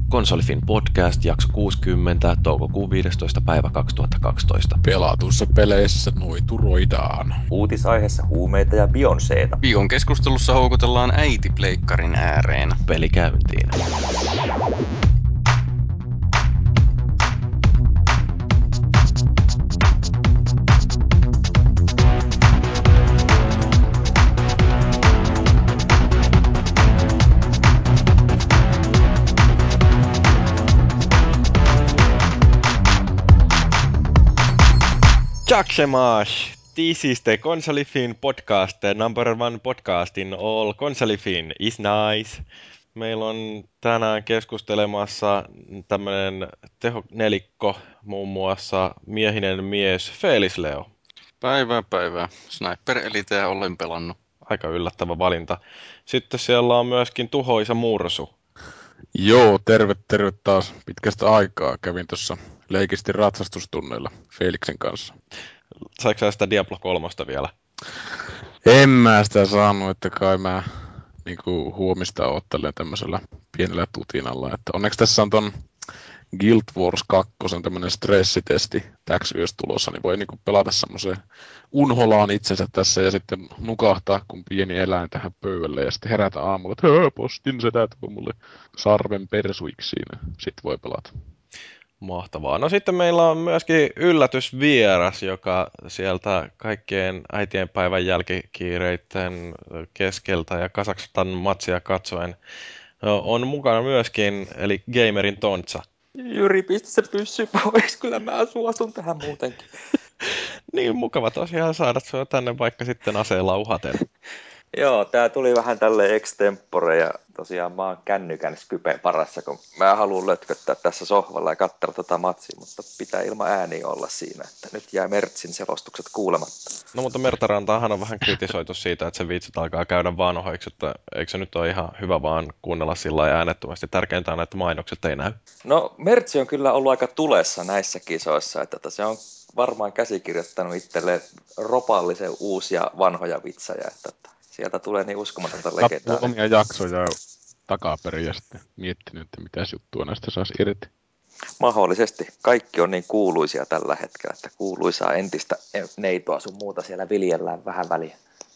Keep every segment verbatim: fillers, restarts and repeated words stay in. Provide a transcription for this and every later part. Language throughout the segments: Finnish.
Konsolifin podcast, jakso kuusikymmentä, toukokuun viidestoista päivä kaksituhattakaksitoista. Pelatuissa peleissä noituroidaan. Uutisaiheessa huumeita ja Beyoncéta. Viikon keskustelussa houkutellaan äiti pleikkarin ääreen. Peli käyntiin. Jaksemash! This is the Konsolifin podcast, the number one podcast in all Konsolifin is nice. Meillä on tänään keskustelemassa tämmönen tehonelikko, muun muassa miehinen mies Felis Leo. Päivää päivää. Sniper Eliteä olen pelannut. Aika yllättävä valinta. Sitten siellä on myöskin tuhoisa Mursu. Joo, terve, terve taas pitkästä aikaa. Kävin tuossa leikisti ratsastustunneilla Feliksen kanssa. Saiko sä sitä Diablo kolme vielä? En mä sitä saanut, että kai mä niinku huomista oottelen tämmöisellä pienellä tutinalla. Että onneksi tässä on ton Guild Wars kaksi tämmönen stressitesti täksi yössä tulossa, niin voi niinku pelata semmoiseen unholaan itsensä tässä ja sitten nukahtaa kun pieni eläin tähän pöydälle ja sitten herätä aamulla, että höö, postin sedä tuo mulle sarven persuiksiin. Sitten voi pelata. Mahtavaa. No sitten meillä on myöskin yllätysvieras, joka sieltä kaikkien äitienpäivän jälkikiireiden keskeltä ja Kazakstan matsia katsoen on mukana myöskin, eli Gamerin Tontsa. Jyri, pistä se pyssy pois, kyllä mä suostun tähän muutenkin. Niin mukava tosiaan saada sinua tänne vaikka sitten aseella uhaten. Joo, tää tuli vähän tälle extempore ja tosiaan mä oon kännykän Skypen parassa, kun mä haluan lötköttää tässä sohvalla ja katsella tota matsia, mutta pitää ilman ääniä olla siinä, että nyt jää Mertsin selostukset kuulematta. No mutta Mertarantaahan on vähän kritisoitu siitä, että se viitsit alkaa käydä vanhoiksi, että eikö se nyt ole ihan hyvä vaan kuunnella sillä lailla äänettömästi. Tärkeintä on, että mainokset ei näy. No Mertsi on kyllä ollut aika tulessa näissä kisoissa, että se on varmaan käsikirjoittanut itselleen ropallisen uusia vanhoja vitsejä, että sieltä tulee niin uskomatonta legendaa. Katsoo omia jaksoja takaperin ja sitten miettinyt, että mitäs juttua näistä saisi irti. Mahdollisesti. Kaikki on niin kuuluisia tällä hetkellä, että kuuluisaa entistä neitoa sun muuta siellä viljellään vähän väliä.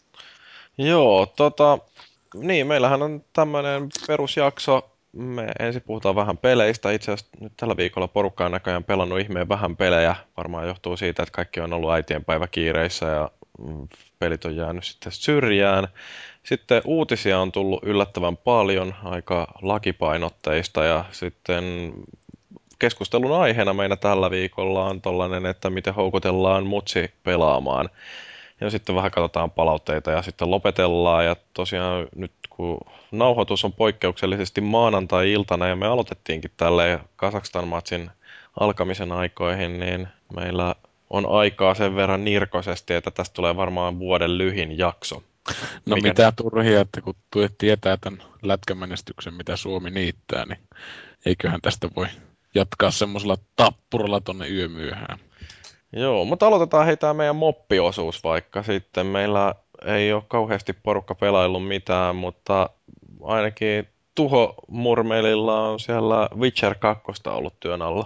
Joo, tota, niin meillähän on tämmöinen perusjakso. Me ensin puhutaan vähän peleistä. Itse asiassa nyt tällä viikolla porukka on näköjään pelannut ihmeen vähän pelejä. Varmaan johtuu siitä, että kaikki on ollut äitienpäiväkiireissä ja pelit on jäänyt sitten syrjään. Sitten uutisia on tullut yllättävän paljon, aika lakipainotteista ja sitten keskustelun aiheena meillä tällä viikolla on tollainen, että miten houkutellaan mutsi pelaamaan. Ja sitten vähän katsotaan palautteita ja sitten lopetellaan. Ja tosiaan nyt kun nauhoitus on poikkeuksellisesti maanantai-iltana ja me aloitettiinkin tälle Kazakstan-matsin alkamisen aikoihin, niin meillä on aikaa sen verran nirkoisesti, että tästä tulee varmaan vuoden lyhin jakso. No Mikä... mitä turhia, että kun tietää tämän lätkämenestyksen, mitä Suomi niittää, niin eiköhän tästä voi jatkaa semmoisella tappuralla tonne yömyöhään. Joo, mutta aloitetaan hei tää meidän moppiosuus vaikka sitten. Meillä ei ole kauheasti porukka pelaillut mitään, mutta ainakin Tuho Murmelilla on siellä Witcher kaksi ollut työn alla.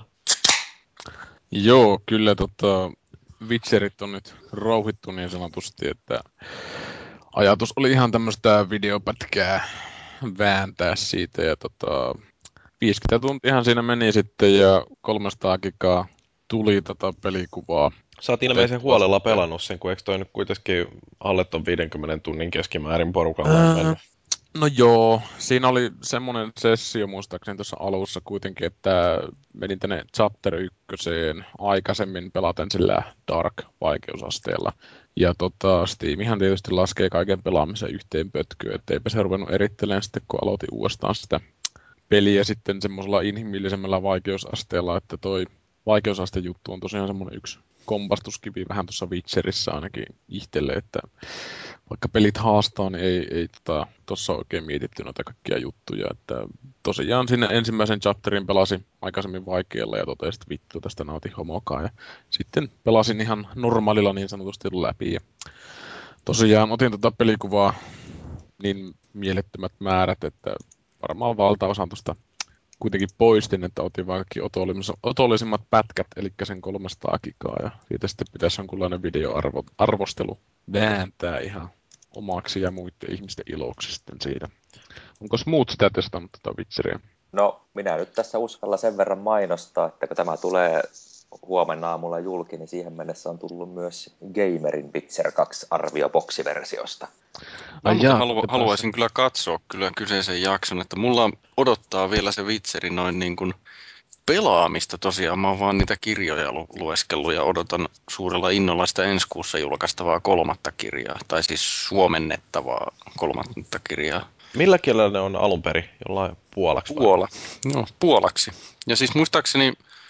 Joo, kyllä tota, Witcherit on nyt rouhittu niin sanotusti, että ajatus oli ihan tämmöistä videopätkää vääntää siitä ja tota, viisikymmentä tuntiahan siinä meni sitten ja kolmesataa gigaa tuli tota pelikuvaa. Sä oot ilmeisen huolella pelannut sen, kun eikö toi nyt kuitenkin alle ton viidenkymmenen tunnin keskimäärin porukalla on mennyt? No joo, siinä oli semmoinen sessio muistaakseni tuossa alussa kuitenkin, että menin tänne chapter ykköseen aikaisemmin pelaten sillä dark-vaikeusasteella. Ja tota, Steamihan tietysti laskee kaiken pelaamisen yhteen pötkyyn, että eipä se ruvennut erittelemään sitten, kun aloitin uudestaan sitä peliä sitten semmoisella inhimillisemmällä vaikeusasteella, että toi vaikeusastejuttu on tosiaan semmoinen yksi kompastuskivi vähän tuossa Witcherissä ainakin itselle, että vaikka pelit haastaa, niin ei, ei tota, tossa oikein mietitty noita kaikkia juttuja, että tosiaan sinne ensimmäisen chapterin pelasin aikaisemmin vaikealla ja totesin, että vittu tästä nautin homokaa ja sitten pelasin ihan normaalilla niin sanotusti läpi ja tosiaan otin tota pelikuvaa niin mielettömät määrät, että varmaan valtaosan tuosta kuitenkin poistin, että otin vaan kaikki otollisimmat, otollisimmat pätkät, eli sen kolmesataa gigaa, ja siitä sitten pitäisi jonkunlainen videoarvostelu vääntää ihan omaksi ja muiden ihmisten iloksi sitten siitä. Onko muut sitä testannut tätä Witcheria? No, minä nyt tässä uskalla sen verran mainostaa, että kun tämä tulee huomenna aamulla julki, niin siihen mennessä on tullut myös Gamerin Witcher kaksi arvio boksiversiosta. Mä Ai muuten jaa, halu- otetaan haluaisin kyllä katsoa kyllä kyseisen jakson, että mulla odottaa vielä se Witcheri noin niin kuin pelaamista tosiaan. Mä oon vaan niitä kirjoja lu- lueskellut ja odotan suurella innolla sitä ensi kuussa julkaistavaa kolmatta kirjaa, tai siis suomennettavaa kolmatta kirjaa. Millä kielellä ne on alun perin? Jollain puolaksi vai? Puola. No, puolaksi. Ja siis muistaakseni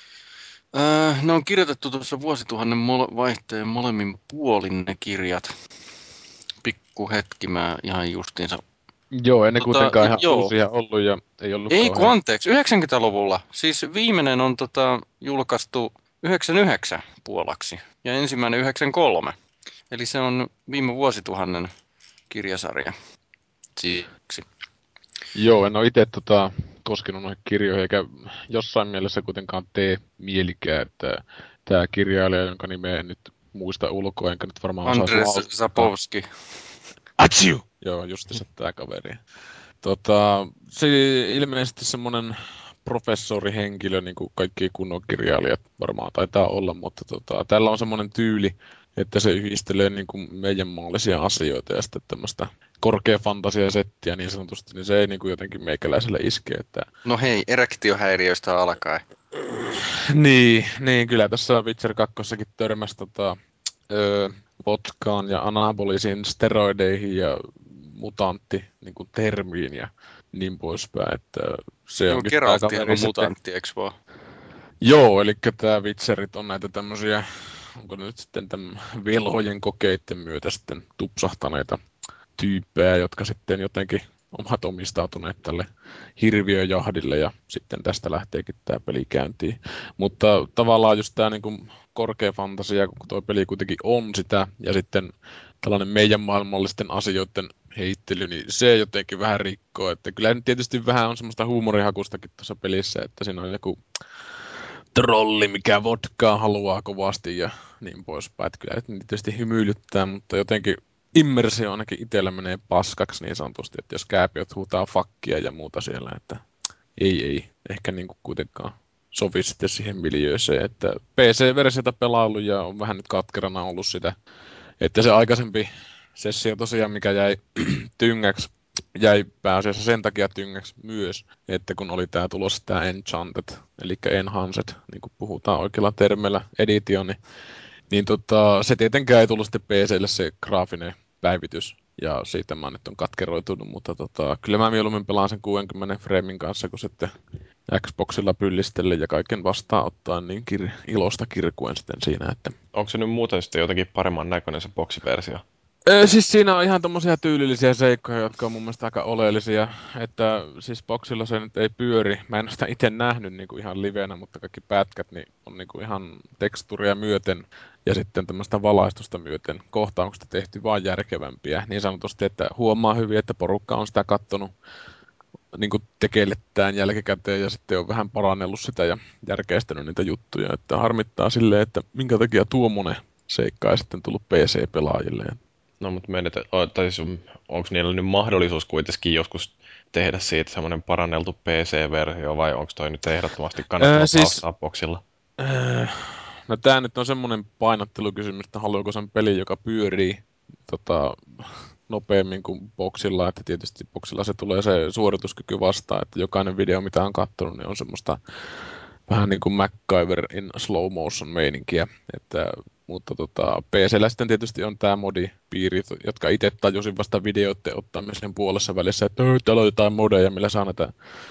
äh, ne on kirjoitettu tuossa vuosituhannen mole- vaihteen molemmin puolin ne kirjat. Pikku hetki, mä ihan justiinsa. Joo, ennen Tota, kuitenkaan j- ihan joo. uusia ollut ja ei ollut Ei kun kauhean... anteeksi, yhdeksänkymmentäluvulla. Siis viimeinen on tota, julkaistu yhdeksänkymmentäyhdeksän puolaksi ja ensimmäinen yhdeksänkymmentäkolme. Eli se on viime vuosituhannen kirjasarja. Siksi. Joo, en ole itse tota, koskenut noihin kirjoihin, eikä jossain mielessä kuitenkaan tee mielikään, että tämä kirjailija, jonka nimeä en nyt muista ulkoa, enkä nyt varmaan osaisi Andres lausua. Sapowski. Atsiu! Joo, justiinsa tämä kaveri. Tota, se ilmeisesti semmoinen professorihenkilö, niin kuin kaikki kunnon kirjailijat varmaan taitaa olla, mutta tota, tällä on semmoinen tyyli, että se yhdistelee niin kuin meidän maallisia asioita ja sitten tämmöistä korkea fantasiasettiä niin sanotusti, niin se ei niin kuin jotenkin meikäläiselle iske. Että... No hei, erektiohäiriöistä alkaen. niin, niin, kyllä tässä Witcher kaksi törmäsi tota, öö, vodkaan ja anabolisiin steroideihin ja mutantti niin kuin termiin ja niin poispäin, että se Joo, onkin tämä Geralttihan kaveri on sitten. mutantti, eikö vaan? Joo, eli tämä Witcherit on näitä tämmöisiä, onko ne nyt sitten tämän velhojen kokeiden myötä sitten tupsahtaneita tyyppejä, jotka sitten jotenkin ovat omistautuneet tälle hirviöjahdille ja sitten tästä lähteekin tämä peli käyntiin. Mutta tavallaan just tämä niinku korkea fantasia, kun tuo peli kuitenkin on sitä, ja sitten tällainen meidän maailmallisten asioiden heittely, niin se jotenkin vähän rikkoo. Että kyllä nyt tietysti vähän on semmoista huumorihakustakin tuossa pelissä, että siinä on joku trolli, mikä vodkaa haluaa kovasti ja niin poispäin. Että kyllä nyt tietysti hymyilyttää, mutta jotenkin immersio ainakin itsellä menee paskaksi niin sanotusti, että jos kääpiöt huutaa fakkia ja muuta siellä, että ei, ei, ehkä niin kuin kuitenkaan sovi sitten siihen miljööseen, että P C-versiota pelaillut ja on vähän nyt katkerana ollut sitä, että se aikaisempi sessio tosiaan, mikä jäi tyngäksi, jäi pääasiassa sen takia tyngäksi myös, että kun oli tämä tulossa tämä Enchanted, eli Enhanced, niin kuin puhutaan oikealla termillä, edition, niin, niin tota, se tietenkään ei tullut sitten P C:lle se graafinen päivitys, ja siitä mä nyt on katkeroitunut, mutta tota, kyllä mä mieluummin pelaan sen kuudenkymmenen framein kanssa, kun sitten Xboxilla pyllistellen ja kaiken vastaanottaen, niin kir- ilosta kirkuen sitten siinä, että Onko se nyt muuten sitten jotenkin paremman näköinen se boksiversio? Öö, siis siinä on ihan tommosia tyylillisiä seikkoja, jotka on mun mielestä aika oleellisia, että siis boksilla se nyt ei pyöri. Mä en ole sitä itse nähnyt niin kuin ihan livenä, mutta kaikki pätkät niin on niin kuin ihan teksturia myöten ja sitten tämmöistä valaistusta myöten kohtauksista tehty vaan järkevämpiä. Niin sanotusti, että huomaa hyvin, että porukka on sitä kattonut niin kuin tekeillettään jälkikäteen ja sitten on vähän parannellut sitä ja järkeistänyt niitä juttuja. Että harmittaa silleen, että minkä takia tuommoinen seikka ei sitten tullut P C-pelaajille. No, mutta menet, tai siis onko niillä nyt mahdollisuus kuitenkin joskus tehdä siitä semmoinen paranneltu P C-versio, vai onko toi nyt ehdottomasti kannattava Öö, siis ostaa boksilla? Öö, no tää nyt on semmonen painottelukysymys, että haluaako sen pelin, joka pyörii tota, nopeammin kuin boksilla, että tietysti boksilla se tulee se suorituskyky vastaan, että jokainen video, mitä on katsonut, niin on semmoista vähän niin kuin MacGyver in slow motion meininkiä, että, mutta tota, P C:llä sitten tietysti on tämä modipiiri, jotka itse tajusin vasta videoiden ottamisen puolessa välissä, että täällä on jotain modeja, millä saa näitä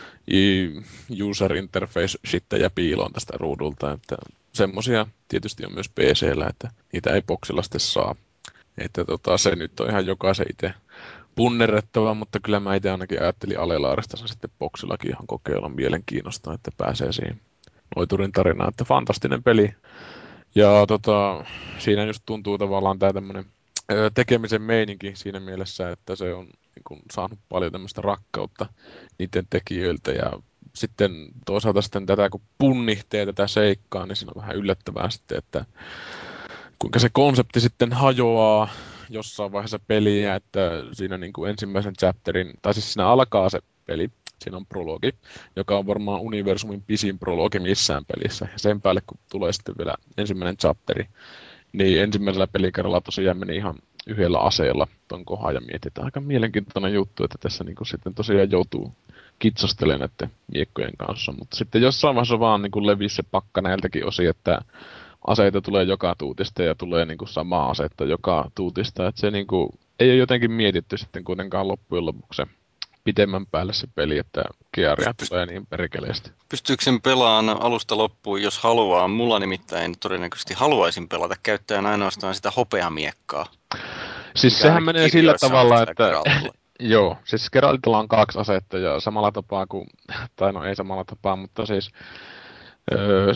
user interface shittejä piiloon tästä ruudulta, että semmosia tietysti on myös P C:llä, että niitä ei boksilla sitten saa. Että tota, se nyt on ihan jokaisen itse punnerrettava, mutta kyllä mä itse ainakin ajattelin Alelaarista sen sitten boksillakin ihan kokeilla mielenkiinnosta, että pääsee siihen Noiturin tarinaan, että fantastinen peli. Ja tota, siinä just tuntuu tavallaan tää tämmönen ö, tekemisen meininki siinä mielessä, että se on niin kun, saanut paljon tämmöistä rakkautta niiden tekijöiltä ja sitten toisaalta sitten tätä, kun punnihtee tätä seikkaa, niin siinä on vähän yllättävää sitten, että kuinka se konsepti sitten hajoaa jossain vaiheessa peliä, että siinä niin kuin ensimmäisen chapterin, tai siis siinä alkaa se peli, siinä on prologi, joka on varmaan universumin pisin prologi missään pelissä. Ja sen päälle, kun tulee sitten vielä ensimmäinen chapteri, niin ensimmäisellä pelikerralla tosiaan meni ihan yhdellä aseella ton kohan ja mietin, että aika mielenkiintoinen juttu, että tässä niin kuin sitten tosiaan joutuu kitsastelemaan näiden miekkojen kanssa. Mutta sitten jossain vaiheessa vaan niin kuin levisi se pakka näiltäkin osin, että aseita tulee joka tuutista ja tulee niin kuin samaa asetta joka tuutista. Että se niin kuin, ei ole jotenkin mietitty sitten kuitenkaan loppujen lopuksi se pitemmän päälle se peli, että gearia tulee niin perkeleesti. Pystyykö sen pelaamaan alusta loppuun, jos haluaa? Mulla nimittäin todennäköisesti haluaisin pelata käyttäen ainoastaan sitä hopeamiekkaa. Siis Mikä sehän ainakin menee sillä kirjoissa on tavalla, sillä että Geraltilla. joo, siis Geraltilla on kaksi asetta ja samalla tapaa kuin, tai no ei samalla tapaa, mutta siis öö,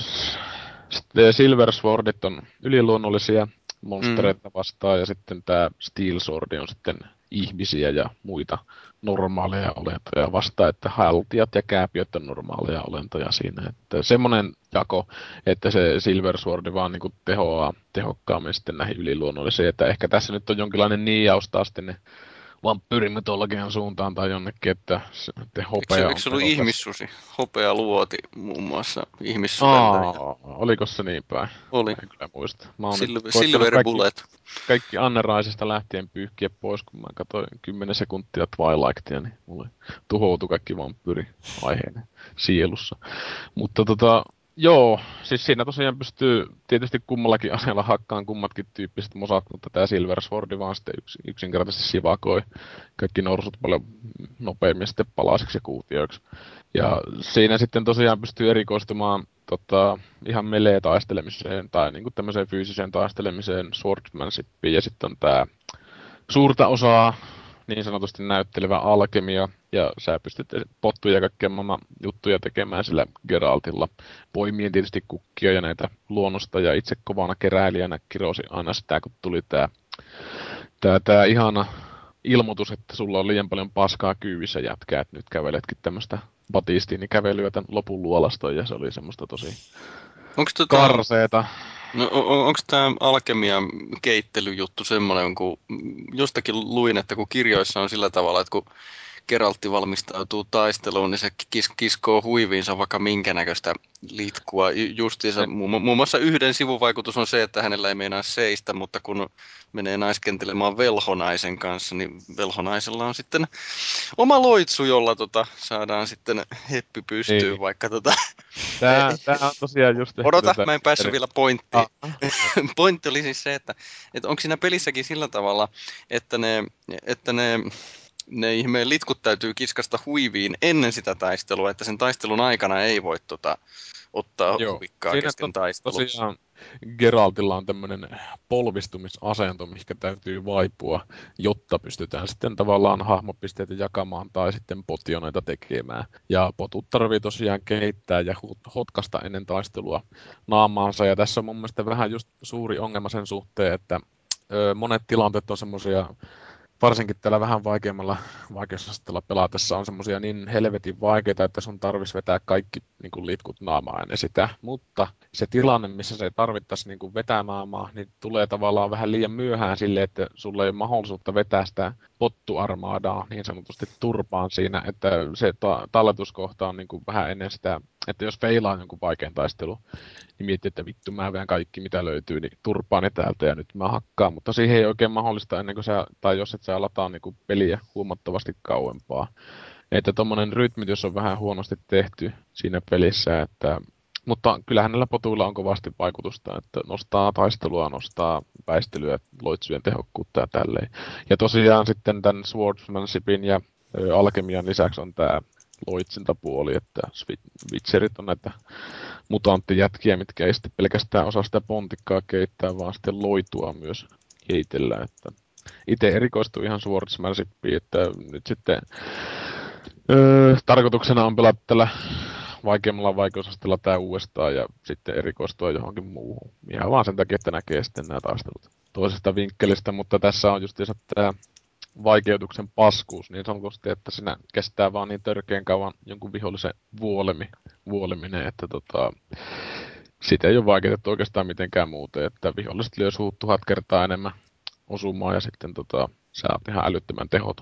sitten Silver Swordit on yliluonnollisia Mm. monstereita vastaan ja sitten tämä Steel Sword on sitten ihmisiä ja muita normaaleja olentoja vastaan, että haltijat ja kääpiöt on normaaleja olentoja siinä. Että semmoinen jako, että se Silver Sword vaan niin kuin tehoaa tehokkaammin sitten näihin yliluonnollisiin, että ehkä tässä nyt on jonkinlainen niijaus taas tänne vampyyrimytologian suuntaan tai jonnekin, että se, että Eikö, se, hopea eikö on se ollut tehokas. ihmissusi? Hopea luoti muun muassa ihmissudelta. Aa, oliko se niin päin? Oli. En kyllä muista. Mä oon nyt Silver, koittanut Silver kaikki, Bullet. kaikki Anneraisista lähtien pyyhkiä pois, kun mä katsoin kymmenen sekuntia Twilightia, niin mulle tuhoutui kaikki vampyyri-aiheinen sielussa. Mutta tota, joo, siis siinä tosiaan pystyy tietysti kummallakin aseella hakkaan kummatkin tyyppiset mosat, mutta tää Silver Swordi vaan sitten yks, yksinkertaisesti sivakoi kaikki norsut paljon nopeammin sitten palasiksi ja kuutioiksi. Ja siinä sitten tosiaan pystyy erikoistumaan tota, ihan melee-taistelemiseen tai niinku tämmöiseen fyysiseen taistelemiseen, swordsmanshipiin ja sitten on tää suurta osaa niin sanotusti näyttelevä alkemia, ja sä pystyt pottuja ja kaikkea maailman juttuja tekemään sillä Geraltilla. Poimien tietysti kukkia ja näitä luonnosta, ja itse kovana keräilijänä kirosin aina sitä, kun tuli tää, tää, tää ihana ilmoitus, että sulla on liian paljon paskaa kyyvissä jätkää, että nyt käveletkin tämmöstä batistiinikävelyä tän lopun luolastoon, ja se oli semmoista tosi Onko tota, karseeta. no, on, onko tämä alkemian keittelyjuttu semmoinen, kun jostakin luin, että kun kirjoissa on sillä tavalla, että kun Geraltti valmistautuu taisteluun, niin se kis, kiskoo huiviinsa vaikka minkä näköistä litkua. Ju- Justiinsa muun, muun muassa yhden sivuvaikutus on se, että hänellä ei meinaa seistä, mutta kun menee naiskentelemaan velhonaisen kanssa, niin velhonaisella on sitten oma loitsu, jolla tota, saadaan sitten heppi pystyyn, Niin. vaikka tota, Tää, tää on tosiaan just ehkä odota, tätä... mä en päässyt vielä pointtiin. Ah, Pointti oli siis se, että, että onko siinä pelissäkin sillä tavalla, että ne, että ne, ne ihmeen litkut täytyy kiskasta huiviin ennen sitä taistelua, että sen taistelun aikana ei voi tota, ottaa joo. huvikkaa Siinä to, kesken taistelun. tosiaan Geraltilla on tämmönen polvistumisasento, mikä täytyy vaipua, jotta pystytään sitten tavallaan hahmopisteitä jakamaan tai sitten potioneita tekemään. Ja potut tarvii tosiaan kehittää ja hut- hotkasta ennen taistelua naamaansa. Ja tässä on mun mielestä vähän just suuri ongelma sen suhteen, että ö, monet tilanteet on semmosia, varsinkin tällä vähän vaikeammalla vaikeusasteella pelatessa on semmosia niin helvetin vaikeita, että sun tarvis vetää kaikki niin kuin litkut naamaa ennen sitä. Mutta se tilanne, missä se tarvittaisi niin kuin vetää naamaa, niin tulee tavallaan vähän liian myöhään sille, että sulla ei ole mahdollisuutta vetää sitä pottuarmaadaa niin sanotusti turpaan siinä, että se ta- talletuskohta on niin kuin vähän ennen sitä, että jos feilaa jonkun vaikean taistelu, niin miettii, että vittu mä vedän kaikki mitä löytyy, niin turpaan ne täältä ja nyt mä hakkaan, mutta siihen ei oikein mahdollista ennen kuin sä, tai jos et sä lataa niin kuin peliä huomattavasti kauempaa. Että tommonen rytmitys on vähän huonosti tehty siinä pelissä, että mutta kyllähän näillä potuilla on kovasti vaikutusta, että nostaa taistelua, nostaa väistelyä, loitsujen tehokkuutta ja tälleen. Ja tosiaan sitten tämän swordsmanshipin ja ö, alkemian lisäksi on tämä loitsintapuoli, että Witcherit on näitä mutanttijätkiä, mitkä ei sitten pelkästään osaa sitä pontikkaa keittää, vaan sitten loitua myös heitellä. Että itse erikoistuu ihan swordsmanshipiin, että nyt sitten öö, tarkoituksena on pelata tällä vaikeammalla vaikeusasteella tää uudestaan ja sitten erikoistua johonkin muuhun. Ihan vaan sen takia, että näkee sitten nämä taistelut toisesta vinkkelistä, mutta tässä on just tämä vaikeutuksen paskuus niin sanotusti, että siinä kestää vaan niin törkeän kauan jonkun vihollisen vuolemi, vuoleminen, että tota, siitä ei ole vaikeutettu oikeastaan mitenkään muuten, että viholliset lyö suut tuhat kertaa enemmän osumaan ja sitten tota, sä oot ihan älyttömän tehoton.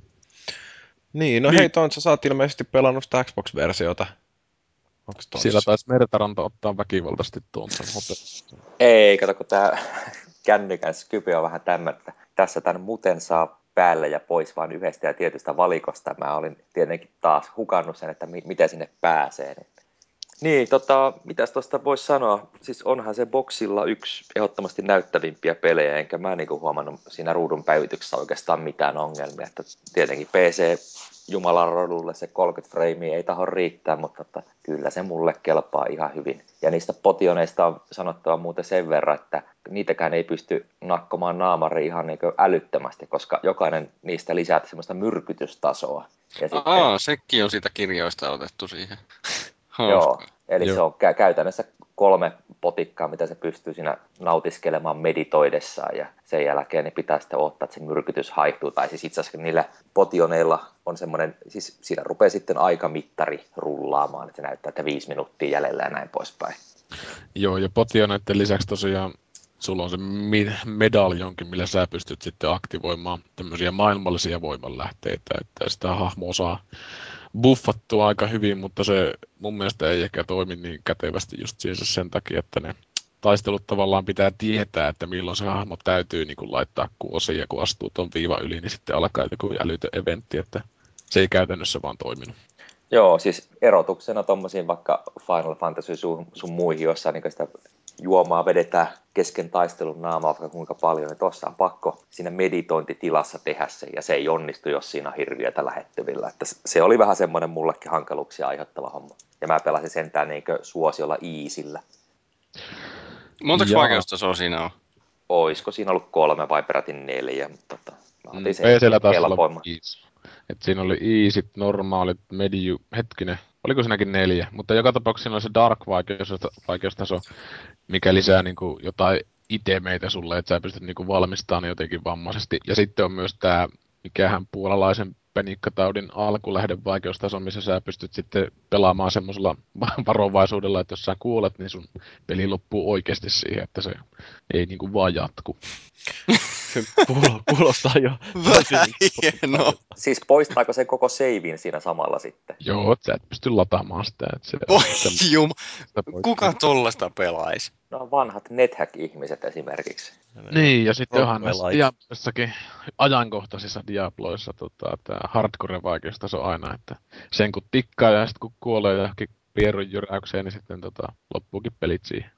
Niin, no Niin. hei Tontsa, sä oot ilmeisesti pelannut sitä Xbox-versiota. Onks tossa? Siellä taisi Mertaranta ottaa väkivaltaisesti Tontsan hotelissa. Ei, kato, kun tää kännykän Skype on vähän tämmöistä. Tässä tämän muten saa päälle ja pois vain yhdestä ja tietystä valikosta. Mä olin tietenkin taas hukannut sen, että mi- miten sinne pääsee. Niin, niin tota, mitäs tuosta voisi sanoa? Siis onhan se Boxilla yksi ehdottomasti näyttävimpiä pelejä, enkä mä niinku huomannut siinä ruudun päivityksessä oikeastaan mitään ongelmia. Että tietenkin P C Jumalan rodulle se kolmekymmentä freimiä ei taho riittää, mutta että kyllä se mulle kelpaa ihan hyvin. Ja niistä potioneista on sanottava muuten sen verran, että niitäkään ei pysty nakkomaan naamari ihan niin älyttömästi, koska jokainen niistä lisää semmoista myrkytystasoa. Ja sitten, Aa, sekin on siitä kirjoista otettu siihen. joo, eli Joo. se on kä- käytännössä kolme potikkaa, mitä se pystyy siinä nautiskelemaan meditoidessaan, ja sen jälkeen niin pitää sitten odottaa, että se myrkytys haihtuu, tai siis itse asiassa niillä potioneilla on semmoinen, siis siinä rupeaa sitten aikamittari rullaamaan, että se näyttää, että viisi minuuttia jäljellä ja näin poispäin. Joo, ja potioneiden lisäksi tosiaan sulla on se mi- medaljonkin, millä sä pystyt sitten aktivoimaan tämmöisiä maailmallisia voimanlähteitä, että sitä hahmoa saa buffattua aika hyvin, mutta se mun mielestä ei ehkä toimi niin kätevästi just siis sen takia, että ne taistelut tavallaan pitää tietää, että milloin se hahmo täytyy niin kuin laittaa kuosiin, ja kun astuu ton viivan yli, niin sitten alkaa joku älytön eventti, että se ei käytännössä vaan toiminut. Joo, siis erotuksena tommosiin vaikka Final Fantasy sun, sun muihin, joissa niin sitä juomaa vedetään kesken taistelun naamaa vaikka kuinka paljon, niin tuossa on pakko siinä meditointitilassa tehdä se, ja se ei onnistu, jos siinä on hirviötä lähettyvillä. Että se oli vähän semmoinen mullekin hankaluuksia aiheuttava homma. Ja mä pelasin sentään niin suosiolla easillä. Montako Jaa. vaikeustasoa siinä on? Oisko siinä ollut kolme vai peräti neljä, mutta tota, mä otin sen P C:llä taisi olla helpoimman. viisi. Et siinä oli easyt, normaalit, medium, hetkinen, oliko siinäkin neljä? Mutta joka tapauksessa siinä oli se dark vaikeustaso, mikä lisää niinku jotain itemeitä sulle, että sä pystyt niinku valmistamaan ne jotenkin vammaisesti. Ja sitten on myös tää, mikähän puolalaisen penikkataudin alkulähden vaikeustaso, missä sä pystyt sitten pelaamaan semmoisella varovaisuudella, että jos sä kuolet, niin sun peli loppuu oikeasti siihen, että se ei niinku vaan jatku. Kuulo- Kuulostaa jo tosi Hienoa. Siis poistaako se koko seivin siinä samalla sitten? Joo, että sä et pysty lataamaan sitä. Että se Voi semmoista jum, poikkeaa. kuka tollasta pelaisi? No vanhat NetHack-ihmiset esimerkiksi. Niin, ja sitten onhan Roguelike. näissä Diabloissakin, ajankohtaisissa Diabloissa, tota, tämä hardcore-vaikeustaso aina, että sen kun tikkaa ja sitten kun kuolee johonkin pierun jyräykseen, niin sitten tota, loppuukin pelit siihen.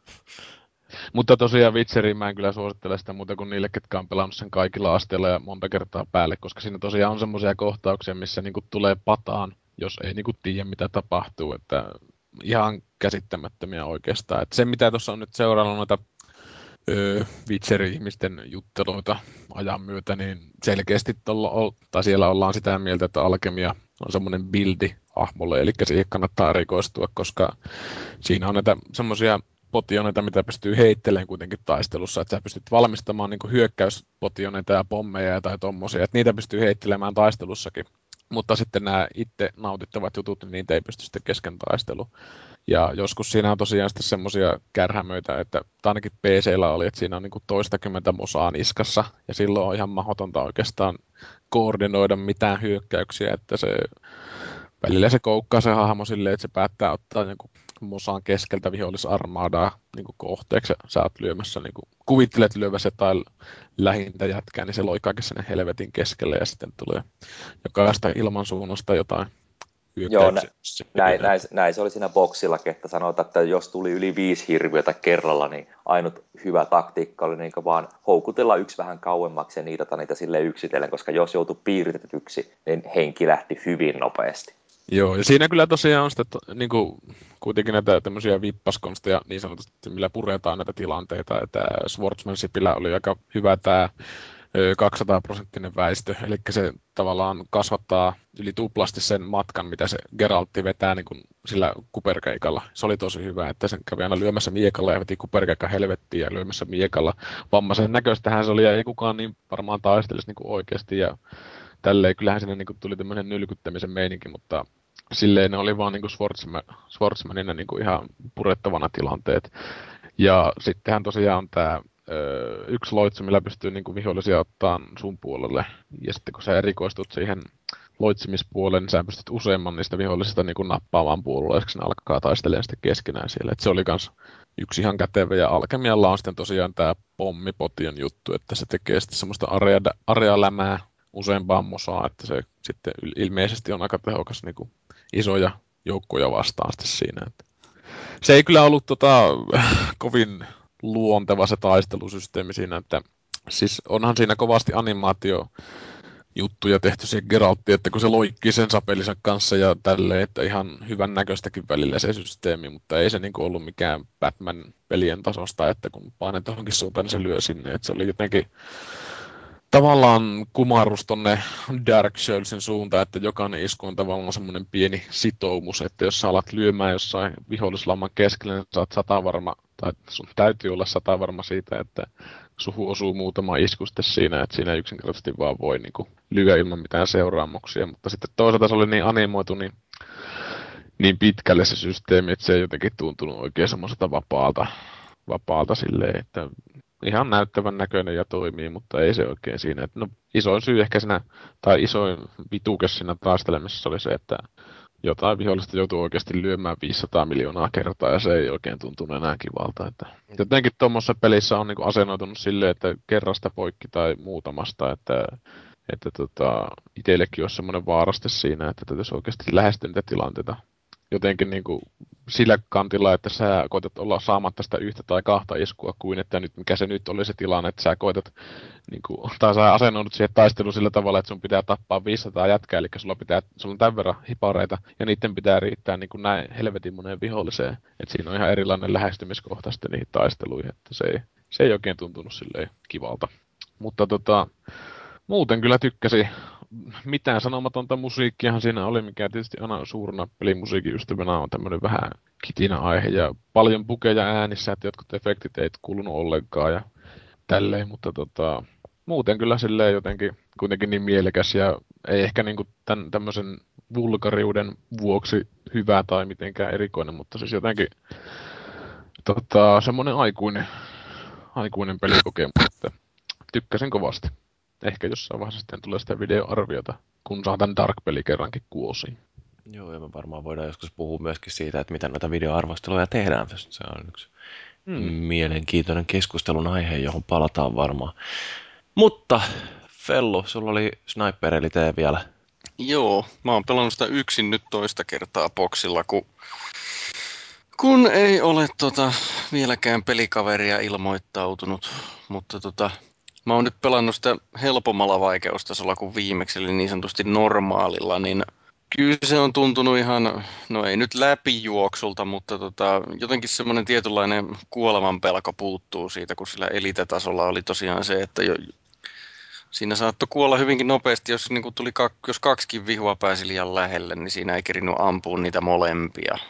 Mutta tosiaan Witcheriin mä en kyllä suosittele sitä muuta kuin niille, ketkä on pelannut sen kaikilla asteilla ja monta kertaa päälle, koska siinä tosiaan on semmoisia kohtauksia, missä niinku tulee pataan, jos ei niinku tiedä mitä tapahtuu, että ihan käsittämättömiä oikeastaan. Et se mitä tuossa on nyt seurannut noita öö, Witcher-ihmisten jutteluita ajan myötä, niin selkeästi tolla, tai siellä ollaan sitä mieltä, että alkemia on semmoinen bildi hahmolle, eli siihen kannattaa erikoistua, koska siinä on näitä semmoisia potioneita, mitä pystyy heittelemään kuitenkin taistelussa, että sä pystyt valmistamaan niin hyökkäyspotioneita ja pommeja tai tommosia, että niitä pystyy heittelemään taistelussakin. Mutta sitten nämä itse nautittavat jutut, niin niitä ei pysty sitten kesken taistelu. Ja joskus siinä on tosiaan sitten semmoisia kärhämöitä, että ainakin P C:llä oli, että siinä on niin toistakymmentä mosaa niskassa, ja silloin on ihan mahdotonta oikeastaan koordinoida mitään hyökkäyksiä, että se välillä se koukkaa se hahmo silleen, että se päättää ottaa jonkun mosan keskeltä vihollisarmaadaa niin kohteeksi. Sä oot lyömässä, niin kuin, kuvittelet lyövässä jotain lähintä jätkää, niin se loikaakin sinne helvetin keskelle ja sitten tulee jokaista ilmansuunnasta jotain Joo, nä, hyökkäyksiä. näin, näin, näin se oli siinä boksillakin, että sanotaan, että jos tuli yli viisi hirviötä kerralla, niin ainut hyvä taktiikka oli niin vaan houkutella yksi vähän kauemmaksi ja niitata niitä sille yksitellen, koska jos joutui piiritetyksi, niin henki lähti hyvin nopeasti. Joo, ja siinä kyllä tosiaan on sitä, niin kuin, kuitenkin näitä tämmöisiä vippaskonsteja niin sanotusti, millä puretaan näitä tilanteita. Että Swordsmanshipillä oli aika hyvä tämä kaksisataa prosenttinen väistö, eli se tavallaan kasvattaa yli tuplasti sen matkan, mitä se Geraltti vetää niin kuin sillä kuperkeikalla. Se oli tosi hyvä, että sen kävi aina lyömässä miekalla ja veti kuperkeikka helvettiin ja lyömässä miekalla. Vammaisen näköistähän se oli ja ei kukaan niin varmaan taistelisi niin kuin oikeasti ja tälleen. Kyllähän sinne niin kuin tuli tämmöinen nylkyttämisen meininki, mutta silleen ne oli vaan niin kuin Schwartzman, Schwartzmanina niin kuin ihan purettavana tilanteet. Ja sittenhän tosiaan on tämä yksi loitsu, millä pystyy niin kuin vihollisia ottaa sun puolelle. Ja sitten kun sä erikoistut siihen loitsemispuoleen, niin sä pystyt useamman niistä vihollisista niin kuin nappaamaan puolelle, ja ne alkaa taistelemaan sitten keskenään siellä. Et se oli kans yksi ihan kätevä, ja Alkemialla on sitten tosiaan tämä pommipotion juttu, että se tekee sitten semmoista area, area-lämää useampaan mosaan, että se sitten ilmeisesti on aika tehokas niin kuin isoja joukkoja vastaan sitten siinä. Että se ei kyllä ollut tota, kovin luonteva se taistelusysteemi siinä, että siis onhan siinä kovasti animaatio juttuja tehty siihen Geralttiin, että kun se loikkii sen sapelinsa kanssa ja tälleen, että ihan hyvän näköistäkin välillä se systeemi, mutta ei se niinku ollut mikään Batman-pelien tasosta, että kun painet johonkin suuntaan, niin se lyö sinne, että se oli jotenkin tavallaan kumarrus tonne Dark Soulsin suuntaan, että jokainen isku on tavallaan semmoinen pieni sitoumus, että jos sä alat lyömään jossain vihollislamman keskellä, niin sä oot satavarma, tai sun täytyy olla satavarma siitä, että suhu osuu muutama isku sitten siinä, että siinä yksinkertaisesti vaan voi niin kuin lyödä ilman mitään seuraamuksia, mutta sitten toisaalta se oli niin animoitu niin, niin pitkälle se systeemi, että se ei jotenkin tuntunut oikein semmoiselta vapaalta, vapaalta silleen, että ihan näyttävän näköinen ja toimii, mutta ei se oikein siinä. Että no, isoin syy ehkä siinä, tai isoin vituke siinä taistelemisessa oli se, että jotain vihollista joutuu oikeasti lyömään viisisataa miljoonaa kertaa, ja se ei oikein tuntunut enää kivalta. Että jotenkin tuommoisessa pelissä on niinku asennoitunut silleen, että kerrasta poikki tai muutamasta, että, että tota, itsellekin olisi semmoinen vaaraste siinä, että täytyisi oikeasti lähestyä niitä tilanteita jotenkin niin kuin sillä kantilla, että sä koetat olla saamatta sitä yhtä tai kahta iskua kuin, että nyt, mikä se nyt oli se tilanne, että sä koetat, niin kuin, tai sä asennoidut siihen taisteluun sillä tavalla, että sun pitää tappaa viisisataa jätkää, eli sulla, pitää, sulla on tämän verran hipareita, ja niiden pitää riittää niin kuin näin helvetin moneen viholliseen. Että siinä on ihan erilainen lähestymiskohta sitten niihin taisteluihin, että se ei, se ei oikein tuntunut silleen kivalta. Mutta tota, muuten kyllä tykkäsin. Mitään sanomatonta musiikkiahan siinä oli, mikä tietysti aina suurena pelimusiikin ystävänä on tämmöinen vähän kitinä aihe ja paljon bukeja äänissä, että jotkut efektit ei kuulunut ollenkaan ja tälleen, mutta tota, muuten kyllä silleen jotenkin kuitenkin niin mielekäs ja ei ehkä niinku tämän tämmöisen vulgariuden vuoksi hyvä tai mitenkään erikoinen, mutta siis jotenkin tota, semmoinen aikuinen, aikuinen pelikokemus, että tykkäsin kovasti. Ehkä jossain vaiheessa sitten tulee sitä videoarviota, kun saa tämän Dark-peli kerrankin kuosiin. Joo, ja me varmaan voidaan joskus puhua myöskin siitä, että miten näitä videoarvosteluja tehdään. Se on yksi mm. mielenkiintoinen keskustelun aihe, johon palataan varmaan. Mutta Fellu, sulla oli Sniper eli tee vielä. Joo, mä oon pelannut sitä yksin nyt toista kertaa boksilla, kun, kun ei ole tota, vieläkään pelikaveria ilmoittautunut, mutta tota, mä oon nyt pelannut sitä helpommalla vaikeustasolla kuin viimeksi, eli niin sanotusti normaalilla, niin kyllä se on tuntunut ihan, no ei nyt läpijuoksulta, mutta tota, jotenkin semmoinen tietynlainen kuoleman pelko puuttuu siitä, kun sillä elitetasolla oli tosiaan se, että jo, siinä saattoi kuolla hyvinkin nopeasti, jos, niin tuli, jos kaksikin vihua pääsi liian lähelle, niin siinä ei kerinyt ampua niitä molempia.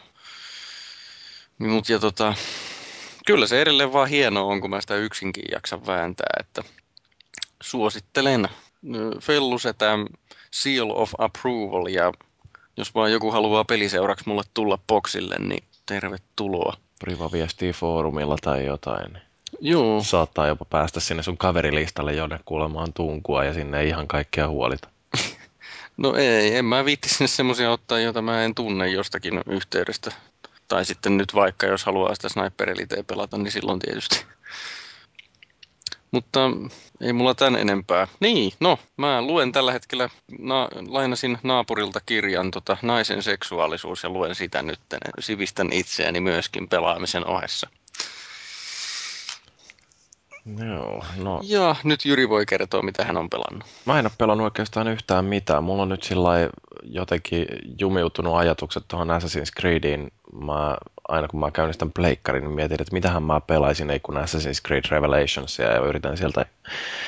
Mut, ja tota, kyllä se edelleen vaan hienoa on, kun mä sitä yksinkin jaksan vääntää, että suosittelen Fellusetän Seal of Approval, ja jos vaan joku haluaa peliseuraksi mulle tulla boksille, niin tervetuloa. Priva viestii foorumilla tai jotain. Joo. Saattaa jopa päästä sinne sun kaverilistalle, jonne kuulemaan tunkua ja sinne ei ihan kaikkea huolita. No ei, en mä viitti sinne semmosia ottaa, joita mä en tunne jostakin yhteydestä. Tai sitten nyt vaikka, jos haluaa sitä Sniper Eliteä pelata, niin silloin tietysti. Mutta ei mulla tän enempää. Niin, no, mä luen tällä hetkellä, na, lainasin naapurilta kirjan tota, Naisen seksuaalisuus ja luen sitä nyt. Sivistän itseäni myöskin pelaamisen ohessa. Joo, no. Ja nyt Jyri voi kertoa, mitä hän on pelannut. Mä en ole pelannut oikeastaan yhtään mitään. Mulla on nyt sillai jotenkin jumiutunut ajatukset tuohon Assassin's Creediin. Mä, aina kun mä käynnistän pleikkarin, niin mietin, että mitähän mä pelaisin, ei kun Assassin's Creed Revelationsia, ja yritän sieltä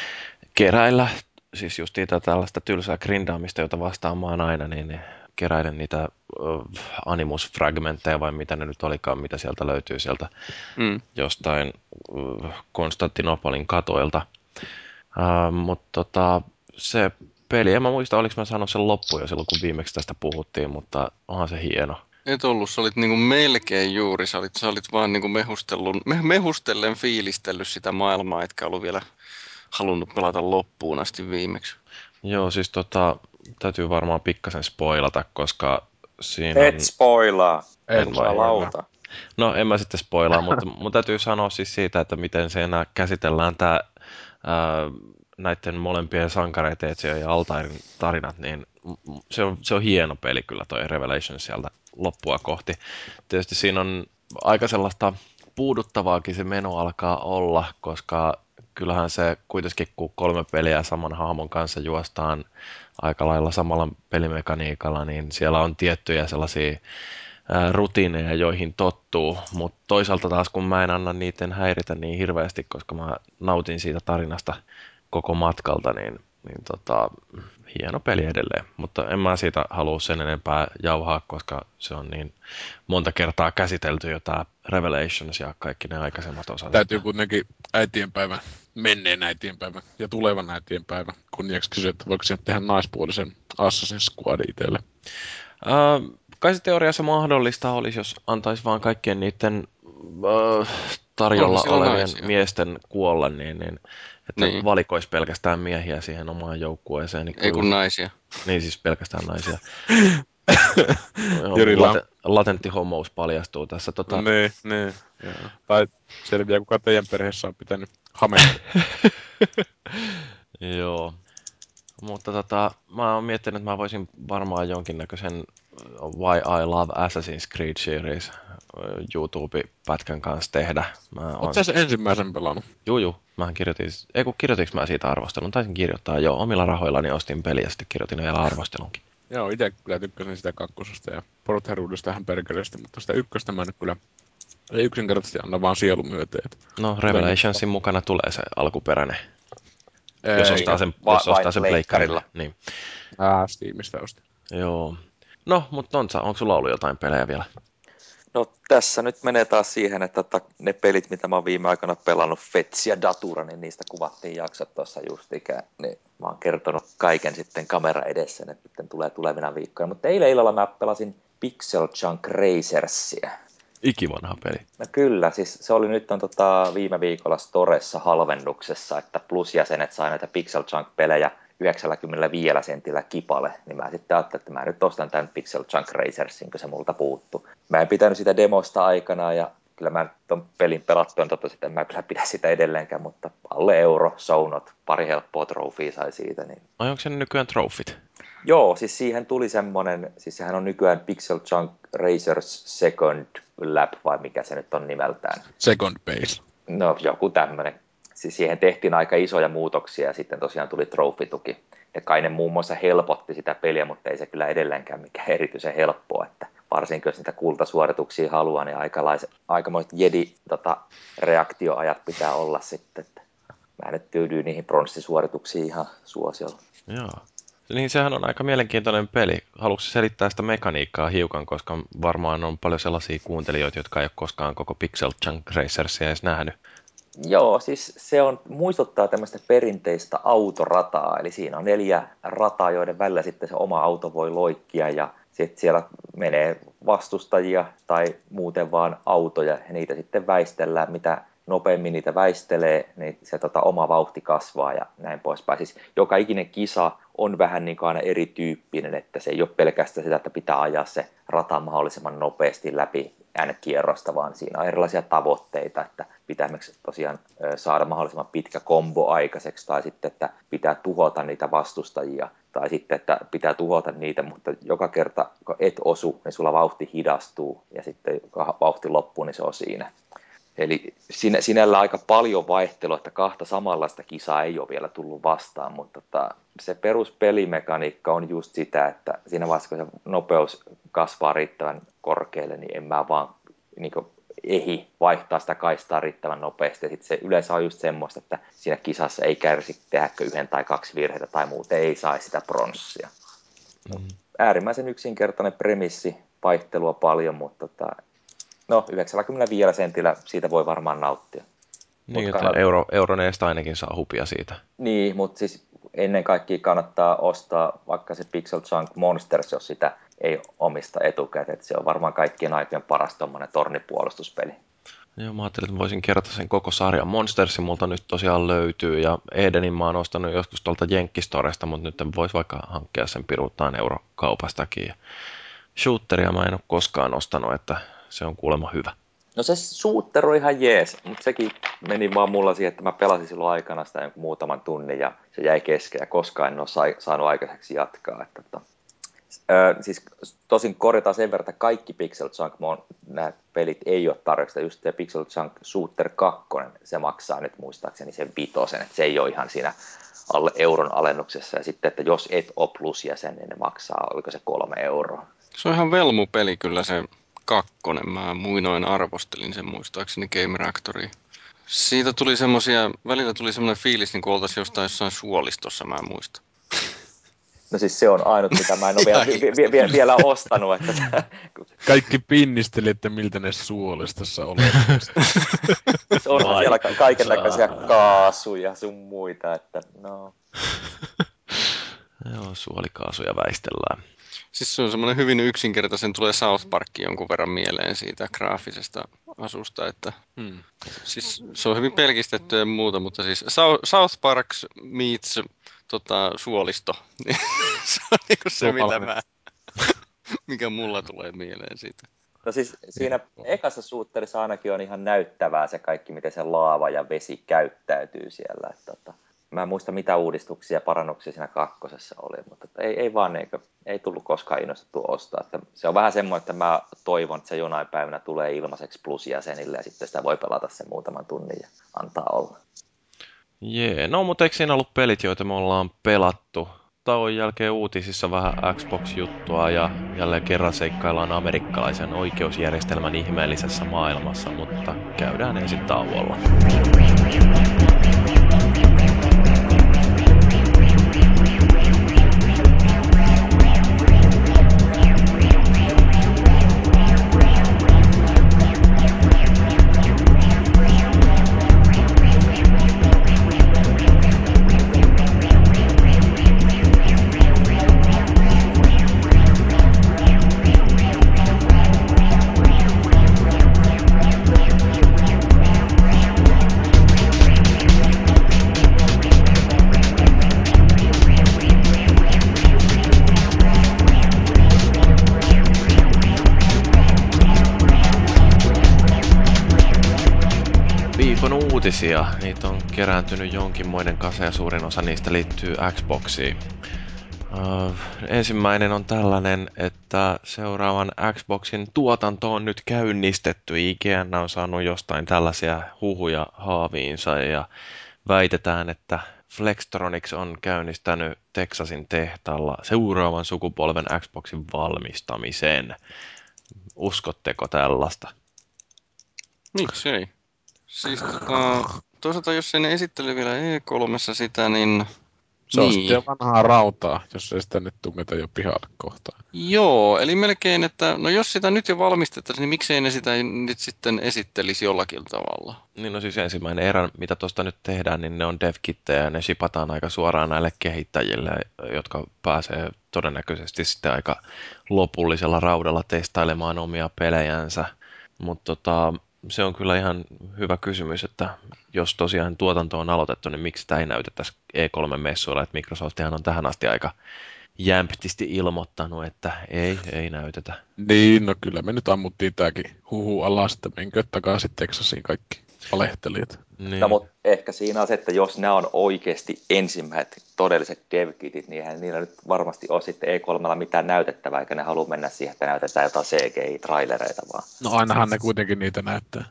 keräillä, siis just niitä tällaista tylsää grindaamista, jota vastaan mä oon aina, niin keräilen niitä uh, animus-fragmentteja vai mitä ne nyt olikaan, mitä sieltä löytyy sieltä Mm. jostain uh, Konstantinopolin katoilta. Uh, Mutta tota, se peli, en mä muista, oliko mä sanonut sen loppuun jo silloin, kun viimeksi tästä puhuttiin, mutta onhan se hieno. Et ollut, sä olit niinku melkein juuri, sä olit, sä olit vaan niinku mehustellut, me, mehustellen fiilistellyt sitä maailmaa, etkä ollut vielä halunnut pelata loppuun asti viimeksi. Joo, siis tota, täytyy varmaan pikkasen spoilata, koska siinä Et on... spoilaa. En Jumalauta. No, en mä sitten spoilaa, mutta mun täytyy sanoa siis siitä, että miten se enää käsitellään tää, ää, näiden molempien sankareiden Ezio ja Altairin tarinat, niin m- se on, se on hieno peli kyllä toi Revelations sieltä loppua kohti. Tietysti siinä on aika sellaista puuduttavaakin se meno alkaa olla, koska kyllähän se kuitenkin, kun kolme peliä saman hahmon kanssa juostaan aika lailla samalla pelimekaniikalla, niin siellä on tiettyjä sellaisia ää, rutiineja, joihin tottuu, mutta toisaalta taas kun mä en anna niiden häiritä niin hirveästi, koska mä nautin siitä tarinasta koko matkalta, niin, niin tota, hieno peli edelleen, mutta en mä siitä halua sen enempää jauhaa, koska se on niin monta kertaa käsitelty jo tää Revelations ja kaikki ne aikaisemmat osat. Täytyy kuitenkin äitienpäivän, menneen äitienpäivän ja tulevan äitienpäivän kunniaksi kysyä, että voiko siihen tehdä naispuolisen Assassin's Squad itselle. Äh, kai se teoriassa mahdollista olisi, jos antaisi vaan kaikkien niiden äh, tarjolla Onhan siellä olevien naisia. miesten kuolla, niin, niin että Niin. valikoisi pelkästään miehiä siihen omaan joukkueeseen. Niin, Ei kun naisia. niin siis pelkästään naisia. Joo, Jyrillä on... late, latentti homous paljastuu tässä. Tota... No, niin, niin. Joo. Tai selviää, kuka teidän perheessä on pitänyt hameen. Joo. Mutta tota, mä oon miettinyt, että mä voisin varmaan jonkinnäköisen Why I Love Assassin's Creed Series YouTube-pätkän kanssa tehdä. Mä oon... Oot sä se ensimmäisen pelannut? Juu, juu. Mähän kirjoitin, ei kun kirjoitinko mä siitä arvostelun? Taisin kirjoittaa jo. Omilla rahoillani ostin peliä ja sitten kirjoitin vielä arvostelunkin. Joo, itse kyllä tykkäsin sitä kakkosesta ja Portheruudesta ihan perkeleesti, mutta sitä ykköstä mä nyt kyllä ei yksinkertaisesti anna vaan sielun myöteen. No, Revelationsin mukana tulee se alkuperäinen. Ei, Jos ostaa sen, Va- jos ostaa vain sen pleikkarilla. pleikkarilla. Niin. Ää, Steamista ostin. Joo. No, mutta Tontsa, onko sulla ollut jotain pelejä vielä? No tässä nyt menee taas siihen, että tota, ne pelit, mitä mä oon viime aikoina pelannut, Fets ja Datura, niin niistä kuvattiin jaksot tuossa just ikään. Niin mä oon kertonut kaiken sitten kamera edessä, että sitten tulee tulevina viikkoina. Mutta eilen illalla mä pelasin Pixel Junk Racersia. Ikivanha peli. No kyllä, siis se oli nyt on tota, viime viikolla Storessa halvennuksessa, että plusjäsenet sai näitä Pixel Junk-pelejä yhdeksänkymmentäviisi sentillä kipale, niin mä sitten ajattelin, että mä nyt ostan tämän Pixel Junk Racersin, kun se multa puuttu. Mä en pitänyt sitä demosta aikana ja kyllä mä ton pelin pelattuun totesin, että en mä kyllä pidä sitä edelleenkään, mutta alle euro, sounot, pari helppoa trofia sai siitä. Niin... Ai onko se nykyään trofit? Joo, siis siihen tuli semmonen, siis sehän on nykyään Pixel Junk Racers Second Lab, vai mikä se nyt on nimeltään. Second Base. No joku tämmöinen. Siis siihen tehtiin aika isoja muutoksia ja sitten tosiaan tuli trofituki. Ja kai ne muun muassa helpotti sitä peliä, mutta ei se kyllä edelleenkään mikään erityisen helppoa. Että varsinkin jos niitä kultasuorituksia haluaa, niin aikamoiset jedi-reaktioajat tota, pitää olla sitten. Että mä nyt tyydyin niihin pronssisuorituksiin ihan suosiolla. Joo. Niin sehän on aika mielenkiintoinen peli. Haluatko selittää sitä mekaniikkaa hiukan, koska varmaan on paljon sellaisia kuuntelijoita, jotka ei ole koskaan koko Pixel Junk Racersia edes nähnyt. Joo, siis se on, muistuttaa tämmöistä perinteistä autorataa, eli siinä on neljä rataa, joiden välillä sitten se oma auto voi loikkia ja sitten siellä menee vastustajia tai muuten vaan autoja ja niitä sitten väistellään, mitä nopeammin niitä väistelee, niin se tota, oma vauhti kasvaa ja näin poispäin. Siis joka ikinen kisa on vähän niin kuin aina erityyppinen, että se ei ole pelkästään sitä, että pitää ajaa se rata mahdollisimman nopeasti läpi N-kierrosta, vaan siinä on erilaisia tavoitteita, että pitää tosiaan saada mahdollisimman pitkä kombo aikaiseksi, tai sitten, että pitää tuhota niitä vastustajia, tai sitten, että pitää tuhota niitä, mutta joka kerta, kun et osu, niin sulla vauhti hidastuu, ja sitten kun vauhti loppuu, niin se on siinä. Eli sinä, sinällä aika paljon vaihtelua, että kahta samanlaista kisaa ei ole vielä tullut vastaan, mutta tota, se peruspelimekaniikka on just sitä, että siinä vaiheessa, kun se nopeus kasvaa riittävän korkealle, niin en mä vaan niin kuin, ehi vaihtaa sitä kaistaa riittävän nopeasti. Ja sitten se yleensä on just semmoista, että siinä kisassa ei kärsi tehdäkö yhden tai kaksi virheitä tai muuten ei saa sitä pronssia. Mm. Äärimmäisen yksinkertainen premissi, vaihtelua paljon, mutta tota, no yhdeksänkymmentäviisi sentillä siitä voi varmaan nauttia. Niin, että kannat... euro, euroneesta ainakin saa hupia siitä. Niin, mutta siis ennen kaikkea kannattaa ostaa vaikka se Pixel Junk Monsters, jos sitä ei omista etukäteen. Se on varmaan kaikkien aikojen paras tommonen tornipuolustuspeli. Joo, mä ajattelin, että voisin kertoa sen koko sarjan. Monstersi multa nyt tosiaan löytyy ja Edenin mä oon ostanut joskus tuolta Jenkkistoresta, mutta nyt voisi vaikka hankkia sen piruuttaan eurokaupastakin. Ja shooteria mä en ole koskaan ostanut, että se on kuulemma hyvä. No se shooter on ihan jees, mutta sekin meni vaan mulla siihen, että mä pelasin silloin aikana sitä jonkun muutaman tunnin ja se jäi kesken ja koskaan en ole sa- saanut aikaiseksi jatkaa. Että, että, ö, siis tosin korjataan sen verran, että kaikki Pixel Junk nämä pelit ei ole tarjouksia. Just se Pixel Junk Shooter kaksi, se maksaa nyt muistaakseni sen vitosen, että se ei ole ihan siinä alle euron alennuksessa. Ja sitten, että jos et ole plusjäsen, niin ne maksaa, oliko se kolme euroa. Se on ihan velmupeli kyllä se kakkonen. Mä muinoin arvostelin sen muistaakseni Game Reactoriin. Siitä tuli semmosia, välillä tuli semmoinen fiilis, niin kuin oltaisiin jostain jossain suolistossa, mä en muista. No siis se on ainut, mitä mä en ole vielä, vie, vie, vielä ostanut. Että... Kaikki pinnisteli, että miltä ne suolistossa olemassa. Se on siellä kaiken näköisiä kaasuja sun muita, että no. Joo, suolikaasuja väistellään. Siis se on semmoinen hyvin yksinkertaisen, tulee South Parkki jonkun verran mieleen siitä graafisesta asusta, että hmm. siis se on hyvin pelkistetty ja muuta, mutta siis South Park meets tota, suolisto, se on niinku se, mitä mä, mikä mulla tulee mieleen siitä. No siis siinä ekassa suutterissa ainakin on ihan näyttävää se kaikki, miten se laava ja vesi käyttäytyy siellä. Että, että, mä en muista mitä uudistuksia ja parannuksia siinä kakkosessa oli, mutta että ei, ei vaan eikö, ei tullut koskaan innostettua ostaa. Että se on vähän semmoinen, että mä toivon, että se jonain päivänä tulee ilmaiseksi plusjäsenille ja sitten sitä voi pelata sen muutaman tunnin ja antaa olla. Jee, no mutta eikö siinä ollut pelit, joita me ollaan pelattu? Tauon jälkeen uutisissa vähän Xbox-juttua ja jälleen kerran seikkaillaan amerikkalaisen oikeusjärjestelmän ihmeellisessä maailmassa, mutta käydään ensin tauolla. Viikon uutisia. Niitä on kerääntynyt jonkinmoinen kasa ja suurin osa niistä liittyy Xboxiin. Uh, ensimmäinen on tällainen, että seuraavan Xboxin tuotanto on nyt käynnistetty. I G N on saanut jostain tällaisia huhuja haaviinsa ja väitetään, että Flextronics on käynnistänyt Texasin tehtaalla seuraavan sukupolven Xboxin valmistamisen. Uskotteko tällaista? Miksei? Siis tota, toisaalta jos sen esitteli vielä E kolme sitä, niin... Se on niin. sitten jo vanhaa rautaa, jos ei sitä nyt tungeta jo pihalle kohtaan. Joo, eli melkein, että no jos sitä nyt jo valmistettaisiin, niin miksei ne sitä nyt sitten esittelisi jollakin tavalla? Niin no siis ensimmäinen erä, mitä tuosta nyt tehdään, niin ne on dev-kittejä ja ne shipataan aika suoraan näille kehittäjille, jotka pääsee todennäköisesti sitten aika lopullisella raudalla testailemaan omia pelejänsä. Mutta tota, se on kyllä ihan hyvä kysymys, että jos tosiaan tuotanto on aloitettu, niin miksi sitä ei näytettäisi E kolme -messuilla, että Microsoftihan on tähän asti aika jämptisti ilmoittanut, että ei, ei näytetä. Niin, no kyllä me nyt ammuttiin tääkin huhu alas, että menkö takaisin Texasiin kaikki valehtelijat. Niin. No mutta ehkä siinä on se, että jos nämä on oikeasti ensimmäiset todelliset devkitit, niin eihän niillä nyt varmasti ole sitten E kolme mitään näytettävää, eikä ne halua mennä siihen, että näytetään jotain C G I-trailereita vaan. No ainahan ne kuitenkin niitä näyttää.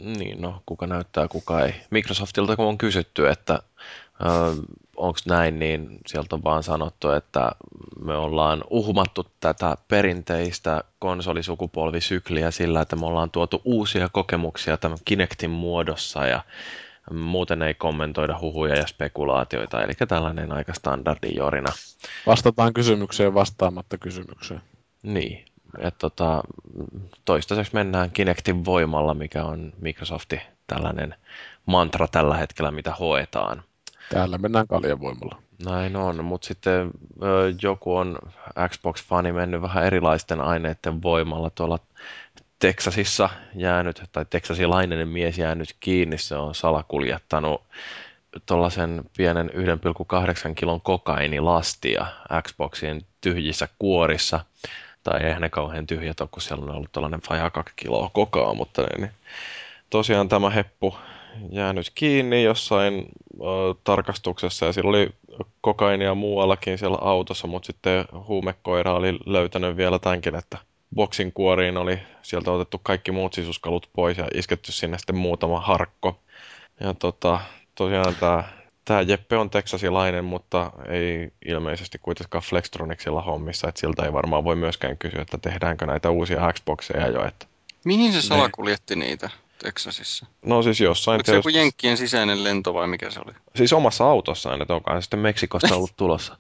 Niin, no, kuka näyttää, kuka ei. Microsoftilta kun on kysytty, että äh, onko näin, niin sieltä on vaan sanottu, että me ollaan uhmattu tätä perinteistä konsolisukupolvisykliä sillä, että me ollaan tuotu uusia kokemuksia tämän Kinectin muodossa ja muuten ei kommentoida huhuja ja spekulaatioita, eli tällainen aika standardi jorina. Vastataan kysymykseen vastaamatta kysymykseen. Niin, että tota, toistaiseksi mennään Kinectin voimalla, mikä on Microsoftin tällainen mantra tällä hetkellä, mitä hoetaan. Täällä mennään kaljanvoimalla. Näin on, mutta sitten ö, joku on Xbox-fani mennyt vähän erilaisten aineiden voimalla tuolla Texasissa jäänyt, tai teksasilainen mies jäänyt kiinni, se on salakuljettanut tuollaisen pienen yksi pilkku kahdeksan kilon kokainilastia Xboxin tyhjissä kuorissa. Tai eihän ne kauhean tyhjät ole, kun siellä on ollut tuollainen vajaa kaksi kiloa kokaa, mutta niin, tosiaan tämä heppu jäänyt kiinni jossain ö, tarkastuksessa ja sillä oli kokainia muuallakin siellä autossa, mutta sitten huumekoira oli löytänyt vielä tämänkin, että boksin kuoriin oli sieltä otettu kaikki muut sisuskalut pois ja isketty sinne sitten muutama harkko. Ja tota, tosiaan tämä Tämä Jeppe on teksasilainen, mutta ei ilmeisesti kuitenkaan Flextronicsilla hommissa, että siltä ei varmaan voi myöskään kysyä, että tehdäänkö näitä uusia Xboxeja jo. Että... Mihin se salakuljetti niitä Texasissa? No siis jossain Oliko se joku teos... Jenkkien sisäinen lento vai mikä se oli? Siis omassa autossaan, että onkaan sitten Meksikosta ollut tulossa.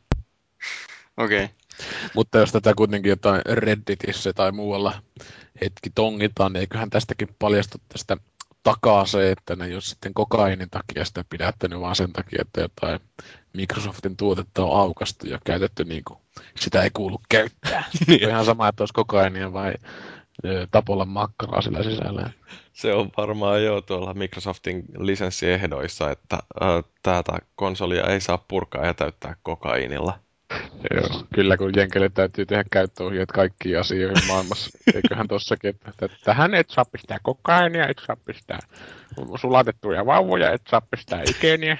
Okei. Okay. Mutta jos tätä kuitenkin jotain Redditissä tai muualla hetki tongitaan, niin eiköhän tästäkin paljastu tästä takaa se, että ne jos sitten kokainin takia sitä pidättänyt, vaan sen takia, että jotain Microsoftin tuotetta on aukastu ja käytetty niin kuin sitä ei kuulu käyttää. Niin. On ihan sama, että olisi kokainia vai Tapolan makkaraa sillä sisällä. Se on varmaan jo tuolla Microsoftin lisenssiehdoissa, että äh, tätä konsolia ei saa purkaa ja täyttää kokainilla. Joo, kyllä kun Jenkelle täytyy tehdä käyttöohjeet kaikkiin asioihin maailmassa. Eiköhän tossakin, että tähän et saa pistää kokainia, et saa pistää sulatettuja vauvoja, et saa pistää ikeniä.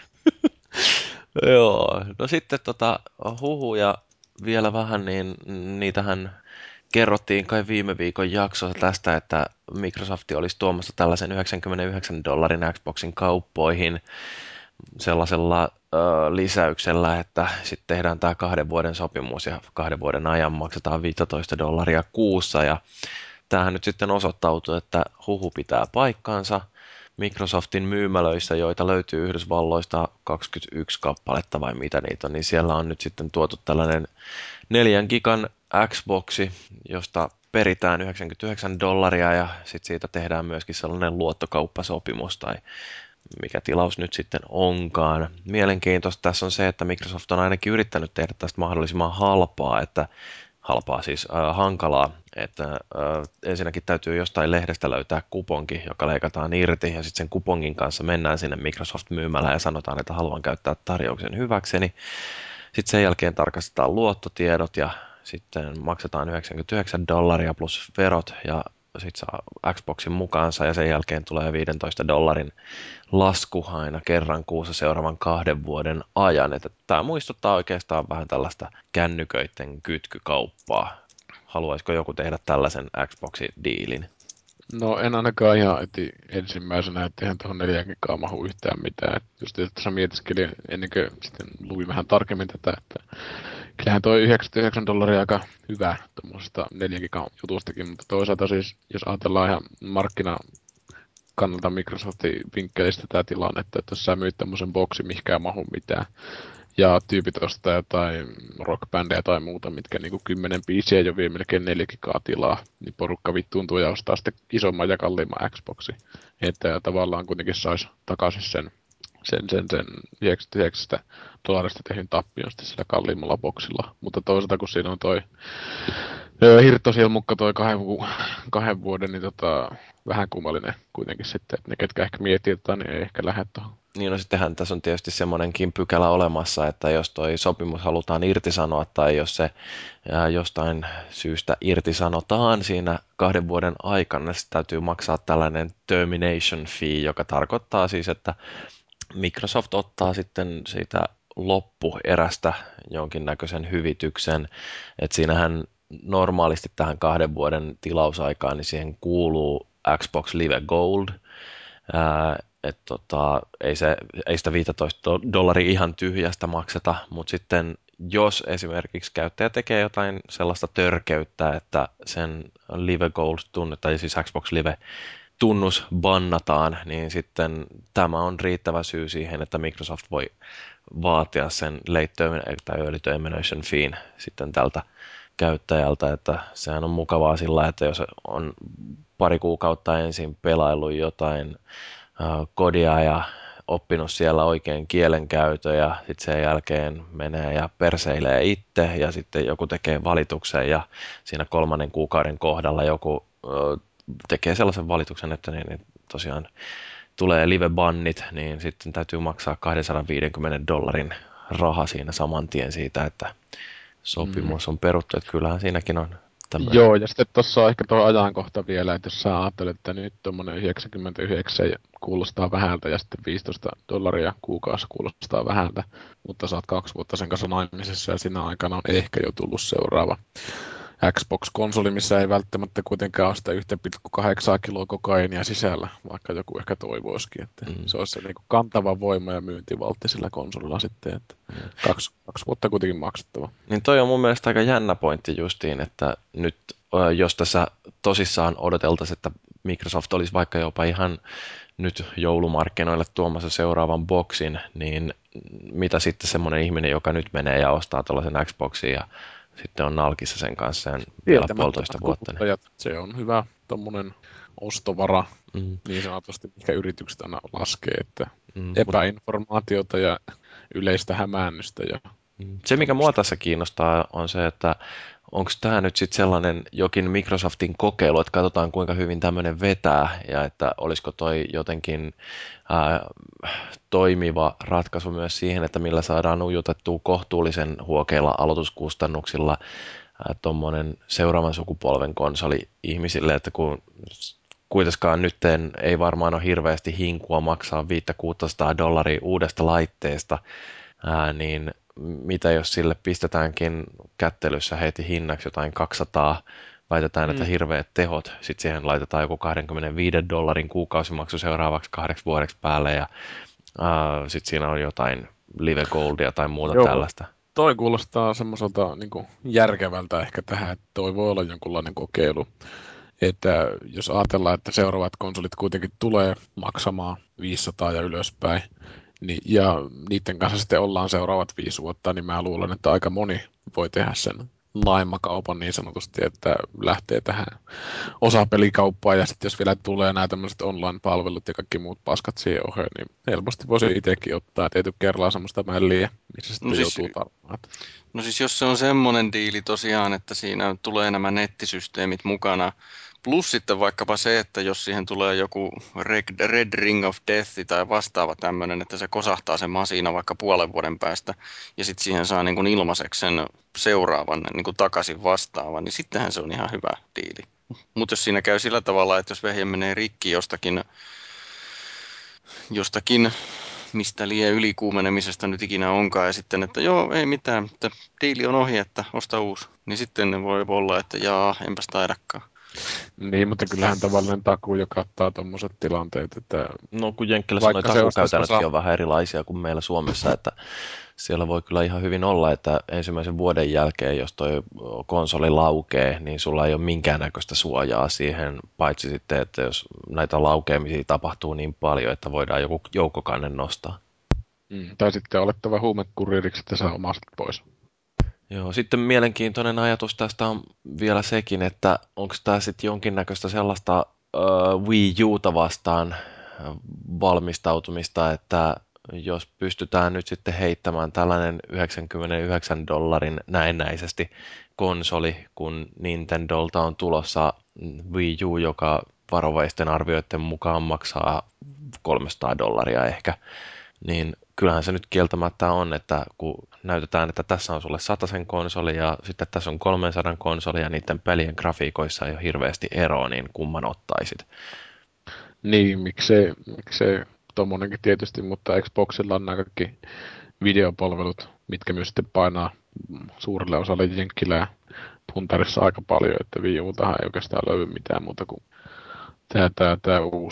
Joo, no sitten tota huhuja vielä vähän, niin niitähän kerrottiin kai viime viikon jaksossa tästä, että Microsoft olisi tuomassa tällaisen yhdeksänkymmentäyhdeksän dollarin Xboxin kauppoihin sellaisella ö, lisäyksellä, että sitten tehdään tämä kahden vuoden sopimus ja kahden vuoden ajan maksetaan viisitoista dollaria kuussa ja tämähän nyt sitten osoittautui, että huhu pitää paikkaansa. Microsoftin myymälöissä, joita löytyy Yhdysvalloista kaksikymmentäyksi kappaletta vai mitä niitä on, niin siellä on nyt sitten tuotu tällainen neljän gigan Xboxi, josta peritään yhdeksänkymmentäyhdeksän dollaria ja sitten siitä tehdään myöskin sellainen luottokauppasopimus tai mikä tilaus nyt sitten onkaan. Mielenkiintoista tässä on se, että Microsoft on ainakin yrittänyt tehdä tästä mahdollisimman halpaa, että halpaa siis äh, hankalaa, että äh, ensinnäkin täytyy jostain lehdestä löytää kuponki, joka leikataan irti ja sitten sen kupongin kanssa mennään sinne Microsoft-myymälään ja sanotaan, että haluan käyttää tarjouksen hyväkseni. Sitten sen jälkeen tarkastetaan luottotiedot ja sitten maksetaan yhdeksänkymmentäyhdeksän dollaria plus verot ja sitten saa Xboxin mukaansa ja sen jälkeen tulee viisitoista dollarin lasku aina kerran kuussa seuraavan kahden vuoden ajan. Että tämä muistuttaa oikeastaan vähän tällaista kännyköiden kytkykauppaa. Haluaisiko joku tehdä tällaisen Xboxi-diilin? No en ainakaan ihan heti ensimmäisenä, että eihän tuohon neljän gigaa mahu yhtään mitään. Et just tässä mietiskelin ennen kuin sitten luin vähän tarkemmin tätä, että kyllähän toi yhdeksänkymmentäyhdeksän dollaria aika hyvä tuommoisesta neljän gigan jutustakin, mutta toisaalta siis, jos ajatellaan ihan markkina kannalta Microsoftin vinkkelistä tämä tilannetta, että jos sä myyt tämmöisen boksi, mihinkään ei mahu mitään, ja tyypit ostaa jotain rockbändejä tai muuta, mitkä niinku kymmenen biisiä jo vie melkein neljä gigaa tilaa, niin porukka vittuuntuu ja ostaa sitten isomman ja kalliimman Xboxin. Että tavallaan kuitenkin saisi takaisin sen, sen, sen, sen yhdeksänkymmentäyhdeksän dollarista tehyn tappion sitten sillä kalliimmalla boksilla. Mutta toisaalta kun siinä on toi hirttosilmukka toi kahden, kahden vuoden, niin tota, vähän kummallinen kuitenkin sitten, että ne ketkä ehkä miettii, että niin ei ehkä lähde tuohon. Niin no sittenhän tässä on tietysti semmoinenkin pykälä olemassa, että jos toi sopimus halutaan irtisanoa tai jos se jostain syystä irtisanotaan siinä kahden vuoden aikana, niin täytyy maksaa tällainen termination fee, joka tarkoittaa siis, että Microsoft ottaa sitten siitä loppuerästä jonkinnäköisen hyvityksen, että siinähän normaalisti tähän kahden vuoden tilausaikaan, niin siihen kuuluu Xbox Live Gold, että tota, ei, se, ei sitä viisitoista dollaria ihan tyhjästä makseta, mutta sitten jos esimerkiksi käyttäjä tekee jotain sellaista törkeyttä, että sen Live Gold tunne, tai siis Xbox Live tunnus bannataan, niin sitten tämä on riittävä syy siihen, että Microsoft voi vaatia sen late termination tai early termination feen sitten tältä käyttäjältä, että sehän on mukavaa sillä, että jos on pari kuukautta ensin pelaillut jotain äh, kodia ja oppinut siellä oikein kielenkäytön ja sitten sen jälkeen menee ja perseilee itse ja sitten joku tekee valituksen ja siinä kolmannen kuukauden kohdalla joku äh, tekee sellaisen valituksen, että niin, niin tosiaan tulee live-bannit, niin sitten täytyy maksaa kaksisataaviisikymmentä dollarin raha siinä saman tien siitä, että sopimus on peruttu, että kyllähän siinäkin on tämmöinen. Joo, ja sitten tuossa on ehkä tuo ajankohta vielä, että jos sä ajattelet, että nyt tuommoinen yhdeksänkymmentäyhdeksän kuulostaa vähältä ja sitten viisitoista dollaria kuukausi kuulostaa vähältä, mutta sä oot kaksi vuotta sen kanssa naimisessa ja siinä aikana on ehkä jo tullut seuraava Xbox-konsoli, missä ei välttämättä kuitenkaan ole sitä yksi pilkku kahdeksan kiloa kokainia sisällä, vaikka joku ehkä toivoisikin, että mm. se olisi se niin kuin kantava voima ja myyntivaltti sillä konsolilla sitten, että mm. kaksi, kaksi vuotta kuitenkin maksettava. Niin toi on mun mielestä aika jännä pointti justiin, että nyt jos tässä tosissaan odoteltaisiin, että Microsoft olisi vaikka jopa ihan nyt joulumarkkinoille tuomassa seuraavan boksin, niin mitä sitten semmoinen ihminen, joka nyt menee ja ostaa tällaisen Xboxin ja sitten on nalkissa sen kanssa sen vielä puolitoista vuotta. Niin. Se on hyvä tommonen ostovara, mm. niin sanotusti, mikä yritykset aina laskee, että mm. epäinformaatiota ja yleistä hämäännystä. Ja se, mikä mua tässä kiinnostaa, on se, että onko tämä nyt sitten sellainen jokin Microsoftin kokeilu, että katsotaan kuinka hyvin tämmöinen vetää ja että olisiko toi jotenkin ää, toimiva ratkaisu myös siihen, että millä saadaan ujutettua kohtuullisen huokeilla aloituskustannuksilla tuommoinen seuraavan sukupolven konsoli ihmisille, että kun kuitenkaan nyt ei varmaan ole hirveästi hinkua maksaa viisi kuusisataa dollaria uudesta laitteesta, ää, niin mitä jos sille pistetäänkin kättelyssä heti hinnaksi jotain kaksisataa, väitetään, mm. että hirveät tehot, sitten siihen laitetaan joku kaksikymmentäviisi dollarin kuukausimaksu seuraavaksi kahdeksi vuodeksi päälle ja sitten siinä on jotain Live Goldia tai muuta Joo. tällaista. Toi kuulostaa semmoiselta niin kuin järkevältä ehkä tähän, että toi voi olla jonkunlainen kokeilu. Että jos ajatellaan, että seuraavat konsolit kuitenkin tulee maksamaan viisisataa ja ylöspäin, niin, ja niiden kanssa sitten ollaan seuraavat viisi vuotta, niin mä luulen, että aika moni voi tehdä sen naimakaupan niin sanotusti, että lähtee tähän osapelikauppaan, ja sitten jos vielä tulee nämä tämmöiset online-palvelut ja kaikki muut paskat siihen oheen, niin helposti voisi itsekin ottaa tietyn kerralla semmoista mälliä, missä sitten no siis, joutuu tarvimaan. No siis jos se on semmoinen diili tosiaan, että siinä tulee nämä nettisysteemit mukana, plus sitten vaikkapa se, että jos siihen tulee joku Red, Red Ring of Death tai vastaava tämmöinen, että se kosahtaa sen masina vaikka puolen vuoden päästä ja sitten siihen saa niin kuin ilmaiseksi sen seuraavan niin kuin takaisin vastaavan, niin sittenhän se on ihan hyvä diili. Mutta jos siinä käy sillä tavalla, että jos vehje menee rikki jostakin, jostakin mistä liian ylikuumenemisesta nyt ikinä onkaan, ja sitten, että joo, ei mitään, että diili on ohi, että osta uusi, niin sitten voi olla, että jaa, enpäs taidakaan. Niin, mutta kyllähän tavallinen takuu jo kattaa tuommoiset tilanteet, että no kun Jenkkilässä noin takuukäytännötkin osa... on vähän erilaisia kuin meillä Suomessa, että siellä voi kyllä ihan hyvin olla, että ensimmäisen vuoden jälkeen, jos toi konsoli laukee, niin sulla ei ole minkäännäköistä suojaa siihen, paitsi sitten, että jos näitä laukeamisia tapahtuu niin paljon, että voidaan joku joukkokanne nostaa. Mm, tai sitten olettava huumekuririksi, että saa omasta pois. Joo, sitten mielenkiintoinen ajatus tästä on vielä sekin, että onko tämä sitten jonkinnäköistä sellaista uh, Wii Uta vastaan valmistautumista, että jos pystytään nyt sitten heittämään tällainen yhdeksänkymmentäyhdeksän dollarin näennäisesti konsoli, kun Nintendolta on tulossa Wii U, joka varovaisten arvioiden mukaan maksaa kolmesataa dollaria ehkä, niin kyllähän se nyt kieltämättä on, että kun näytetään, että tässä on sulle satasen konsoli ja sitten tässä on kolmesataa konsoli ja niiden pelien grafiikoissa ei ole hirveästi eroa, niin kumman ottaisit? Niin, miksei, miksei tommonenkin tietysti, mutta Xboxilla on nämä kaikki videopalvelut, mitkä myös sitten painaa suurelle osalle jenkkilää puntarissa aika paljon, että Wii Utahan ei oikeastaan löydy mitään muuta kuin tämä, tämä, tämä uusi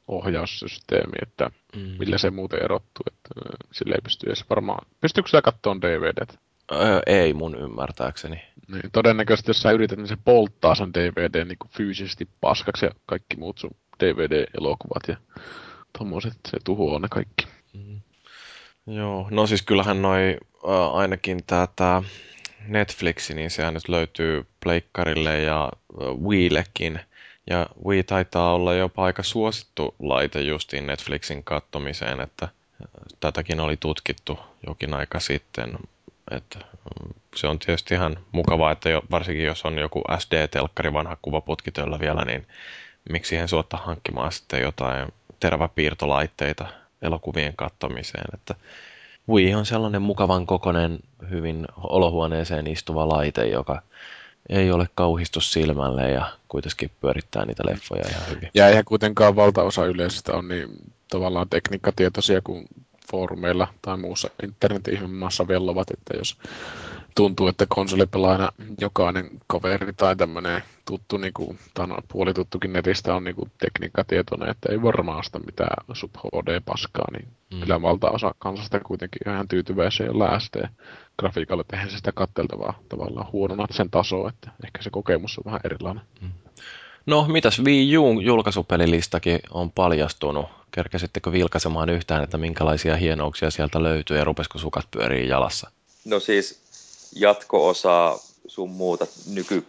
ohjaussysteemi, että Mm. millä se muuten erottuu, että sillä ei pysty edes varmaan. Pystyykö sillä katsomaan D V D:tä? Öö, ei mun ymmärtääkseni. Niin, todennäköisesti jos sä yrität, niin se polttaa sen D V D:n niin kuin fyysisesti paskaksi ja kaikki muut sun D V D-elokuvat ja tommoset, se tuhoaa ne kaikki. Mm. Joo, no siis kyllähän noi äh, ainakin tää, tää Netflix, niin sehän nyt löytyy pleikkarille ja äh, Wiillekin. Ja Wii taitaa olla jopa aika suosittu laite justiin Netflixin kattomiseen, että äh, tätäkin oli tutkittu jokin aika sitten. Että, mm, se on tietysti ihan mukavaa, että jo, varsinkin jos on joku S D-telkkari vanha kuvaputkitöllä vielä, niin miksi siihen suottaa hankkimaan sitten jotain teräväpiirtolaitteita elokuvien kattomiseen. Että Wii on sellainen mukavan kokoinen, hyvin olohuoneeseen istuva laite, joka ei ole kauhistus silmälle ja kuitenkin pyörittää niitä leffoja ihan hyvin. Ja eihän kuitenkaan valtaosa yleisöstä on niin tavallaan tekniikkatietoisia kuin foorumeilla tai muussa internet-ihmemaassa vellovat, että jos tuntuu, että konsolipelaajana jokainen kaveri tai tämmöinen tuttu, niin kuin, tai puolituttukin netistä on niin kuin tekniikkatietoinen, että ei varmaan osta mitään sub-H D-paskaa, niin mm. kyllä valtaosa kansasta kuitenkin on ihan tyytyväisiä jolla S D-grafiikalla tehdään sitä katteltavaa tavallaan huonona sen tasoa, että ehkä se kokemus on vähän erilainen. Mm. No, mitäs Wii U:n julkaisupelilistakin on paljastunut? Kerkäsittekö vilkaisemaan yhtään, että minkälaisia hienouksia sieltä löytyy ja rupesiko sukat pyörii jalassa? No siis jatko-osaa sun muuta nyky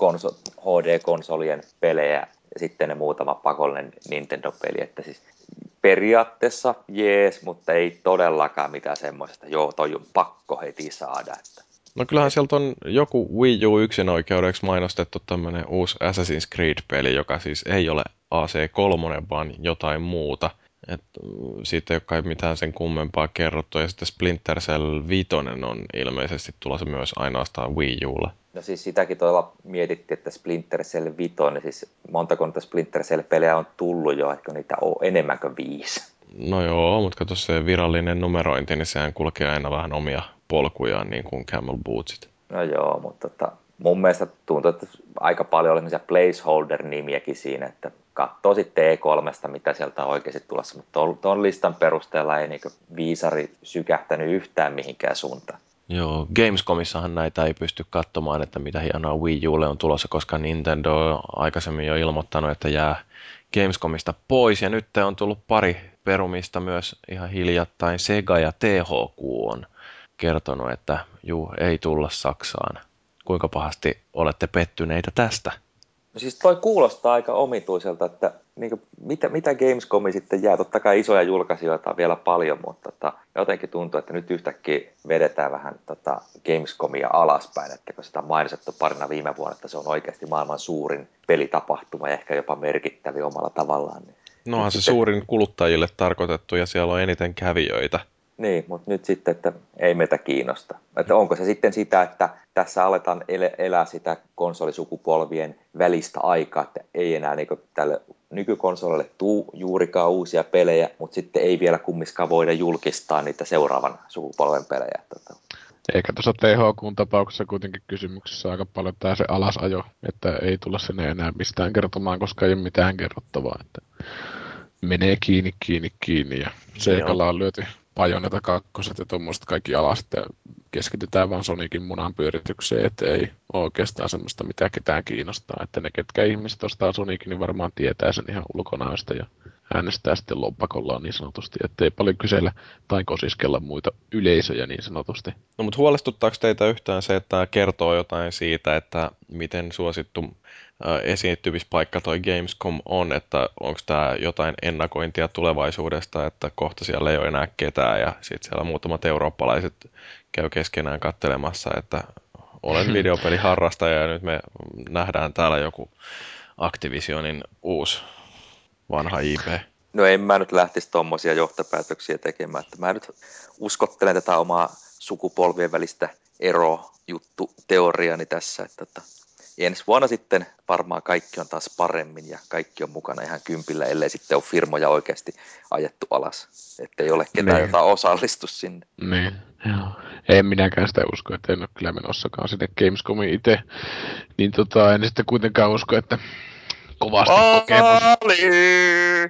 H D-konsolien pelejä ja sitten ne muutama pakollinen Nintendo-peli, että siis periaatteessa jees, mutta ei todellakaan mitään semmoista, joo toi on pakko heti saada. Että. No kyllähän sieltä on joku Wii U yksinoikeudeksi mainostettu tämmönen uusi Assassin's Creed-peli, joka siis ei ole A C kolme, vaan jotain muuta. Et siitä ei ole kai mitään sen kummempaa kerrottu. Ja sitten Splinter Cell viisi on ilmeisesti tulossa myös ainoastaan Wii Ulla. No siis sitäkin tuolla mietittiin, että Splinter Cell viisi, siis montako niitä Splinter Cell-pelejä on tullut jo, ehkä niitä on enemmän kuin viisi. No joo, mutta kato se virallinen numerointi, niin sehän kulkee aina vähän omia polkujaan, niin kuin Camel Bootsit. No joo, mutta tota, mun mielestä tuntuu, että aika paljon oli placeholder-nimiäkin siinä, että katsoo sitten E kolme, mitä sieltä on oikeasti tulossa, mutta tuon listan perusteella ei niinku viisari sykähtänyt yhtään mihinkään suuntaan. Joo, Gamescomissahan näitä ei pysty katsomaan, että mitä hienoa Wii Ulle on tulossa, koska Nintendo on aikaisemmin jo ilmoittanut, että jää Gamescomista pois. Ja nyt on tullut pari perumista myös ihan hiljattain. Sega ja T H Q on kertonut, että juu, ei tulla Saksaan. Kuinka pahasti olette pettyneitä tästä? No siis toi kuulostaa aika omituiselta, että niin kuin, mitä, mitä Gamescomi sitten jää? Totta kai isoja julkaisijoita on vielä paljon, mutta tota, jotenkin tuntuu, että nyt yhtäkkiä vedetään vähän tota, Gamescomia alaspäin, että kun sitä on mainostettu parina viime vuonna, että se on oikeasti maailman suurin pelitapahtuma ja ehkä jopa merkittävi omalla tavallaan. Niin Nohan se sitten, suurin kuluttajille tarkoitettu ja siellä on eniten kävijöitä. Niin, mutta nyt sitten, että ei meitä kiinnosta. Että onko se sitten sitä, että tässä aletaan elää sitä konsolisukupolvien välistä aikaa, että ei enää niin tälle nykykonsolille tuu juurikaan uusia pelejä, mutta sitten ei vielä kummiskaan voida julkistaa niitä seuraavan sukupolven pelejä. Eikä tuossa T H Q:n tapauksessa kuitenkin kysymyksessä aika paljon tämä se alasajo, että ei tulla sinne enää mistään kertomaan, koska ei ole mitään kerrottavaa. Että menee kiinni, kiinni, kiinni ja Segalla on lyöty Bajoneta kakkoset ja tuommoista kaikki alas, että keskitytään vaan Sonicin munan pyöritykseen, että ei ole oikeastaan semmoista, mitä ketään kiinnostaa. Että ne, ketkä ihmiset ostaa Sonicin, niin varmaan tietää sen ihan ulkonäöstä ja äänestää sitten lompakollaan niin sanotusti, ettei paljon kysellä tai kosiskella muita yleisöjä niin sanotusti. No mutta huolestuttaako teitä yhtään se, että tämä kertoo jotain siitä, että miten suosittu esiintymispaikka toi Gamescom on, että onko tämä jotain ennakointia tulevaisuudesta, että kohta siellä ei ole enää ketään ja sitten siellä muutamat eurooppalaiset käy keskenään katselemassa, että olen videopeliharrastaja ja nyt me nähdään täällä joku Activisionin uusi vanha I P. No en mä nyt lähtisi tuommoisia johtopäätöksiä tekemään, että mä nyt uskottelen tätä omaa sukupolvien välistä ero-juttu teoriani tässä, että, että ensi vuonna sitten varmaan kaikki on taas paremmin ja kaikki on mukana ihan kympillä, ellei sitten ole firmoja oikeasti ajettu alas. Että ei ole ketään, niin. jota osallistu sinne. Niin, joo. En minäkään sitä usko, että en ole kyllä menossakaan sinne Gamescomiin itse. Niin tota, en sitten kuitenkaan usko, että kovasti kokemus.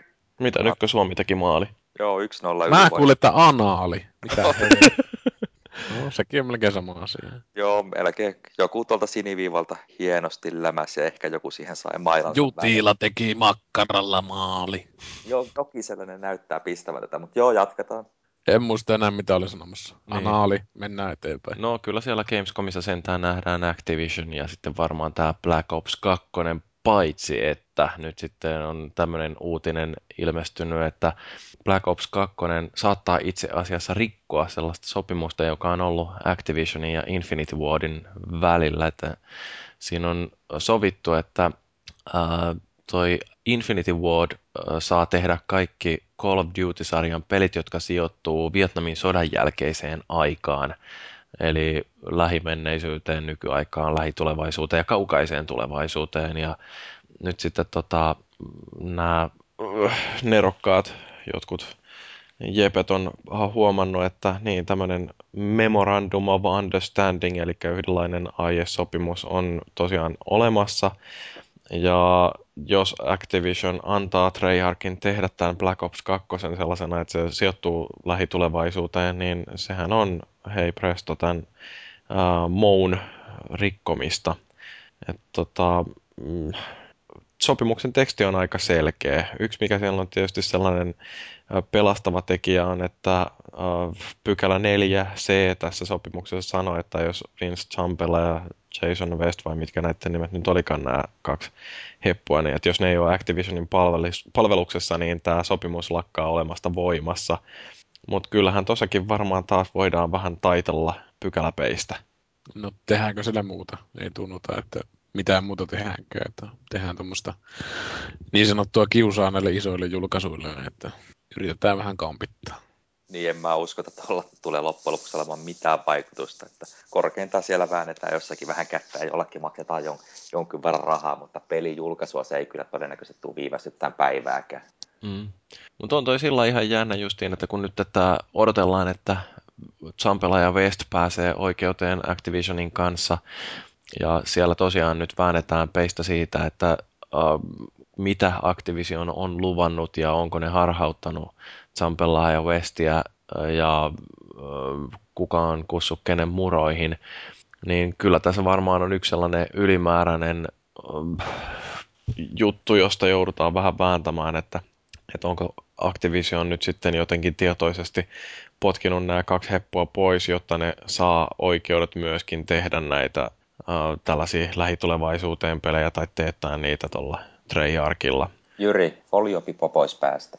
Mitä, nytkö Suomi teki maali? Joo, yksi nolla Mä ylivoima. kuulin, että anaali. Mitä helvettiä. No, sekin on melkein sama asia. Joo, melkein joku tuolta siniviivalta hienosti lämäsi ja ehkä joku siihen sai mailansa väliin. Jutila teki makkaralla maali. Joo, toki sellainen näyttää pistävän tätä, mutta joo, jatketaan. En muista enää, mitä oli sanomassa. Niin. Anaali, mennään eteenpäin. No kyllä siellä Gamescomissa sentään nähdään Activision ja sitten varmaan tämä Black Ops kaksi, paitsi että nyt sitten on tämmöinen uutinen ilmestynyt, että Black Ops kaksi saattaa itse asiassa rikkoa sellaista sopimusta, joka on ollut Activisionin ja Infinity Wardin välillä, että siinä on sovittu, että ää, toi Infinity Ward ää, saa tehdä kaikki Call of Duty-sarjan pelit, jotka sijoittuu Vietnamin sodan jälkeiseen aikaan. Eli lähimenneisyyteen, nykyaikaan, lähitulevaisuuteen ja kaukaiseen tulevaisuuteen. Ja nyt sitten tota, nämä nerokkaat jotkut jepet on huomannut, että niin tämmöinen Memorandum of Understanding, eli yhdenlainen aiesopimus on tosiaan olemassa. Ja jos Activision antaa Treyarchin tehdä tämän Black Ops kaksi sellaisena, että se sijoittuu lähitulevaisuuteen, niin sehän on, hei presto, tämän uh, Moon rikkomista. Et, tota, mm, sopimuksen teksti on aika selkeä. Yksi, mikä siellä on tietysti sellainen pelastava tekijä on, että uh, pykälä neljä C tässä sopimuksessa sanoo, että jos Vince Zampella ja Jason West, vai mitkä näiden nimet nyt olikaan nämä kaksi heppua, niin että jos ne ei ole Activisionin palveluksessa, niin tämä sopimus lakkaa olemasta voimassa. Mutta kyllähän tossakin varmaan taas voidaan vähän taitella pykäläpeistä. No tehdäänkö sille muuta? Ei tunnuta, että mitään muuta tehdäänkään. Että tehdään tuommoista niin sanottua kiusaa näille isoille julkaisuille, että yritetään vähän kampittaa. Niin en mä usko, että tuolla tulee loppujen lopuksi olemaan mitään vaikutusta. Että korkeintaan siellä väännetään jossakin vähän kättä ja jollakin maksetaan jon, jonkin verran rahaa, mutta pelin julkaisua se ei kyllä todennäköisesti tule viivästyttämään päivääkään. Mm. Mutta on toi sillä ihan jännä justiin, että kun nyt tätä odotellaan, että Zampella ja West pääsee oikeuteen Activisionin kanssa, ja siellä tosiaan nyt väännetään peistä siitä, että uh, mitä Activision on luvannut ja onko ne harhauttanut Zampellaa ja Westia uh, ja uh, kuka on kussut kenen muroihin, niin kyllä tässä varmaan on yksi sellainen ylimääräinen uh, juttu, josta joudutaan vähän vääntämään, että, että onko Activision nyt sitten jotenkin tietoisesti potkinut nämä kaksi heppua pois, jotta ne saa oikeudet myöskin tehdä näitä Uh, tällaisia lähitulevaisuuteen pelejä tai teettää niitä tuolla Treyarchilla. Jyri, foliopipo pois päästä.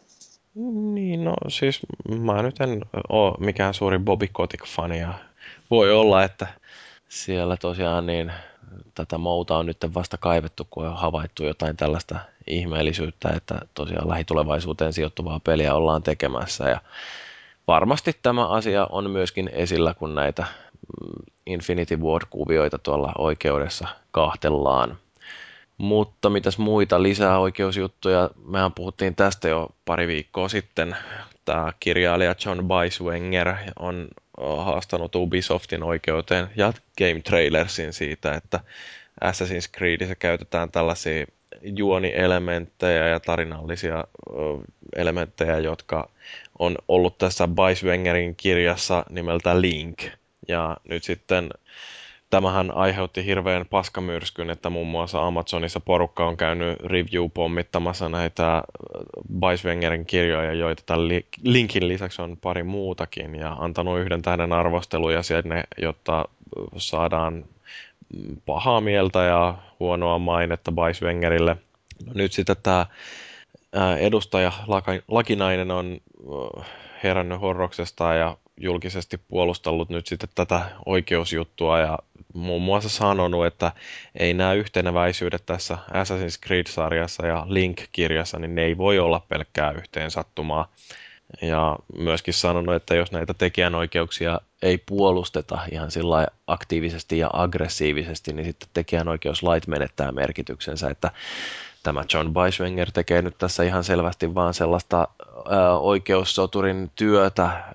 Niin, no siis mä nyt en ole mikään suuri Bobby Kotick-fani ja voi olla, että siellä tosiaan niin tätä mouta on nyt vasta kaivettu, kun on havaittu jotain tällaista ihmeellisyyttä, että tosiaan lähitulevaisuuteen sijoittuvaa peliä ollaan tekemässä ja varmasti tämä asia on myöskin esillä, kun näitä Infinity Ward-kuvioita tuolla oikeudessa kahtellaan. Mutta mitäs muita lisää oikeusjuttuja? Mehän puhuttiin tästä jo pari viikkoa sitten. Tämä kirjailija John Beiswenger on haastanut Ubisoftin oikeuteen ja Game Trailersin siitä, että Assassin's Creedissä käytetään tällaisia juonielementtejä ja tarinallisia elementtejä, jotka on ollut tässä Beiswengerin kirjassa nimeltä Link. Ja nyt sitten tämähän aiheutti hirveän paskamyrskyn, että muun muassa Amazonissa porukka on käynyt review-pommittamassa näitä Beiswengerin kirjoja, joita tämän Linkin lisäksi on pari muutakin, ja antanut yhden tähden arvosteluja sinne, jotta saadaan pahaa mieltä ja huonoa mainetta Beiswengerille. Nyt sitten tämä edustaja Lakinainen on herännyt horroksesta ja julkisesti puolustellut nyt sitten tätä oikeusjuttua ja muun muassa sanonut, että ei nämä yhteneväisyydet tässä Assassin's Creed-sarjassa ja Link-kirjassa, niin ne ei voi olla pelkkää yhteensattumaa. Ja myöskin sanonut, että jos näitä tekijänoikeuksia ei puolusteta ihan sillä aktiivisesti ja aggressiivisesti, niin sitten tekijänoikeuslait menettää merkityksensä, että tämä John Beiswenger tekee nyt tässä ihan selvästi vaan sellaista ää, oikeussoturin työtä, ää,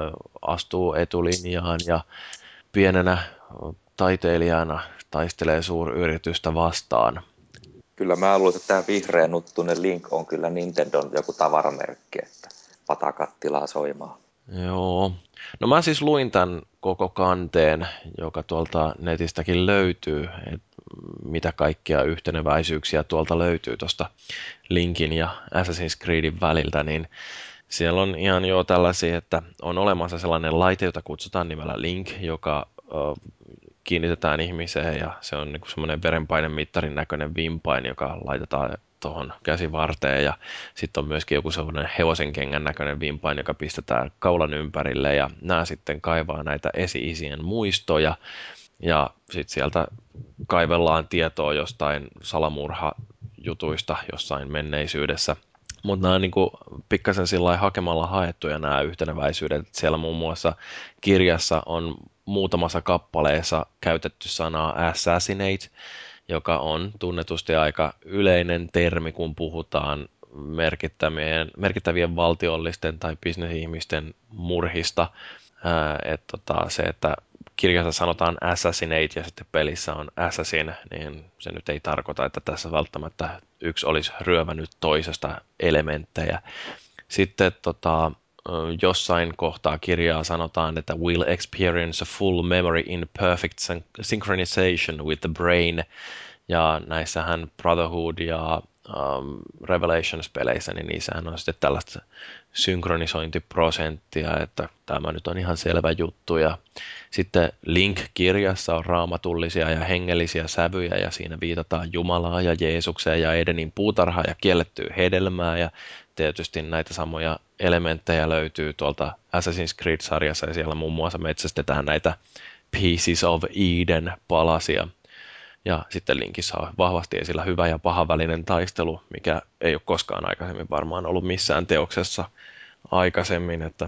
astuu etulinjaan ja pienenä taiteilijana taistelee suuryritystä vastaan. Kyllä mä luulen, että tämä vihreä nuttunen Link on kyllä Nintendon joku tavaramerkki, että patakattilaa soimaan. Joo. No mä siis luin tämän koko kanteen, joka tuolta netistäkin löytyy, että mitä kaikkia yhteneväisyyksiä tuolta löytyy tuosta Linkin ja Assassin's Creedin väliltä, niin siellä on ihan jo tällaisia, että on olemassa sellainen laite, jota kutsutaan nimellä Link, joka ö, kiinnitetään ihmiseen ja se on niinku semmoinen verenpainemittarin näköinen vimpain, joka laitetaan tuohon käsivarteen ja sitten on myöskin joku semmoinen hevosenkengän näköinen vimpain, joka pistetään kaulan ympärille ja nämä sitten kaivaa näitä esi-isien muistoja ja sitten sieltä kaivellaan tietoa jostain salamurhajutuista jossain menneisyydessä. Mutta nämä on niinku pikkasen sillä hakemalla haettuja nämä yhteneväisyydet. Et siellä muun muassa kirjassa on muutamassa kappaleessa käytetty sanaa assassinate, joka on tunnetusti aika yleinen termi, kun puhutaan merkittävien, merkittävien valtiollisten tai bisnesihmisten murhista. Ää, et tota, se, että kirjassa sanotaan assassinate ja sitten pelissä on assassin, niin se nyt ei tarkoita, että tässä välttämättä yksi olisi ryövännyt toisesta elementtejä. Sitten tota, jossain kohtaa kirjaa sanotaan, että will experience a full memory in perfect synchronization with the brain. Ja näissähän Brotherhood ja um, Revelations-peleissä, niin niissähän on sitten tällaista synkronisointiprosenttia, että tämä nyt on ihan selvä juttu. Ja sitten Link-kirjassa on raamatullisia ja hengellisiä sävyjä, ja siinä viitataan Jumalaa ja Jeesukseen ja Edenin puutarhaa ja kiellettyä hedelmää, ja tietysti näitä samoja elementtejä löytyy tuolta Assassin's Creed-sarjassa, ja siellä muun muassa metsästetään näitä Pieces of Eden -palasia. Ja sitten Linkissä on vahvasti esillä hyvä ja paha välinen taistelu, mikä ei ole koskaan aikaisemmin varmaan ollut missään teoksessa aikaisemmin. Että...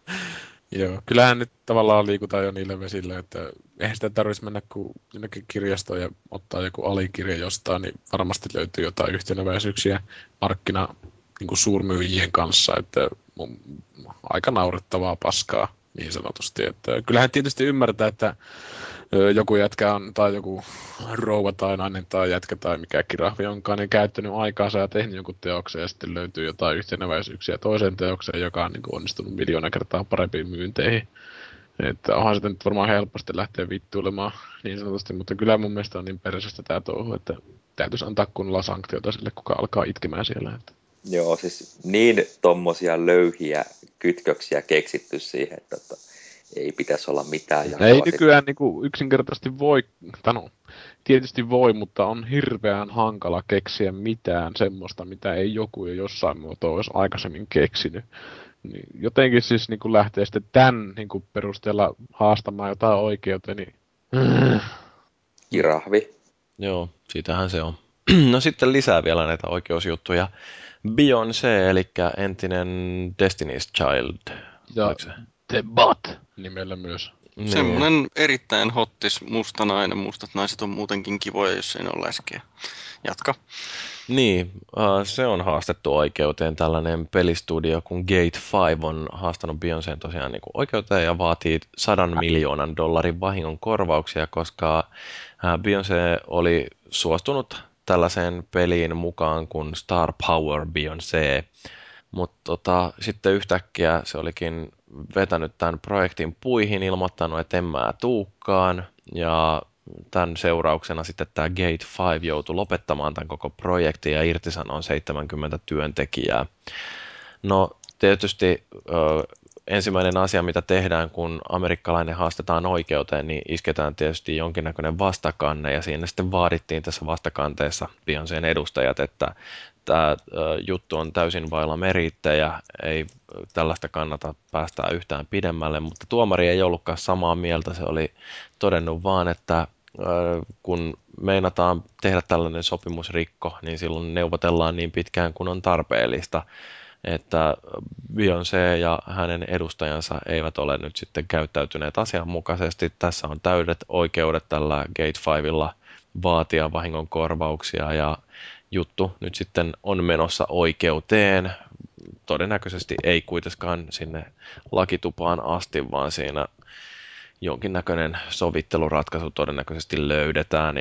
Joo, kyllähän nyt tavallaan liikutaan jo niillä vesillä, että eihän sitä tarvitsisi mennä kuin jonnekin kirjastoon ja ottaa joku alikirja jostain, niin varmasti löytyy jotain yhteneväisyyksiä markkina niin kuin suurmyyjien kanssa, että aika naurettavaa paskaa niin sanotusti. Että kyllähän tietysti ymmärtää, että joku jätkä on, tai joku rouva tai nainen tai jätkä tai mikä kirahvi onkaan, niin käyttänyt aikaansa ja tehnyt jonkun teoksen ja sitten löytyy jotain yhteneväisyyksiä toiseen teokseen, joka on niin kuin onnistunut miljoona kertaa parempiin myynteihin. Että onhan sitä nyt varmaan helposti lähteä vittuilemaan niin sanotusti, mutta kyllä mun mielestä on niin persestä tää touhu, että täytyisi antaa kunnolla sanktioita sille, kuka alkaa itkemään siellä. Että. Joo, siis niin tommosia löyhiä kytköksiä keksitty siihen, että, että ei pitäisi olla mitään jakoa. Ei nykyään niinku yksinkertaisesti voi, no, tietysti voi, mutta on hirveän hankala keksiä mitään semmoista, mitä ei joku jo jossain muotoa olisi aikaisemmin keksinyt. Niin jotenkin siis niinku lähtee sitten tämän niinku perusteella haastamaan jotain oikeuteen, niin... Kirahvi. Joo, siitähän se on. No sitten lisää vielä näitä oikeusjuttuja. Beyoncé, eli entinen Destiny's Child. Ja The Bot nimellä myös. Niin. Semmoinen erittäin hottis musta nainen. Mustat naiset on muutenkin kivoja, jos ei ne ole läskiä. Jatka. Niin, se on haastettu oikeuteen. Tällainen pelistudio kuin Gate Five on haastanut Beyoncén tosiaan niin kuin oikeuteen ja vaatii sadan miljoonan dollarin vahingon korvauksia, koska Beyoncé oli suostunut tällaiseen peliin mukaan kuin Star Power Beyoncé. Mutta tota, sitten yhtäkkiä se olikin vetänyt tämän projektin puihin, ilmoittanut, että en mä tuukkaan. Ja tämän seurauksena sitten tämä Gate Five joutui lopettamaan tämän koko projektin ja irtisanoon seitsemänkymmentä työntekijää. No tietysti ö, ensimmäinen asia, mitä tehdään, kun amerikkalainen haastetaan oikeuteen, niin isketään tietysti jonkinnäköinen vastakanne, ja siinä sitten vaadittiin tässä vastakanteessa Beyoncén edustajat, että tämä juttu on täysin vailla merittejä, ei tällaista kannata päästää yhtään pidemmälle, mutta tuomari ei ollutkaan samaa mieltä, se oli todennut vaan, että kun meinataan tehdä tällainen sopimusrikko, niin silloin neuvotellaan niin pitkään kuin on tarpeellista, että Beyoncé ja hänen edustajansa eivät ole nyt sitten käyttäytyneet asianmukaisesti. Tässä on täydet oikeudet tällä Gate Fivella vaatia vahingonkorvauksia ja juttu nyt sitten on menossa oikeuteen. Todennäköisesti ei kuitenkaan sinne lakitupaan asti, vaan siinä jonkinnäköinen sovitteluratkaisu todennäköisesti löydetään ja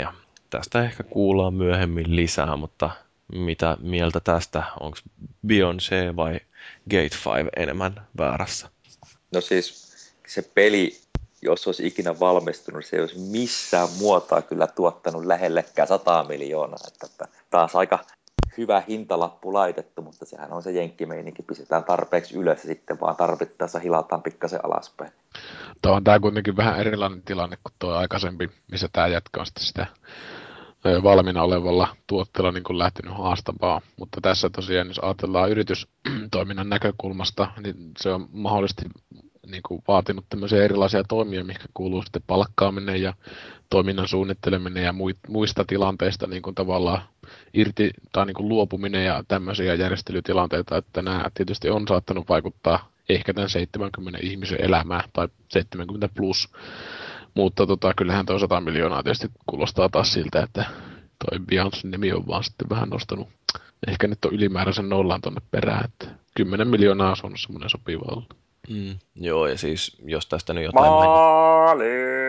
tästä ehkä kuullaan myöhemmin lisää, mutta mitä mieltä tästä? Onko Beyoncé vai Gate five enemmän väärässä? No siis se peli, jos olisi ikinä valmistunut, se ei olisi missään muotoa kyllä tuottanut lähellekään sata miljoonaa. Että, että taas aika hyvä hintalappu laitettu, mutta sehän on se jenkkimeininki, pistetään tarpeeksi ylös ja sitten vaan tarvittaessa hilataan pikkasen alaspäin. Tuo on tämä kuitenkin vähän erilainen tilanne kuin tuo aikaisempi, missä tämä jätkä on sitten sitä valmiina olevalla tuotteella niin kuin lähtenyt haastamaan. Mutta tässä tosiaan, jos ajatellaan yritystoiminnan näkökulmasta, niin se on mahdollisesti niin kuin vaatinut tämmöisiä erilaisia toimia, mikä kuuluu sitten palkkaaminen ja toiminnan suunnitteleminen ja muista tilanteista niin kuin tavallaan irti tai niin kuin luopuminen ja tämmöisiä järjestelytilanteita, että nämä tietysti on saattanut vaikuttaa ehkä tämän seitsemänkymmentä ihmisen elämään tai seitsemänkymmentä plus, mutta tota, kyllähän toi sata miljoonaa tietysti kuulostaa taas siltä, että toi Beyoncén nimi on vaan sitten vähän nostanut ehkä nyt on ylimääräisen nollan tonne perään, että kymmenen miljoonaa on semmoinen sopiva ollut. Mm, joo, ja siis jos tästä nyt jotain Maali!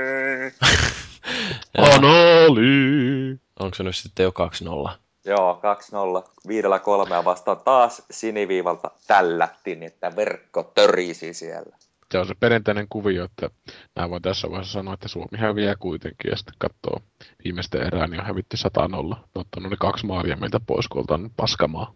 Anali! Onko se nyt sitten jo kaksi nolla? Joo, kaksi nolla. Viidellä kolmea vastaan taas siniviivalta tällättiin, että verkko törisi siellä. Se on se perinteinen kuvio, että mä voin tässä vaiheessa sanoa, että Suomi häviää kuitenkin, ja sitten katsoo viimeistä erää, niin on hävitty sata nolla. Ne on ottanut ne kaksi maalia meiltä pois, kun oltaan paskamaa.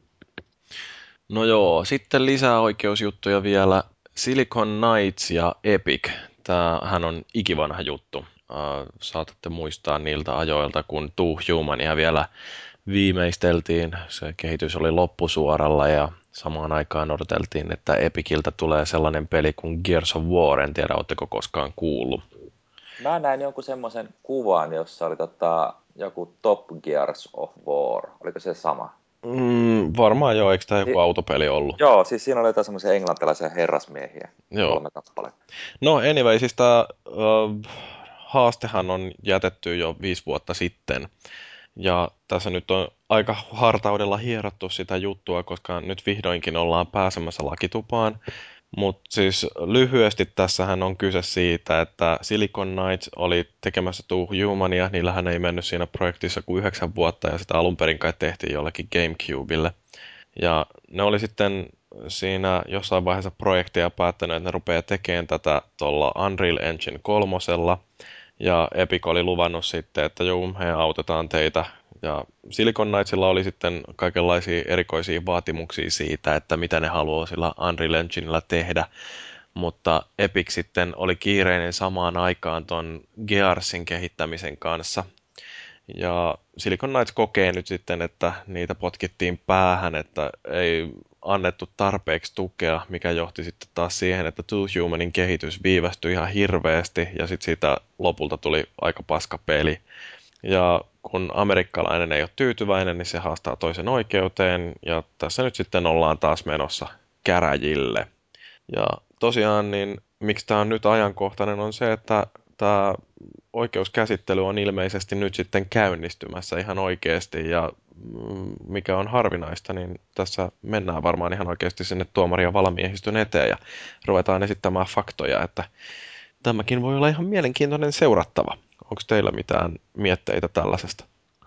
No joo, sitten lisää oikeusjuttuja vielä. Silicon Knights ja Epic. Tämähän on ikivanha juttu. Uh, saatatte muistaa niiltä ajoilta, kun Two Humania vielä viimeisteltiin. Se kehitys oli loppusuoralla ja samaan aikaan odoteltiin, että Epiciltä tulee sellainen peli kuin Gears of War. En tiedä, oletteko koskaan kuullut. Mä näin jonkun semmoisen kuvan, jossa oli tota, joku Top Gears of War. Oliko se sama? Mm, varmaan joo, eikö tämä joku Si- autopeli ollut? Joo, siis siinä oli jotain semmoisia englantilaisia herrasmiehiä. Joo. Kolme kappaletta. No anyway, siis tämä uh, haastehan on jätetty jo viisi vuotta sitten. Ja tässä nyt on aika hartaudella hierottu sitä juttua, koska nyt vihdoinkin ollaan pääsemässä lakitupaan. Mutta siis lyhyesti tässähän on kyse siitä, että Silicon Knights oli tekemässä Two Humania. Niillähän ei mennyt siinä projektissa kuin yhdeksän vuotta ja sitä alun perin kai tehtiin jollekin GameCubelle. Ja ne oli sitten siinä jossain vaiheessa projektia päättänyt, että ne rupeaa tekemään tätä tuolla Unreal Engine kolmosella. Ja Epic oli luvannut sitten, että joo, me autetaan teitä. Ja Silicon Knightsilla oli sitten kaikenlaisia erikoisia vaatimuksia siitä, että mitä ne haluaa sillä Unreal Enginellä tehdä. Mutta Epic sitten oli kiireinen samaan aikaan ton Gearsin kehittämisen kanssa. Ja Silicon Knights kokee nyt sitten, että niitä potkittiin päähän, että ei annettu tarpeeksi tukea, mikä johti sitten taas siihen, että Two Humanin kehitys viivästyi ihan hirveästi ja sitten siitä lopulta tuli aika paska peli. Ja kun amerikkalainen ei ole tyytyväinen, niin se haastaa toisen oikeuteen ja tässä nyt sitten ollaan taas menossa käräjille. Ja tosiaan, niin miksi tämä on nyt ajankohtainen on se, että tämä oikeuskäsittely on ilmeisesti nyt sitten käynnistymässä ihan oikeasti ja mikä on harvinaista, niin tässä mennään varmaan ihan oikeasti sinne tuomari- ja valamiehistön eteen ja ruvetaan esittämään faktoja, että tämäkin voi olla ihan mielenkiintoinen seurattava. Onko teillä mitään mietteitä tällaisesta?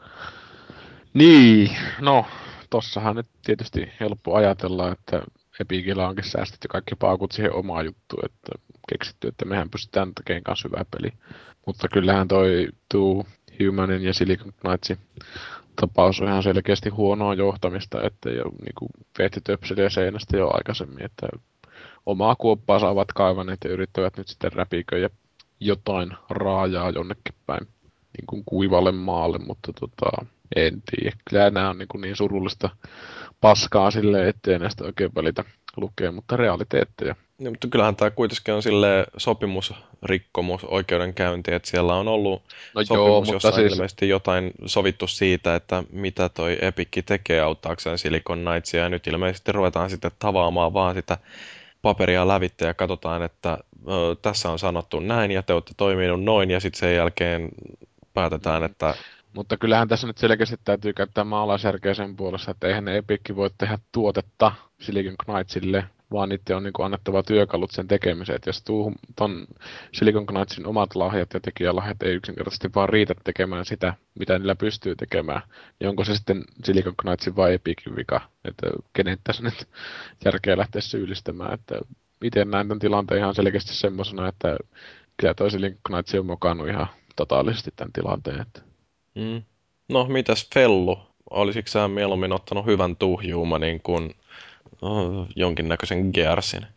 Niin, no tossahan nyt tietysti helppo ajatella, että Epicillä onkin säästetty kaikki paukut siihen omaan juttuun, että keksitty, että mehän pystytään tekemään kanssa hyvää peliä. Mutta kyllähän toi Two Humanin ja Silicon Knightsin tapaus on ihan selkeästi huonoa johtamista, että ei ole niin veetty töpseliä seinästä jo aikaisemmin, että omaa kuoppaa saavat kaivaneet ja yrittävät nyt sitten räpiköjä jotain raajaa jonnekin päin niin kuin kuivalle maalle, mutta tota, en tiedä. Kyllä nämä on niin, kuin niin surullista paskaa silleen, ettei näistä oikein välitä lukea, mutta realiteetteja. No, mutta kyllähän tämä kuitenkin on sille sopimusrikkomus, oikeudenkäynti, että siellä on ollut no sopimus, joo, jossa siis... on ilmeisesti jotain sovittu siitä, että mitä toi Epic tekee auttaakseen Silicon Knightsia, ja nyt ilmeisesti ruvetaan sitten tavaamaan vaan sitä paperia lävitse ja katsotaan, että ö, tässä on sanottu näin ja te olette toiminut noin, ja sitten sen jälkeen päätetään, että Mutta kyllähän tässä nyt selkeästi täytyy käyttää maalaisjärkeä sen puolesta, että eihän ne Epic voi tehdä tuotetta Silicon Knightsille vaan niiden on niin kuin annettava työkalut sen tekemiseen. Et jos tuu ton Silicon Knightsin omat lahjat ja tekijälahjat ei yksinkertaisesti vaan riitä tekemään sitä, mitä niillä pystyy tekemään, niin onko se sitten Silicon Knightsin vai Epicin vika, että kenen tässä nyt järkeä lähteä syyllistämään. Että itse näen tämän tilanteen ihan selkeästi semmoisena, että kyllä toi Silicon Knights on mokannut ihan totaalisesti tämän tilanteen. Että Mm. No, mitäs Fellu? Olisitko sä mieluummin ottanut hyvän tuhjuumanin kuin oh, jonkinnäköisen Gearsin?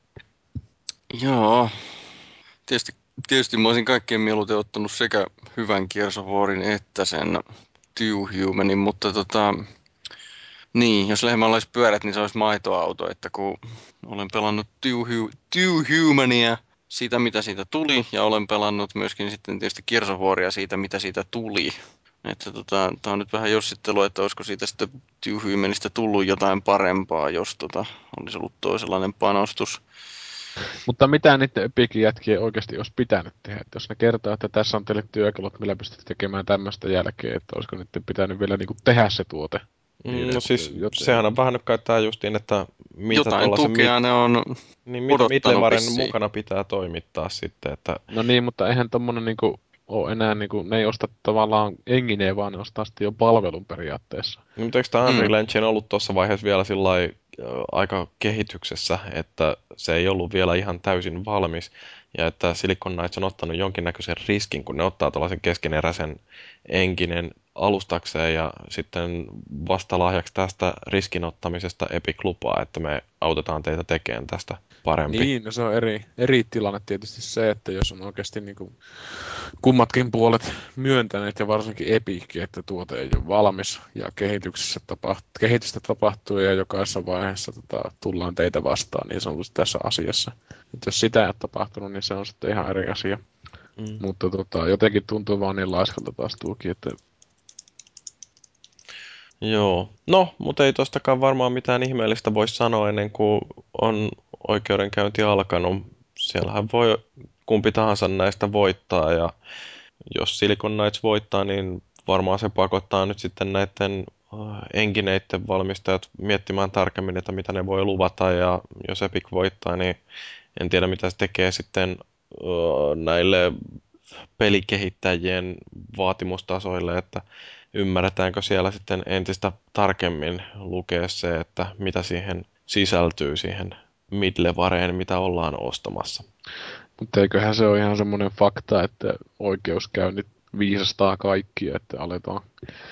Joo, tietysti, tietysti mä olisin kaikkein mieluiten ottanut sekä hyvän Gears of Warin että sen Two Humanin, mutta tota, niin, jos lehmällä olisi pyörät, niin se olisi maitoauto, että kun olen pelannut Two, Hu- Two Humania, siitä mitä siitä tuli, ja olen pelannut myöskin sitten tietysti Gears of Waria siitä mitä siitä tuli. Että tota, tää on nyt vähän jossittelu, että olisiko siitä sitten Two Humanista tullut jotain parempaa, jos tota, olisi ollut toisenlainen panostus. Mutta mitä niiden Epicin jätkien oikeasti olisi pitänyt tehdä? Että jos ne kertoo, että tässä on teille työkalut, millä pystytte tekemään tämmöistä jälkeen, että olisiko niiden pitänyt vielä niin kuin tehdä se tuote? Mm, Niin, no että siis, joten, sehän on vähän nyt käyttää justiin, että mitä Jotain tuollaisen mid, tukea ne on niin mitä odottanut midlevaren vissiin. mukana pitää toimittaa sitten, että no niin, mutta eihän tommonen niinku ole enää, niinku, ne ei osta tavallaan engineen, vaan ne ostaa sitten jo palvelun periaatteessa. no, mutta eikö tämä Mm. Unreal Engine ollut tuossa vaiheessa vielä sillai, ö, aika kehityksessä, että se ei ollut vielä ihan täysin valmis, ja että Silicon Knights on ottanut jonkinnäköisen riskin, kun ne ottaa tällaisen keskeneräisen enkinen alustakseen, ja sitten vastalahjaksi tästä riskinottamisesta Epic lupaa, että me autetaan teitä tekemään tästä parempi. Niin, no se on eri, eri tilanne tietysti se, että jos on oikeasti niinku kummatkin puolet myöntäneet ja varsinkin Epic, että tuote ei ole valmis ja kehityksessä tapahtuu, kehitystä tapahtuu ja jokaisessa vaiheessa tota, tullaan teitä vastaan niin sanotusti tässä asiassa. Et jos sitä ei ole tapahtunut, niin se on sitten ihan eri asia. Mm. Mutta tota, jotenkin tuntuu vaan niin laiskalta taas tuokin, että Joo. No, mutta ei tostakaan varmaan mitään ihmeellistä voi sanoa ennen kuin on oikeudenkäynti alkanut. Siellähän voi kumpi tahansa näistä voittaa, ja jos Silicon Knights voittaa, niin varmaan se pakottaa nyt sitten näiden äh, engineiden valmistajat miettimään tarkemmin, että mitä ne voi luvata, ja jos Epic voittaa, niin en tiedä mitä se tekee sitten äh, näille pelikehittäjien vaatimustasoille, että ymmärretäänkö siellä sitten entistä tarkemmin lukea se, että mitä siihen sisältyy siihen midlevareen, mitä ollaan ostamassa. Mutta eiköhän se ole ihan semmoinen fakta, että oikeuskäynnit viisastaa kaikkia, että aletaan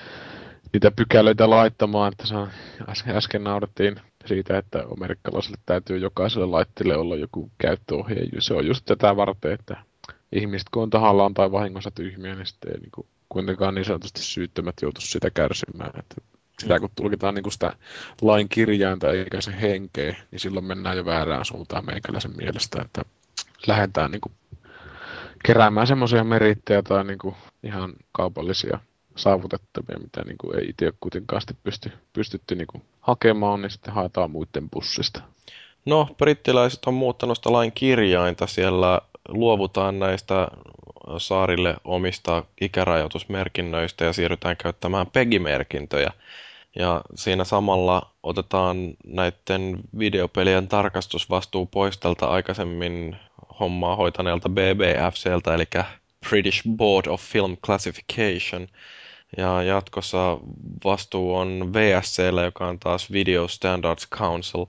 niitä pykälöitä laittamaan, että se on, äsken, äsken naurettiin siitä, että amerikkalaisille täytyy jokaiselle laitteelle olla joku käyttöohje. Se on just tätä varten, että ihmiset kun on tahallaan tai vahingossa tyhmiä, niin sitten ei niin kuitenkaan niin sanotusti syyttömät joutu sitä kärsimään. Että sitä kun tulkitaan niin kuin sitä lain kirjainta eikä se henkeä, niin silloin mennään jo väärään suuntaan meikäläisen mielestä, että lähdetään niin kuin keräämään semmoisia merittejä tai niin kuin ihan kaupallisia saavutettavia, mitä niin kuin ei itse kuitenkaan sitten pysty, pystytty niin kuin hakemaan, niin sitten haetaan muiden pussista. No, brittiläiset on muuttanut sitä lain kirjainta. Siellä luovutaan näistä saarille omista ikärajoitusmerkinnöistä ja siirrytään käyttämään PEGI-merkintöjä. Ja siinä samalla otetaan näiden videopelien tarkastusvastuu pois tältä aikaisemmin hommaa hoitaneelta B B F C:ltä, eli British Board of Film Classification. Ja jatkossa vastuu on V S C:llä, joka on taas Video Standards Council.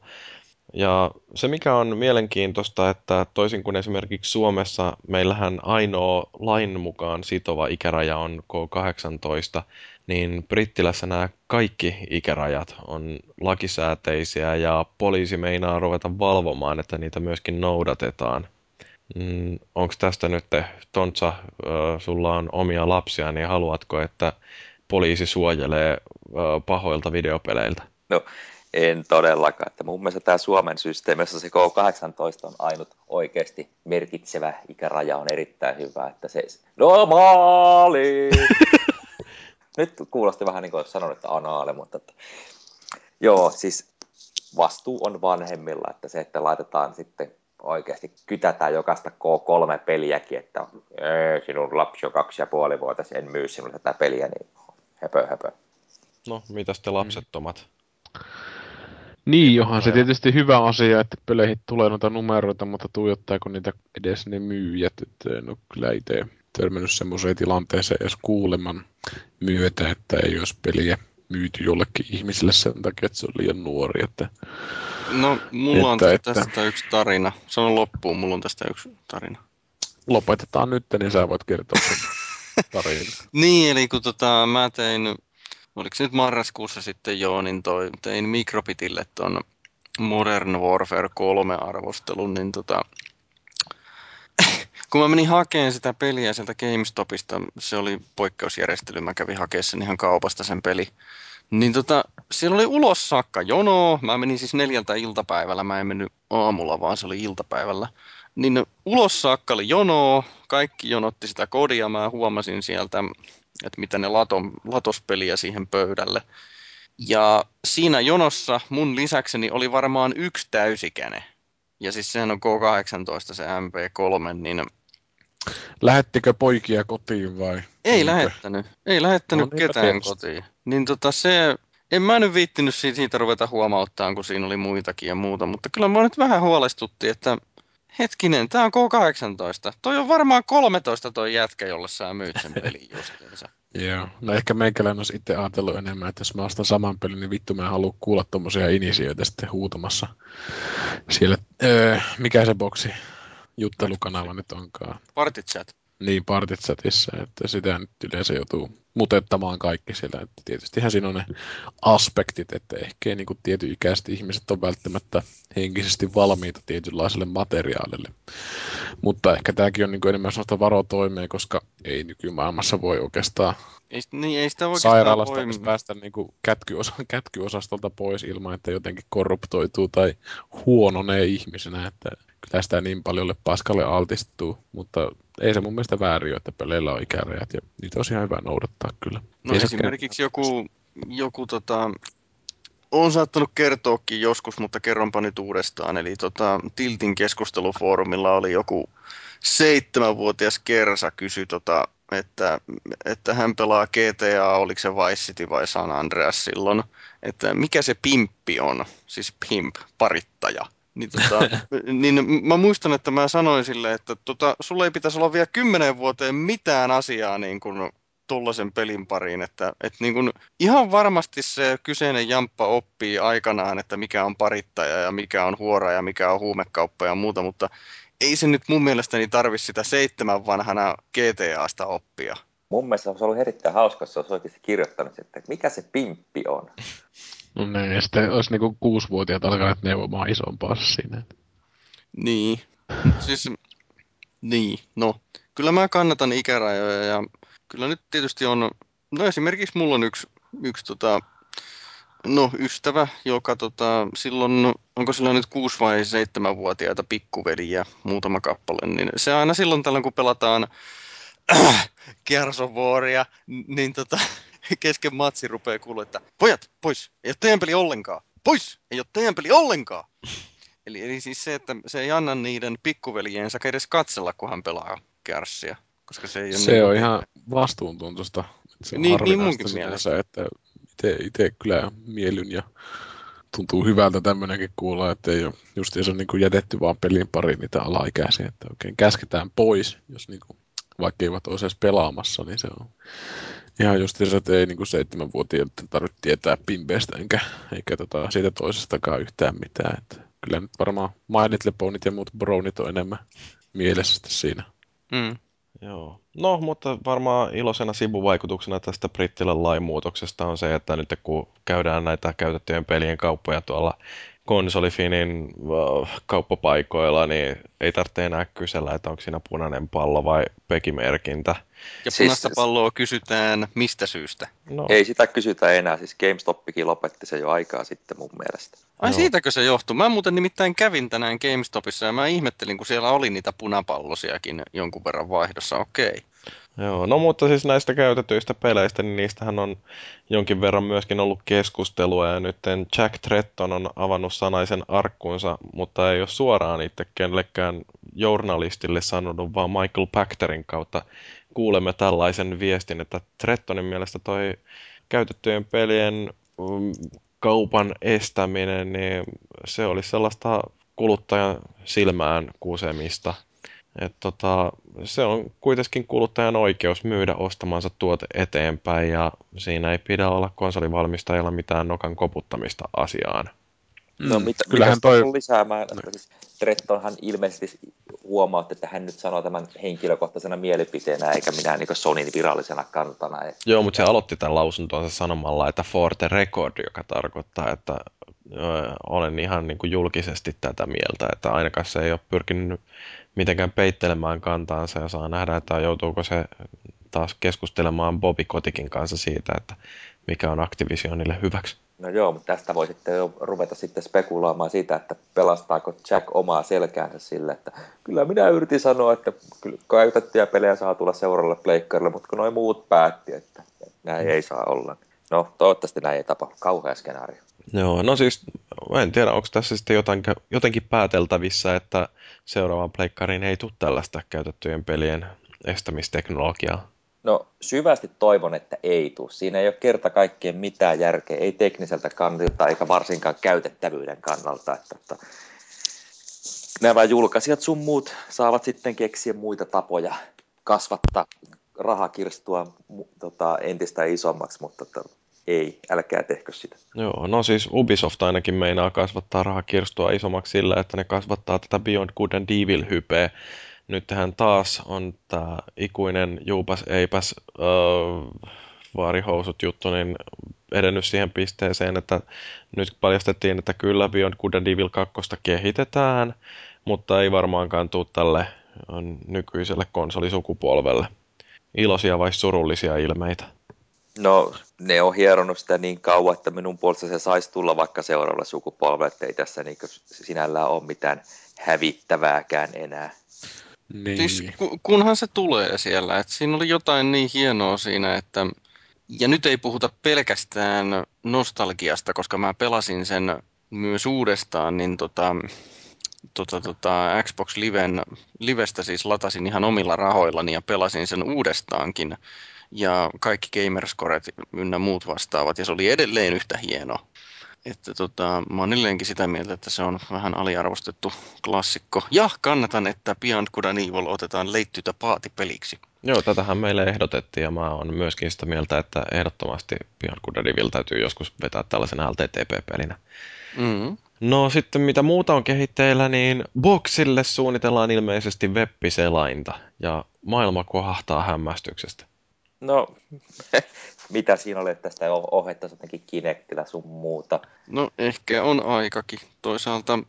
Ja se mikä on mielenkiintoista, että toisin kuin esimerkiksi Suomessa, meillähän ainoa lain mukaan sitova ikäraja on K kahdeksantoista, niin Brittilässä nämä kaikki ikärajat on lakisääteisiä ja poliisi meinaa ruveta valvomaan, että niitä myöskin noudatetaan. Mm, onko tästä nyt, Tontsa, ö, sulla on omia lapsia, niin haluatko, että poliisi suojelee ö, pahoilta videopeleiltä? No, en todellakaan. Että mun mielestä tämä Suomen systeemi, jossa se K kahdeksantoista on ainut oikeasti merkitsevä ikäraja, on erittäin hyvä. Että se normaali! Nyt kuulosti vähän niin kuin olisi sanonut, että anaale, mutta että... Joo, siis vastuu on vanhemmilla, että se, että laitetaan sitten oikeasti kytätään jokaista K kolme peliäkin, että ee, sinun lapsi on kaksi ja puoli vuotta, en myy sinulle tätä peliä, niin höpö höpö. No, mitäs te Mm. lapsettomat? Niin, johan se tietysti hyvä asia, että peleihin tulee noita numeroita, mutta tuijottaako niitä edes ne myyjät, että en ole kyllä itse törmännyt semmoiseen tilanteeseen edes kuuleman myötä, että ei olisi peliä myyty jollekin ihmiselle sen takia, että se on liian nuori. Että, No, mulla että, on että, tästä yksi tarina. Sano loppuun, mulla on tästä yksi tarina. lopetetaan nyt, niin sä voit kertoa sen tarinan. Niin, eli kun tota, mä tein, oliko se nyt marraskuussa sitten joo, niin toi, tein Micropitille ton Modern Warfare kolme arvostelun, niin tota, kun mä menin hakemaan sitä peliä sieltä GameStopista, se oli poikkeusjärjestely, mä kävin hakemaan sen ihan kaupasta sen peli. Niin tota, siellä oli ulos saakka jono, mä menin siis neljältä iltapäivällä, mä en mennyt aamulla, vaan se oli iltapäivällä. Niin ulos saakka oli jono, kaikki jonotti sitä kodia, mä huomasin sieltä, että mitä ne lato, latospeliä siihen pöydälle. Ja siinä jonossa mun lisäkseni oli varmaan yksi täysikäinen. Ja siis sehän on K kahdeksantoista se M P kolme, niin Lähettikö poikia kotiin vai? ei niinkö? lähettänyt. Ei lähettänyt No, niinpä ketään tietysti. kotiin. Niin tota se, en mä nyt viittinyt siitä, siitä ruveta huomauttaan, kun siinä oli muitakin ja muuta, mutta kyllä mä nyt vähän huolestutti, että hetkinen, tää on K kahdeksantoista. Toi on varmaan kolmetoista toi jätkä, jolle sä myyt sen pelin justiinsa. Joo, no ehkä meikäläinen olisi itse ajatellut enemmän, että jos mä ostan saman pelin, niin vittu mä en halua kuulla tommosia inisioita sitten huutamassa siellä, öö, mikä se boksi juttelukanava nyt onkaan. Party chat. Niin, Partychatissa, että sitä nyt yleensä joutuu mutettamaan kaikki siellä. Että tietystihän siinä on ne aspektit, että ehkä ei niin kuin tietyn ikäiset ihmiset ole välttämättä henkisesti valmiita tietynlaiselle materiaalille. Mutta ehkä tämäkin on niin kuin enemmän sellaista varotoimea, koska ei nykymaailmassa voi oikeastaan Ei, niin, ei sitä oikeastaan sairaalasta voi. edes päästä niin kuin kätkyosa, kätkyosastolta pois ilman, että jotenkin korruptoituu tai huononee ihmisenä. Että kyllä sitä niin paljolle paskalle altistuu, mutta ei se mun mielestä väärin ole, että peleillä on ikärajat ja niitä on ihan hyvä noudattaa kyllä. No Ei se esimerkiksi joku, joku tota, on saattanut kertoakin joskus, mutta kerronpa nyt uudestaan. Eli tota, Tiltin keskustelufoorumilla oli joku seitsemänvuotias Kersa kysyi, tota, että, että hän pelaa G T A, oliko se Vice City vai San Andreas silloin, että mikä se pimppi on, siis pimp, parittaja. Niin, tota, niin mä muistan, että mä sanoin sille, että tota, sulla ei pitäisi olla vielä kymmenen vuoteen mitään asiaa niin kuin tuollaisen pelin pariin, että, että niin kuin, ihan varmasti se kyseinen jamppa oppii aikanaan, että mikä on parittaja ja mikä on huora ja mikä on huumekauppa ja muuta, mutta ei se nyt mun mielestäni tarvi sitä seitsemän vanhana G T A:sta oppia. Mun mielestä olisi ollut erittäin hauska, jos se olisi oikeasti kirjoittanut, että mikä se pimppi on. No ne, ja sitten olisi niinku kuusivuotiaat alkaneet neuvomaan isompaa siinä. Niin, mutta siis, niin, no, kyllä mä kannatan ikärajoja ja kyllä nyt tietysti on, no esimerkiksi mulla on yksi, yksi tota, no ystävä, joka tota, silloin, onko sillä nyt kuusi vai seitsemänvuotiaita pikkuveliä, muutama kappale, niin se aina silloin tällöin, kun pelataan äh, Gears of Waria, niin tota, kesken matsi rupeaa kuulua, että pojat, pois, ei ole teidän peli ollenkaan, pois, ei ole teidän peli ollenkaan. Eli, eli siis se, että se ei anna niiden pikkuveljensä edes katsella, kun hän pelaa Gearsia, koska se ei ole Se niin on kuin ihan vastuuntuntoista. Se on niin, niin harvinaista munkin sinänsä, mielestä. että itse kyllä mielyn ja tuntuu hyvältä tämmöinenkin kuulla, että ei ole just se on niin kuin jätetty vaan pelin pariin niitä alaikäisiä, että oikein käsketään pois, jos niin kuin, vaikka eivät ole edes pelaamassa, niin se on ihan just se, että ei niin kuin seitsemänvuotiailta tarvitse tietää pimpeistä enkä, eikä tota, siitä toisestakaan yhtään mitään. Että kyllä nyt varmaan My Little Ponyt ja muut brownit on enemmän mielessä sitten siinä. Mm. Joo. No, mutta varmaan iloisena sivuvaikutuksena tästä brittilän lainmuutoksesta on se, että nyt kun käydään näitä käytettyjen pelien kauppoja tuolla konsolifinin uh, kauppapaikoilla, niin ei tarvitse enää kysellä, että onko siinä punainen pallo vai pekimerkintä. Ja Siis, punaista palloa kysytään mistä syystä? No, ei sitä kysytä enää, siis GameStoppikin lopetti se jo aikaa sitten mun mielestä. Ai joo. siitäkö se johtuu? Mä muuten nimittäin kävin tänään GameStopissa ja mä ihmettelin, kun siellä oli niitä punapallosiakin jonkun verran vaihdossa. Okei. Joo, no mutta siis näistä käytetyistä peleistä, niin niistähän on jonkin verran myöskin ollut keskustelua, ja nyt Jack Tretton on avannut sanaisen arkkunsa, mutta ei ole suoraan itse kenellekään journalistille sanonut, vaan Michael Pachterin kautta kuulemme tällaisen viestin, että Trettonin mielestä toi käytettyjen pelien mm, kaupan estäminen, niin se oli sellaista kuluttajan silmään kusemista. Et tota, se on kuitenkin kuluttajan oikeus myydä ostamansa tuote eteenpäin ja siinä ei pidä olla konsolivalmistajalla mitään nokan koputtamista asiaan. No Mm, mit, kyllähän mitäs tuossa toi... on lisäämään? Siis Trettonhan ilmeisesti huomautti, että hän nyt sanoo tämän henkilökohtaisena mielipiteenä eikä minään niin Sonyn virallisena kantana. Joo, mutta se aloitti tämän lausuntonsa sanomalla, että for the record, joka tarkoittaa, että ö, olen ihan niin kuin julkisesti tätä mieltä, että ainakaan se ei ole pyrkinyt mitenkään peittelemään kantaansa ja saa nähdä, että joutuuko se taas keskustelemaan Bobby Kotikin kanssa siitä, että mikä on Activisionille hyväksi. No joo, mutta tästä voi sitten jo ruveta sitten spekuloimaan siitä, että pelastaako Jack omaa selkäänsä sille, että kyllä minä yritin sanoa, että kyllä käytettyjä pelejä saa tulla seuraavalle pleikkarille, mutta kun nuo muut päätti, että näin ei saa olla. No, toivottavasti näin ei tapahdu. Kauhea skenaario. Joo, no siis en tiedä, onko tässä sitten jotenkin, jotenkin pääteltävissä, että seuraavaan pleikkariin ei tule tällaista käytettyjen pelien estämisteknologiaa. No syvästi toivon, että ei tule. Siinä ei ole kerta kaikkien mitään järkeä, ei tekniseltä kannalta eikä varsinkaan käytettävyyden kannalta. Että, että nämä julkaisijat sun muut saavat sitten keksiä muita tapoja kasvattaa rahakirstua tota, entistä isommaksi, mutta tota, ei, älkää tehkö sitä. Joo, no siis Ubisoft ainakin meinaa kasvattaa rahakirstua isommaksi sillä, että ne kasvattaa tätä Beyond Good and Evil-hypeä. Nythän taas on tämä ikuinen juupas eipäs öö, vaarihousut juttu niin edennyt siihen pisteeseen, että nyt paljastettiin, että kyllä Beyond Good and Evil kaksi kehitetään, mutta ei varmaankaan tule tälle nykyiselle konsolisukupolvelle. Iloisia vai surullisia ilmeitä? No, ne on hieronut sitä niin kauan, että minun puolesta se saisi tulla vaikka seuraavalle sukupolvelle, että ei tässä niin sinällään ole mitään hävittävääkään enää. Siis Niin. ku- kunhan se tulee siellä, että siinä oli jotain niin hienoa siinä, että ja nyt ei puhuta pelkästään nostalgiasta, koska mä pelasin sen myös uudestaan, niin tota, tota, tota, Xbox Liven, Livestä siis latasin ihan omilla rahoillani ja pelasin sen uudestaankin. Ja kaikki gamerscoret ynnä muut vastaavat, ja se oli edelleen yhtä hieno. Että tota, mä oon edelleenkin sitä mieltä, että se on vähän aliarvostettu klassikko. Ja kannatan, että Beyond Good and Evil otetaan leittytä paatipeliksi. Joo, tätähän meille ehdotettiin ja mä oon myöskin sitä mieltä, että ehdottomasti Beyond Good and Evil täytyy joskus vetää tällaisena L T T P-pelinä. Mm-hmm. No sitten mitä muuta on kehitteillä, niin Boxille suunnitellaan ilmeisesti web-selainta ja maailma kohahtaa hämmästyksestä. No, mitä siinä oli, että sitä ohjattaisiin jotenkin Kinectillä sun muuta. No ehkä on aikakin. Toisaalta,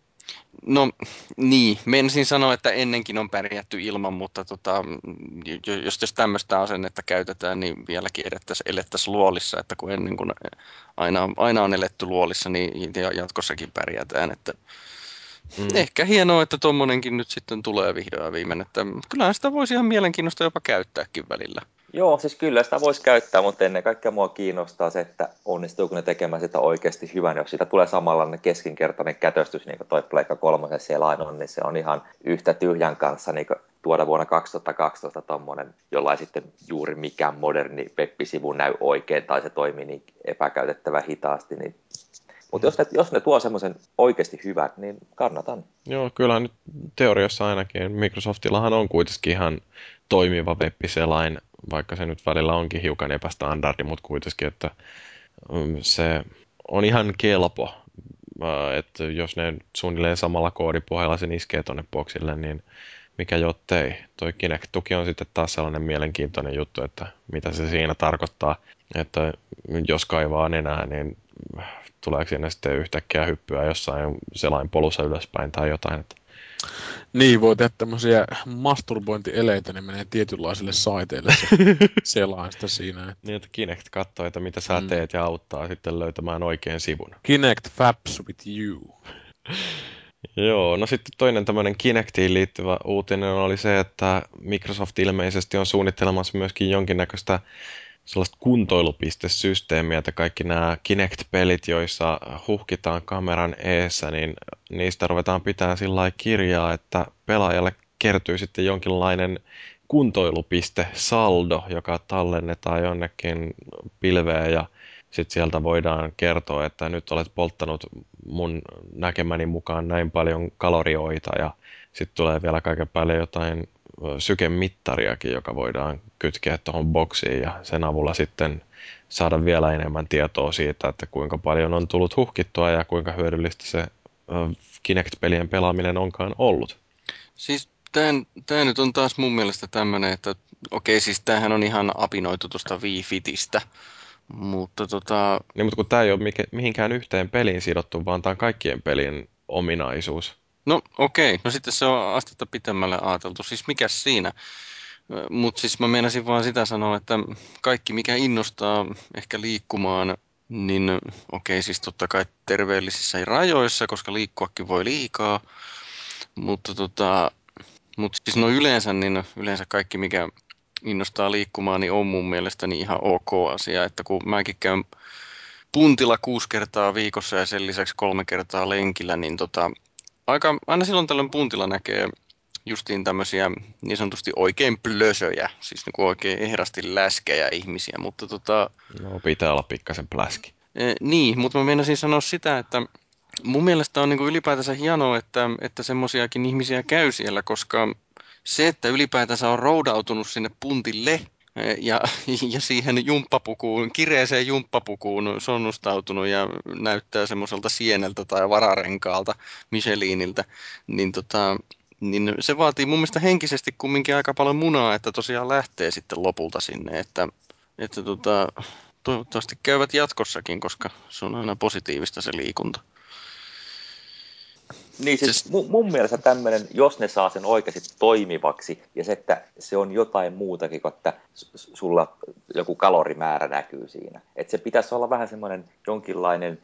no niin, menisin sanoa, että ennenkin on pärjätty ilman, mutta tota, jo- jos, jos tämmöistä asennetta käytetään, niin vieläkin edettäisiin, elettäisiin luolissa, että kun ennen kuin aina, aina on eletty luolissa, niin ja jatkossakin pärjätään, että Mm. ehkä hienoa, että tommonenkin nyt sitten tulee vihdoin ja viimein, että kyllähän sitä voisi ihan mielenkiinnosta jopa käyttääkin välillä. Joo, siis kyllä sitä voisi käyttää, mutta ennen kaikkea mua kiinnostaa se, että onnistuuko ne tekemään sitä oikeasti hyvän. Jos siitä tulee samanlainen keskinkertainen kätöstys, niin kuin toi Pleikka kolmosen selain on, niin se on ihan yhtä tyhjän kanssa niin kuin tuoda vuonna kaksituhattakaksitoista tommonen, jolla ei sitten juuri mikään moderni web-sivu näy oikein tai se toimii niin epäkäytettävän hitaasti. Niin... Mutta jos ne, jos ne tuo semmoisen oikeasti hyvän, niin kannatan. Joo, kyllä nyt teoriassa ainakin. Microsoftillahan on kuitenkin ihan toimiva web-selain, vaikka se nyt välillä onkin hiukan epästandardi, mutta kuitenkin, että mm, se on ihan kelpo. Äh, Että jos ne suunnilleen samalla koodipohjalla sen iskee tonne boxille, niin mikä jottei. Toi Kinect-tuki on sitten taas sellainen mielenkiintoinen juttu, että mitä se siinä tarkoittaa. Että jos kaivaa nenää, niin tuleeko siinä sitten yhtäkkiä hyppyä jossain selainpolussa ylöspäin tai jotain. Että Niin, voi tehdä tämmöisiä masturbointieleitä, niin menee tietynlaisille saiteille se selain sitä siinä. Että... niin, että Kinect katsoo, että mitä sä Mm. teet ja auttaa sitten löytämään oikean sivun. Kinect faps with you. Joo, no sitten toinen tämmöinen Kinectiin liittyvä uutinen oli se, että Microsoft ilmeisesti on suunnittelemassa myöskin jonkinnäköistä sellaista kuntoilupistesysteemiä, että kaikki nämä Kinect-pelit, joissa huhkitaan kameran eessä, niin niistä ruvetaan pitää sillä lailla kirjaa, että pelaajalle kertyy sitten jonkinlainen kuntoilupiste saldo, joka tallennetaan jonnekin pilveen ja sitten sieltä voidaan kertoa, että nyt olet polttanut mun näkemäni mukaan näin paljon kalorioita ja sitten tulee vielä kaiken päälle jotain sykemittariakin, joka voidaan kytkeä tuohon boksiin ja sen avulla sitten saada vielä enemmän tietoa siitä, että kuinka paljon on tullut huhkittua ja kuinka hyödyllistä se Kinect-pelien pelaaminen onkaan ollut. Siis tämä nyt on taas mun mielestä tämmöinen, että okei, siis tämähän on ihan apinoitu tuosta Wii Fitistä, mutta tota... Niin, mutta kun tämä ei ole mihinkään yhteen peliin sidottu, vaan tämä on kaikkien pelien ominaisuus. No okei, no sitten se on astetta pitemmälle ajateltu. Siis mikäs siinä? Mutta siis mä meinasin vaan sitä sanoa, että kaikki mikä innostaa ehkä liikkumaan, niin okei, siis totta kai terveellisissä rajoissa, koska liikkuakin voi liikaa. Mutta tota, mut siis no yleensä, niin yleensä kaikki mikä innostaa liikkumaan, niin on mun mielestäni ihan ok asia. Että kun mäkin käyn puntilla kuusi kertaa viikossa ja sen lisäksi kolme kertaa lenkillä, niin tota, aika, aina silloin tällöin puntilla näkee justiin tämmöisiä niin sanotusti oikein plösöjä, siis niin kuin oikein ehdasti läskejä ihmisiä, mutta tota... No pitää olla pikkasen pläski. E, niin, mutta mä meinasin sanoa sitä, että mun mielestä on niin kuin ylipäätänsä hienoa, että, että semmoisiakin ihmisiä käy siellä, koska se, että ylipäätänsä on roudautunut sinne puntille ja, ja siihen jumppapukuun, kireeseen jumppapukuun sonnustautunut ja näyttää semmoiselta sieneltä tai vararenkaalta Micheliniltä, niin, tota, niin se vaatii mun mielestä henkisesti kumminkin aika paljon munaa, että tosiaan lähtee sitten lopulta sinne, että, että tota, toivottavasti käyvät jatkossakin, koska se on aina positiivista se liikunta. Niin siis mun, mun mielestä tämmöinen, jos ne saa sen oikeasti toimivaksi ja se, että se on jotain muutakin kuin, että sulla joku kalorimäärä näkyy siinä. Että se pitäisi olla vähän semmoinen jonkinlainen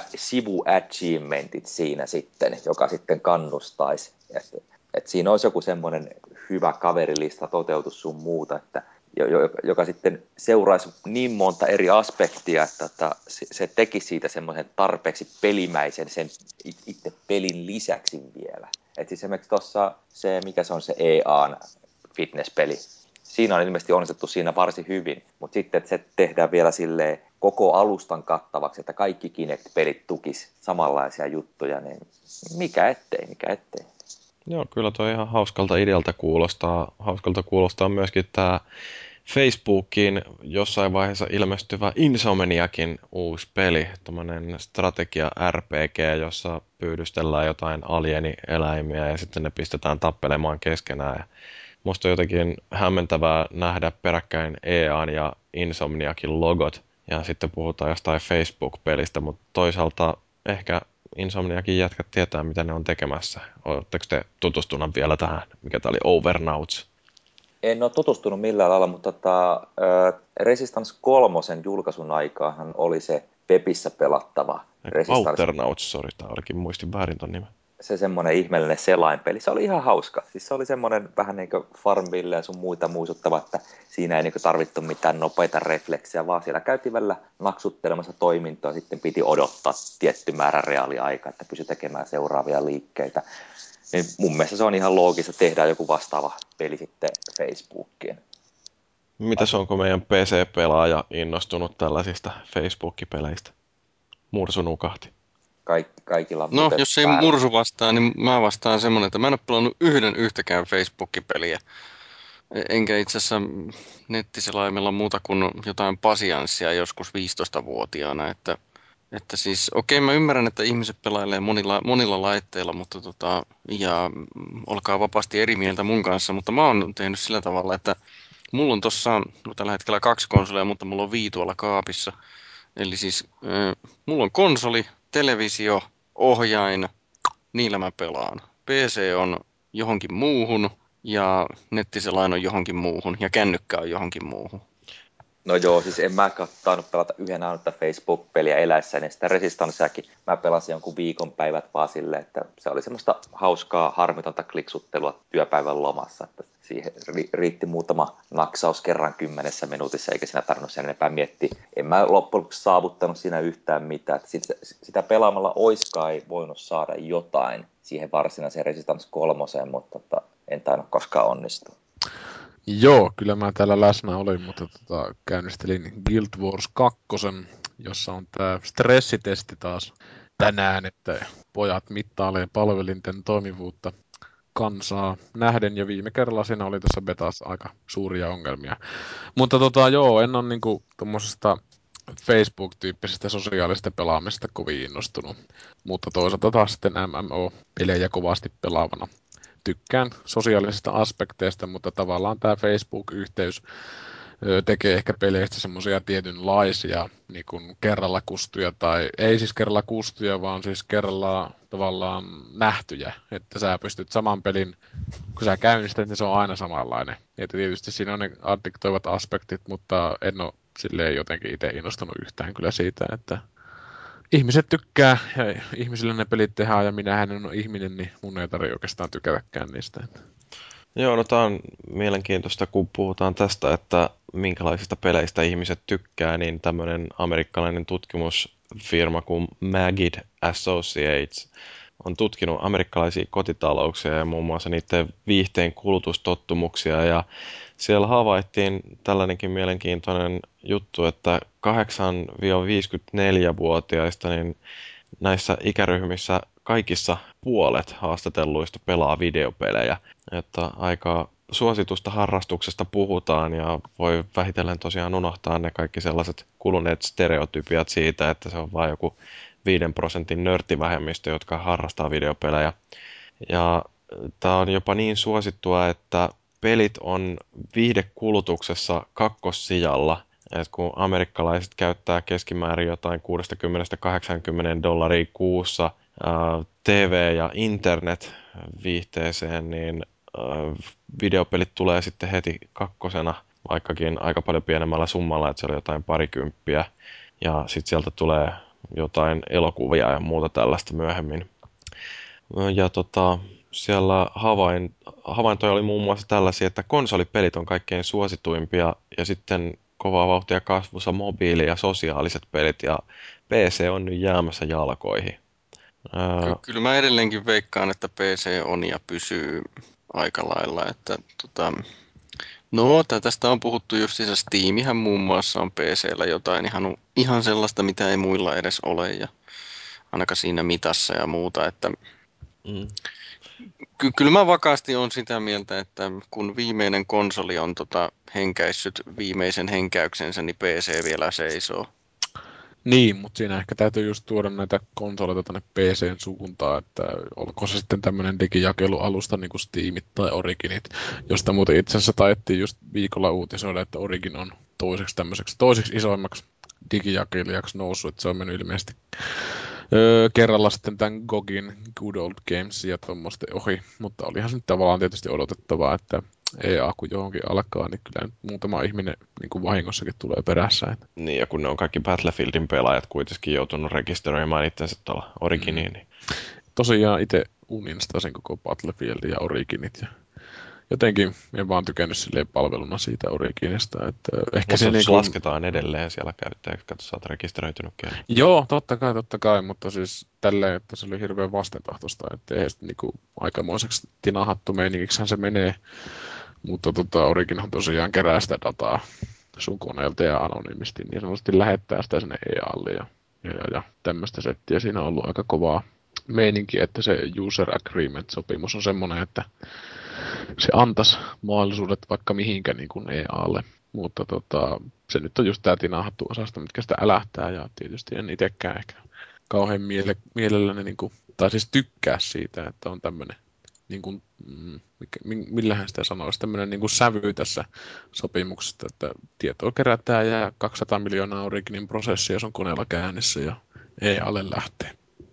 sivu-achievementit siinä sitten, joka sitten kannustaisi. Että et siinä olisi joku semmoinen hyvä kaverilista toteutus sun muuta, että joka sitten seuraisi niin monta eri aspektia, että se teki siitä semmoisen tarpeeksi pelimäisen sen itse pelin lisäksi vielä. Et siis esimerkiksi tuossa se, mikä se on se E A:n fitnesspeli, siinä on ilmeisesti onnistettu siinä varsin hyvin, mutta sitten että se tehdään vielä silleen koko alustan kattavaksi, että kaikki Kinect-pelit tukis samanlaisia juttuja, niin mikä ettei, mikä ettei. Joo, kyllä toi ihan hauskalta idealta kuulostaa. Hauskalta kuulostaa myöskin tämä Facebookiin jossain vaiheessa ilmestyvä Insomniakin uusi peli, tämmöinen strategia R P G, jossa pyydystellään jotain alienieläimiä ja sitten ne pistetään tappelemaan keskenään. Ja musta on jotenkin hämmentävää nähdä peräkkäin E A:n ja Insomniakin logot ja sitten puhutaan jostain Facebook-pelistä, mutta toisaalta ehkä Insomniakin jätkät tietää, mitä ne on tekemässä. Oletteko te tutustunut vielä tähän, mikä tämä oli Overnauts? En ole tutustunut millään lailla, mutta tota, Resistance kolmosen julkaisun aikaahan oli se Pepissä pelattava Resistance. Outernauts, sori, tämä olikin muistin väärin ton nimen. Se semmoinen ihmeellinen selainpeli, se oli ihan hauska. Siis se oli semmoinen vähän niin kuin Farmville ja sun muita muistuttava, että siinä ei niin tarvittu mitään nopeita refleksejä, vaan siellä käytiin välillä naksuttelemassa toimintoa, sitten piti odottaa tietty määrä reaaliaikaa, että pysyi tekemään seuraavia liikkeitä. Niin mun mielestä se on ihan loogista, tehdään joku vastaava peli sitten Facebookiin. Mitäs onko meidän P C-pelaaja innostunut tällaisista Facebook-peleistä? Mursu nukahti. Kaikki, kaikilla No, jos ei päällä. Mursu vastaa, niin mä vastaan semmonen, että mä en ole pelannut yhden yhtäkään Facebook-peliä. Enkä itse asiassa nettiselaimella muuta kuin jotain pasianssia joskus viisitoistavuotiaana, että Että siis, okei, mä ymmärrän, että ihmiset pelailee monilla, monilla laitteilla, mutta tota, ja olkaa vapaasti eri mieltä mun kanssa, mutta mä oon tehnyt sillä tavalla, että mulla on tossa no tällä hetkellä kaksi konsolia, mutta mulla on Wii tuolla kaapissa. Eli siis äh, mulla on konsoli, televisio, ohjain, niillä mä pelaan. P C on johonkin muuhun ja nettiselain on johonkin muuhun ja kännykkä on johonkin muuhun. No joo, siis en mä tainnut pelata yhden ainutta Facebook-peliä eläessäni, sitä Resistanceakin mä pelasin jonkun viikonpäivät vaan silleen, että se oli semmoista hauskaa, harmitonta kliksuttelua työpäivän lomassa, että siihen riitti muutama naksaus kerran kymmenessä minuutissa, eikä siinä tarvinnut sen enempää miettiä. En mä loppujen lopuksi saavuttanut siinä yhtään mitään, että sitä, sitä pelaamalla oiskaan ei voinut saada jotain siihen varsinaiseen Resistance kolmoseen, mutta tota, en tainnut koskaan onnistua. Joo, kyllä mä täällä läsnä olin, mutta tota, käynnistelin Guild Wars kaksi jossa on tämä stressitesti taas tänään, että pojat mittailee palvelinten toimivuutta kansaa nähden, ja viime kerralla siinä oli tässä betassa aika suuria ongelmia. Mutta tota, joo, en ole niinku tuommoisesta Facebook-tyyppisestä sosiaalisesta pelaamisesta kovin innostunut, mutta toisaalta taas sitten M M O-pelejä kovasti pelaavana. Tykkään sosiaalisista aspekteista, mutta tavallaan tämä Facebook-yhteys ö, tekee ehkä peleistä semmoisia tietynlaisia niin kuin kerralla kustuja, tai ei siis kerralla kustuja, vaan siis kerralla tavallaan nähtyjä, että sä pystyt saman pelin, kun sä käynnistät, niin se on aina samanlainen. Että tietysti siinä on ne addiktoivat aspektit, mutta en ole silleen jotenkin itse innostunut yhtään kyllä siitä, että ihmiset tykkää ja ihmisille ne pelit tehdään ja minähän en ole ihminen, niin mun ei tarvitse oikeastaan tykätäkään niistä. Joo, no tää on mielenkiintoista, kun puhutaan tästä, että minkälaisista peleistä ihmiset tykkää, niin tämmöinen amerikkalainen tutkimusfirma kuin Magid Associates on tutkinut amerikkalaisia kotitalouksia ja muun muassa niiden viihteen kulutustottumuksia, ja siellä havaittiin tällainenkin mielenkiintoinen juttu, että kahdeksan-viisikymmentäneljä-vuotiaista niin näissä ikäryhmissä kaikissa puolet haastatelluista pelaa videopelejä. Että aika suositusta harrastuksesta puhutaan ja voi vähitellen tosiaan unohtaa ne kaikki sellaiset kuluneet stereotypiat siitä, että se on vain joku viiden prosentin nörttivähemmistö, jotka harrastaa videopelejä. Ja tämä on jopa niin suosittua, että pelit on viihdekulutuksessa kakkossijalla. Et kun amerikkalaiset käyttää keskimäärin jotain kuusikymmentä kahdeksankymmentä dollaria kuussa ää, T V- ja internet-viihteeseen, niin ää, videopelit tulee sitten heti kakkosena, vaikkakin aika paljon pienemmällä summalla, että se oli jotain parikymppiä. Ja sitten sieltä tulee jotain elokuvia ja muuta tällaista myöhemmin. Ja tota, siellä havain, havaintoja oli muun muassa tällaisia, että konsolipelit on kaikkein suosituimpia ja sitten kovaa vauhtia kasvussa mobiili- ja sosiaaliset pelit, ja P C on nyt jäämässä jalkoihin. Ky- Ää, kyllä mä edelleenkin veikkaan, että P C on ja pysyy aika lailla. Että, tota, no, tä- tästä on puhuttu justiinsa. Steamihän muun muassa on P C:llä jotain ihan, ihan sellaista, mitä ei muilla edes ole. Ja ainakaan siinä mitassa ja muuta. Että, mm. ky- kyllä mä vakaasti on sitä mieltä, että kun viimeinen konsoli on tota, henkäissyt viimeisen henkäyksensä, niin P C vielä seisoo. Niin, mutta siinä ehkä täytyy just tuoda näitä konsoleita tänne P C:n suuntaan, että olko se sitten tämmöinen digijakelualusta niin kuin Steamit tai Originit, josta muuten itse asiassa taettiin just viikolla uutisoida, että Origin on toiseksi tämmöiseksi, toiseksi isoimmaksi digijakelijaksi noussut, että se on mennyt ilmeisesti öö, kerralla sitten tämän Gogin Good Old Games ja tuommoisten ohi, mutta olihan se nyt tavallaan tietysti odotettavaa, että E A kun johonkin alkaa, niin kyllä nyt muutama ihminen niin kuin vahingossakin tulee perässä. Että. Niin, ja kun ne on kaikki Battlefieldin pelaajat kuitenkin joutunut rekisteröimään itsensä tuolla Originiin. Mm. Niin... Tosiaan itse uninstasin koko Battlefieldin ja Originit ja jotenkin en vaan tykännyt silleen palveluna siitä Originista, että ehkä Mutta se niin kun... kuin... lasketaan edelleen siellä käyttäjäksi, katso, sä oot rekisteröitynytkin. Joo, totta kai, totta kai, mutta siis tälleen, että se oli hirveän vastentahtoista, että eihän sitten niin aikamoiseksi tinahattu meinikiksihän se menee, mutta tota, Originhan tosiaan kerää sitä dataa sun koneelta ja anonyymisti niin sanotusti lähettää sitä sinne E A:lle ja, ja, ja, ja tämmöistä settiä siinä on ollut aika kovaa meininki, että se user agreement-sopimus on semmoinen, että se antaisi mahdollisuudet vaikka mihinkä niin kuin E A:lle. Mutta tota, se nyt on just tämä tinahattu osasta, mitkä sitä älähtää, ja tietysti en itsekään ehkä kauhean miele- mielelläni, niin kuin, tai siis tykkää siitä, että on tämmöinen, niin kuin, mm, millähän sitä sanoisi, tämmöinen niin kuin sävy tässä sopimuksesta, että tietoa kerätään ja kaksisataa miljoonaa Originin prosessia on koneella käynnissä ja E A:lle lähtee.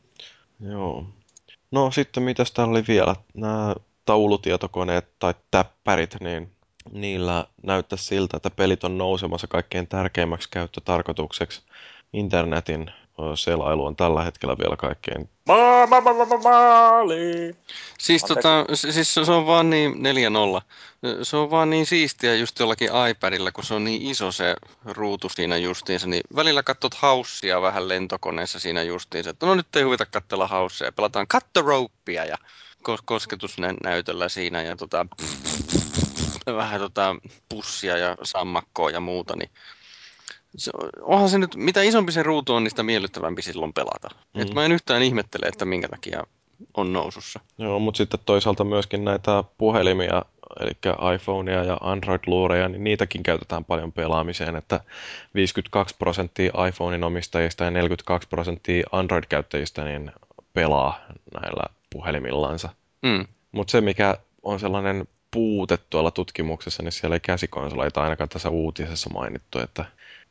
Joo. No sitten mitäs täällä oli vielä? Nämä taulutietokoneet tai täppärit, niin niillä näyttäisi siltä, että pelit on nousemassa kaikkein tärkeimmäksi käyttötarkoitukseksi. Internetin ö, selailu on tällä hetkellä vielä kaikkein... Ma- ma- ma- ma- ma- maali! Siis, Anteeksi. tota, se- siis se on vaan niin neljä nolla. Se on vaan niin siistiä just jollakin iPadilla, kun se on niin iso se ruutu siinä justiinsa, niin välillä katsot haussia vähän lentokoneessa siinä justiinsa, että no nyt ei huvita katsella haussia, pelataan cut the ropea ja kos- kosketusnäytöllä siinä ja tota, vähän tota pussia ja sammakkoa ja muuta, niin Se, onhan se nyt, mitä isompi se ruutu on, niin sitä miellyttävämpi silloin pelata. Et Mm. mä en yhtään ihmettele, että minkä takia on nousussa. Joo, mutta sitten toisaalta myöskin näitä puhelimia, eli iPhonea ja Android-luureja, niin niitäkin käytetään paljon pelaamiseen, että viisikymmentäkaksi prosenttia iPhonein omistajista ja neljäkymmentäkaksi prosenttia Android-käyttäjistä niin pelaa näillä puhelimillansa. Mm. Mutta se, mikä on sellainen puute tuolla tutkimuksessa, niin siellä ei käsikonsoleita ainakaan tässä uutisessa mainittu, että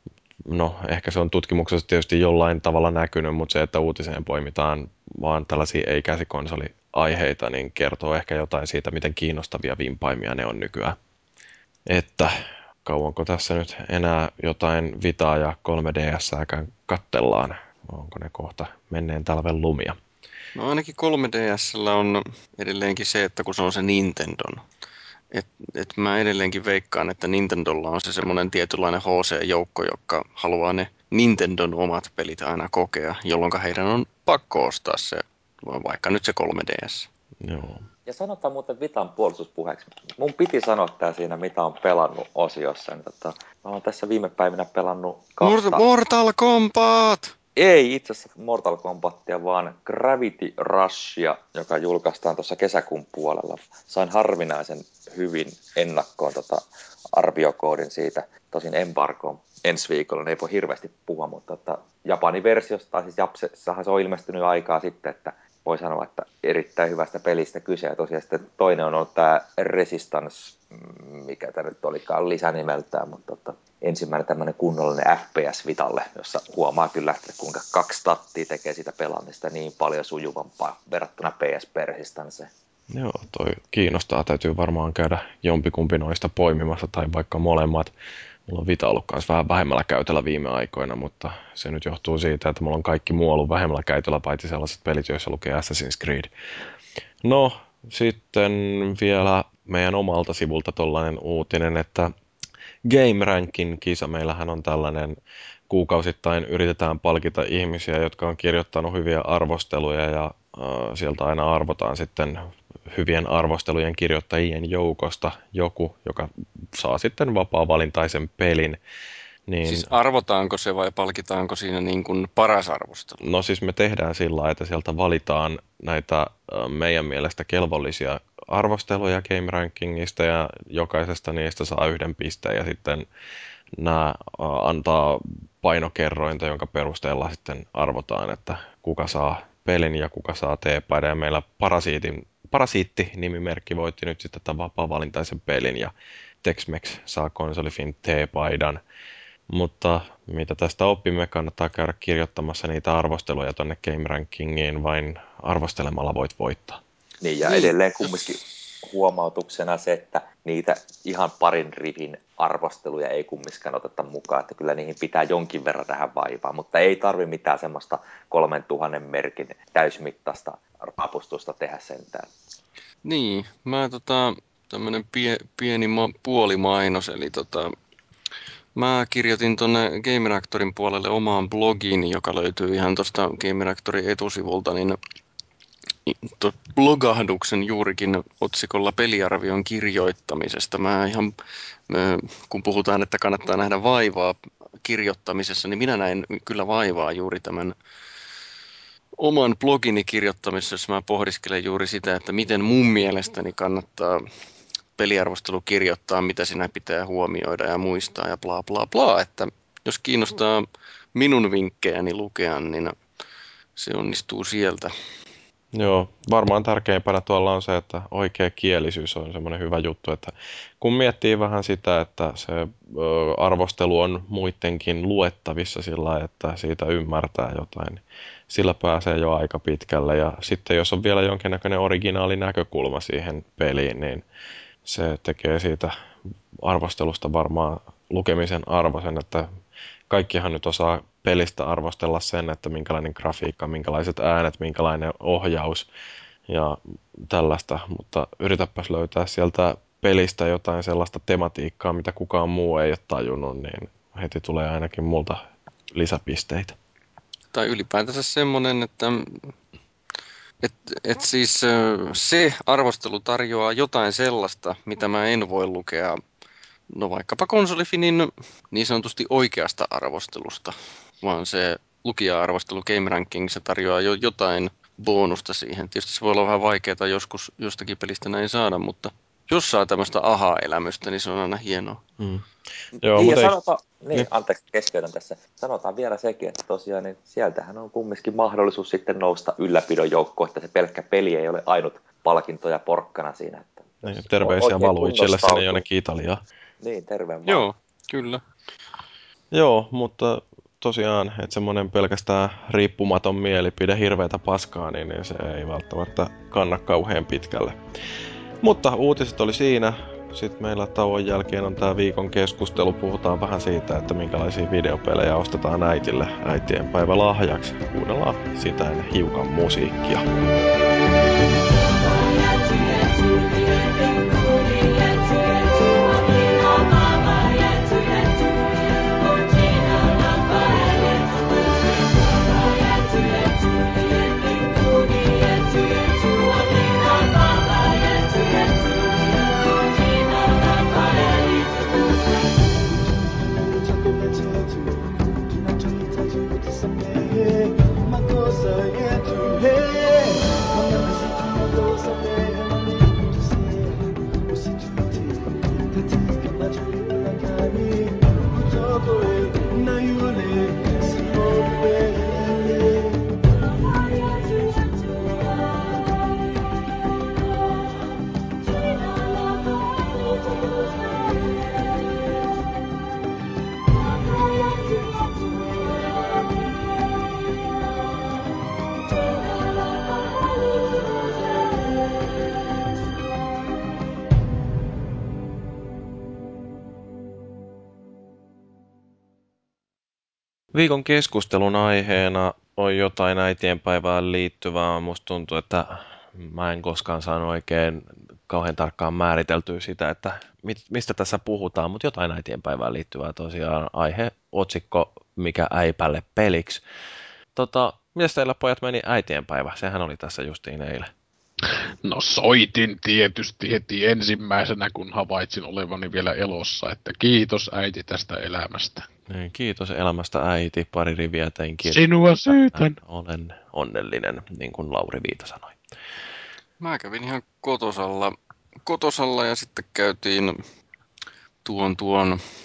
no, ehkä se on tutkimuksessa tietysti jollain tavalla näkynyt, mutta se, että uutiseen poimitaan vaan tällaisia ei-käsikonsoliaiheita, niin kertoo ehkä jotain siitä, miten kiinnostavia vimpaimia ne on nykyään. Että kauanko tässä nyt enää jotain Vitaa ja kolme D S:ääkään kattellaan? Onko ne kohta menneen talven lumia? No ainakin kolme D S:llä on edelleenkin se, että kun se on se Nintendon. Et, et mä edelleenkin veikkaan, että Nintendolla on se semmoinen tietynlainen H C-joukko, joka haluaa ne Nintendon omat pelit aina kokea, jolloin heidän on pakko ostaa se, vaikka nyt se kolme D S. Joo. Ja sanotaan muuten Vitan puolustuspuheeksi. Mun piti sanoa tää siinä, mitä on pelannut osiossa. Niin tota, mä oon tässä viime päivinä pelannut kahta... Mortal Kombat! Ei itse asiassa Mortal Kombatia, vaan Gravity Rushia, joka julkaistaan tuossa kesäkuun puolella. Sain harvinaisen hyvin ennakkoon tota arviokoodin siitä. Tosin embargoon ensi viikolla, niin ei voi hirveästi puhua, mutta tota, Japanin versiosta, tai siis Japsessahan se on ilmestynyt aikaa sitten, että voi sanoa, että erittäin hyvästä pelistä kyse. Ja tosiaan sitten toinen on ollut tämä Resistance, mikä tämä nyt olikaan lisänimeltään, mutta tota, ensimmäinen tämmöinen kunnollinen F P S Vitalle, jossa huomaa kyllä, että kuinka kaksi tattia tekee sitä pelaamista niin paljon sujuvampaa verrattuna P S Persistanceen. Joo, toi kiinnostaa. Täytyy varmaan käydä jompikumpi noista poimimassa tai vaikka molemmat. Mulla on Vita ollut kanssa vähän vähemmällä käytöllä viime aikoina, mutta se nyt johtuu siitä, että mulla on kaikki muu ollut vähemmällä käytöllä, paitsi sellaiset pelit, joissa lukee Assassin's Creed. No, sitten vielä meidän omalta sivulta tollainen uutinen, että Game Rankin kisa, meillähän on tällainen kuukausittain yritetään palkita ihmisiä, jotka on kirjoittanut hyviä arvosteluja ja äh, sieltä aina arvotaan sitten hyvien arvostelujen kirjoittajien joukosta joku, joka saa sitten vapaa-valintaisen pelin. Niin, Siis arvotaanko se vai palkitaanko siinä niin kuin paras arvostelu? no siis me tehdään sillä lailla, että sieltä valitaan näitä äh, meidän mielestä kelvollisia arvosteluja Game Rankingista ja jokaisesta niistä saa yhden pisteen ja sitten nämä äh, antaa painokerrointa, jonka perusteella sitten arvotaan, että kuka saa pelin ja kuka saa teepaidan. Ja meillä Parasiitin, Parasiitti-nimimerkki voitti nyt sitten tämän vapaa-valintaisen pelin ja Tex-Mex saa Konsolifin teepaidan. Mutta mitä tästä oppimme, kannattaa käydä kirjoittamassa niitä arvosteluja tonne Game Rankingiin, vain arvostelemalla voit voittaa. Niin, ja Niin. edelleen kumminkin huomautuksena se, että niitä ihan parin rivin arvosteluja ei kumminkaan oteta mukaan, että kyllä niihin pitää jonkin verran tähän vaivaa, mutta ei tarvi mitään semmoista kolmen tuhannen merkin täysmittaista rapustusta tehdä sentään. Niin, mä tota, tämmönen pie, pieni ma, puolimainos, eli tota, mä kirjoitin tonne Game Reactorin puolelle omaan blogiin, joka löytyy ihan tuosta Game Reactorin etusivulta, niin to, blogahduksen juurikin otsikolla peliarvion kirjoittamisesta. Mä ihan, mä, kun puhutaan, että kannattaa nähdä vaivaa kirjoittamisessa, niin minä näin kyllä vaivaa juuri tämän oman blogini kirjoittamisessa, jos mä pohdiskelen juuri sitä, että miten mun mielestäni kannattaa peliarvostelu kirjoittaa, mitä siinä pitää huomioida ja muistaa ja bla bla bla, että jos kiinnostaa minun vinkkejäni lukea, niin se onnistuu sieltä. Joo, varmaan tärkeimpänä tuolla on se, että oikea kielisyys on semmoinen hyvä juttu, että kun miettii vähän sitä, että se ö, arvostelu on muidenkin luettavissa sillä lailla, että siitä ymmärtää jotain, niin sillä pääsee jo aika pitkälle. Ja sitten jos on vielä jonkinnäköinen originaali näkökulma siihen peliin, niin se tekee siitä arvostelusta varmaan lukemisen arvoisen, että kaikkihan nyt osaa pelistä arvostella sen, että minkälainen grafiikka, minkälaiset äänet, minkälainen ohjaus ja tällaista, mutta yritäpäs löytää sieltä pelistä jotain sellaista tematiikkaa, mitä kukaan muu ei ole tajunnut, niin heti tulee ainakin multa lisäpisteitä. Tai ylipäätänsä semmoinen, että et, et siis se arvostelu tarjoaa jotain sellaista, mitä mä en voi lukea No vaikkapa konsolifinin niin sanotusti oikeasta arvostelusta, vaan se lukija-arvostelu Game Rankings tarjoaa jo jotain bonusta siihen. Tietysti se voi olla vähän vaikeaa joskus jostakin pelistä näin saada, mutta jos saa tämmöistä aha-elämystä, niin se on aina hienoa. Mm. Joo, niin, ja mutta ei... sanotaan, niin, niin. anteeksi, keskeytän tässä. Sanotaan vielä sekin, että tosiaan niin sieltähän on kumminkin mahdollisuus sitten nousta ylläpidon joukkoon, että se pelkkä peli ei ole ainut palkinto ja porkkana siinä. Että Niin, terveisiä Valuicelle sinne jonnekin Italiaan. Niin, terve vaan. Joo, kyllä. Joo, mutta tosiaan, että semmoinen pelkästään riippumaton mielipide, hirveätä paskaa, niin, niin se ei välttämättä kanna kauhean pitkälle. Mutta uutiset oli siinä. Sitten meillä tauon jälkeen on tää viikon keskustelu. Puhutaan vähän siitä, että minkälaisia videopelejä ostetaan äitille äitienpäivä lahjaksi. Kuunnellaan sitä ennen hiukan musiikkia. Viikon keskustelun aiheena on jotain äitienpäivään liittyvää. Musta tuntuu, että mä en koskaan saanut oikein kauhean tarkkaan määriteltyä sitä, että mistä tässä puhutaan, mutta jotain äitienpäivään liittyvää tosiaan aihe, otsikko, mikä äipälle peliksi. Tota, mitäs teillä pojat meni äitienpäivä? Sehän oli tässä justiin eilen. No soitin tietysti heti ensimmäisenä, kun havaitsin olevani vielä elossa, että kiitos äiti tästä elämästä. Niin, kiitos elämästä äiti, pari riviä tein kirjoittaa. Sinua syytän. Olen onnellinen, niin kuin Lauri Viita sanoi. Mä kävin ihan kotosalla, kotosalla ja sitten käytiin tuon tuon,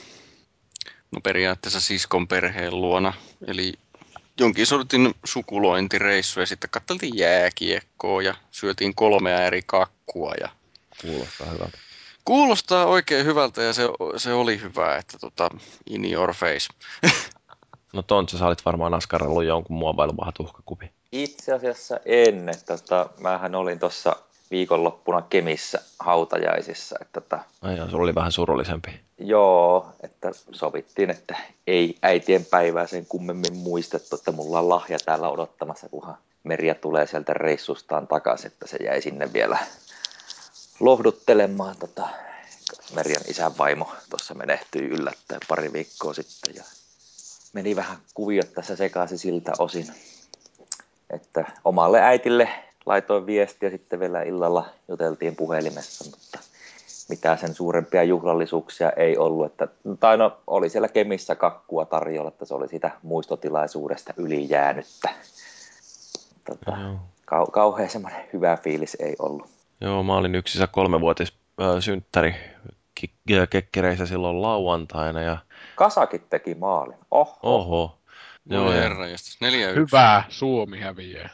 no periaatteessa siskon perheen luona, eli jonkin sortin sukulointireissu ja sitten katseltiin jääkiekkoa ja syötiin kolmea eri kakkua. Ja kuulostaa hyvältä. Kuulostaa oikein hyvältä ja se, se oli hyvä, että tota, in your face. No Tontsa, sä olit varmaan askarrellut jonkun muovailumahan tuhkakupin. Itse asiassa en, että tota, mähän olin tuossa viikonloppuna Kemissä hautajaisissa. Että tota, Ai joo, sulla oli vähän surullisempi. Joo, että sovittiin, että ei äitien päivää sen kummemmin muistettu, että mulla on lahja täällä odottamassa, kunhan Merja tulee sieltä reissustaan takaisin, että se jäi sinne vielä lohduttelemaan. Tota, Merjan isän vaimo tuossa menehtyi yllättäen pari viikkoa sitten ja meni vähän kuviot tässä sekaisin siltä osin, että omalle äitille laitoin viestiä, sitten vielä illalla juteltiin puhelimessa, mutta mitään sen suurempia juhlallisuuksia ei ollut. Että, tai no, oli siellä Kemissä kakkua tarjolla, että se oli sitä muistotilaisuudesta ylijäänyttä. Tota, kau- kauhean semmoinen hyvä fiilis ei ollut. Joo, mä olin yksissä kolmevuotis äh, synttäri kekkereissä silloin lauantaina. Ja... Kasakit teki maalin. Oho. Oho. Joo, herra, neljä yksi. Hyvä, Suomi häviää.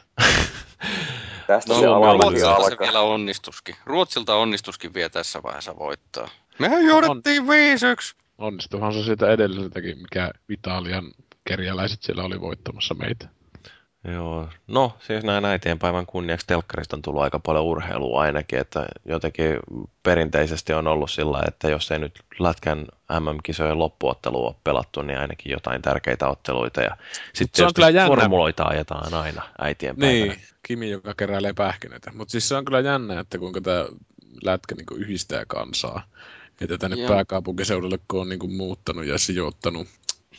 Tästä no, se Ruotsilta se alkaa. vielä onnistuskin. Ruotsilta onnistuskin vielä tässä vaiheessa voittaa. Mehän johdettiin viisi yksi. Onnistuhan se siitä edelliseltäkin, mikä Italian kerjäläiset siellä oli voittamassa meitä. Joo, no siis näin äitienpäivän kunniaksi telkkarista on tullut aika paljon urheilua ainakin, että jotenkin perinteisesti on ollut sillä, että jos ei nyt Lätkän M M-kisojen loppuottelu ole pelattu, niin ainakin jotain tärkeitä otteluita ja sitten formuloita ajetaan aina äitienpäivänä. Niin, Kimi, joka keräilee pähkinöitä. Mutta siis se on kyllä jännä, että kuinka tämä Lätkä niinku yhdistää kansaa. Että tänne Joo. pääkaupunkiseudulle, kun on niinku muuttanut ja sijoittanut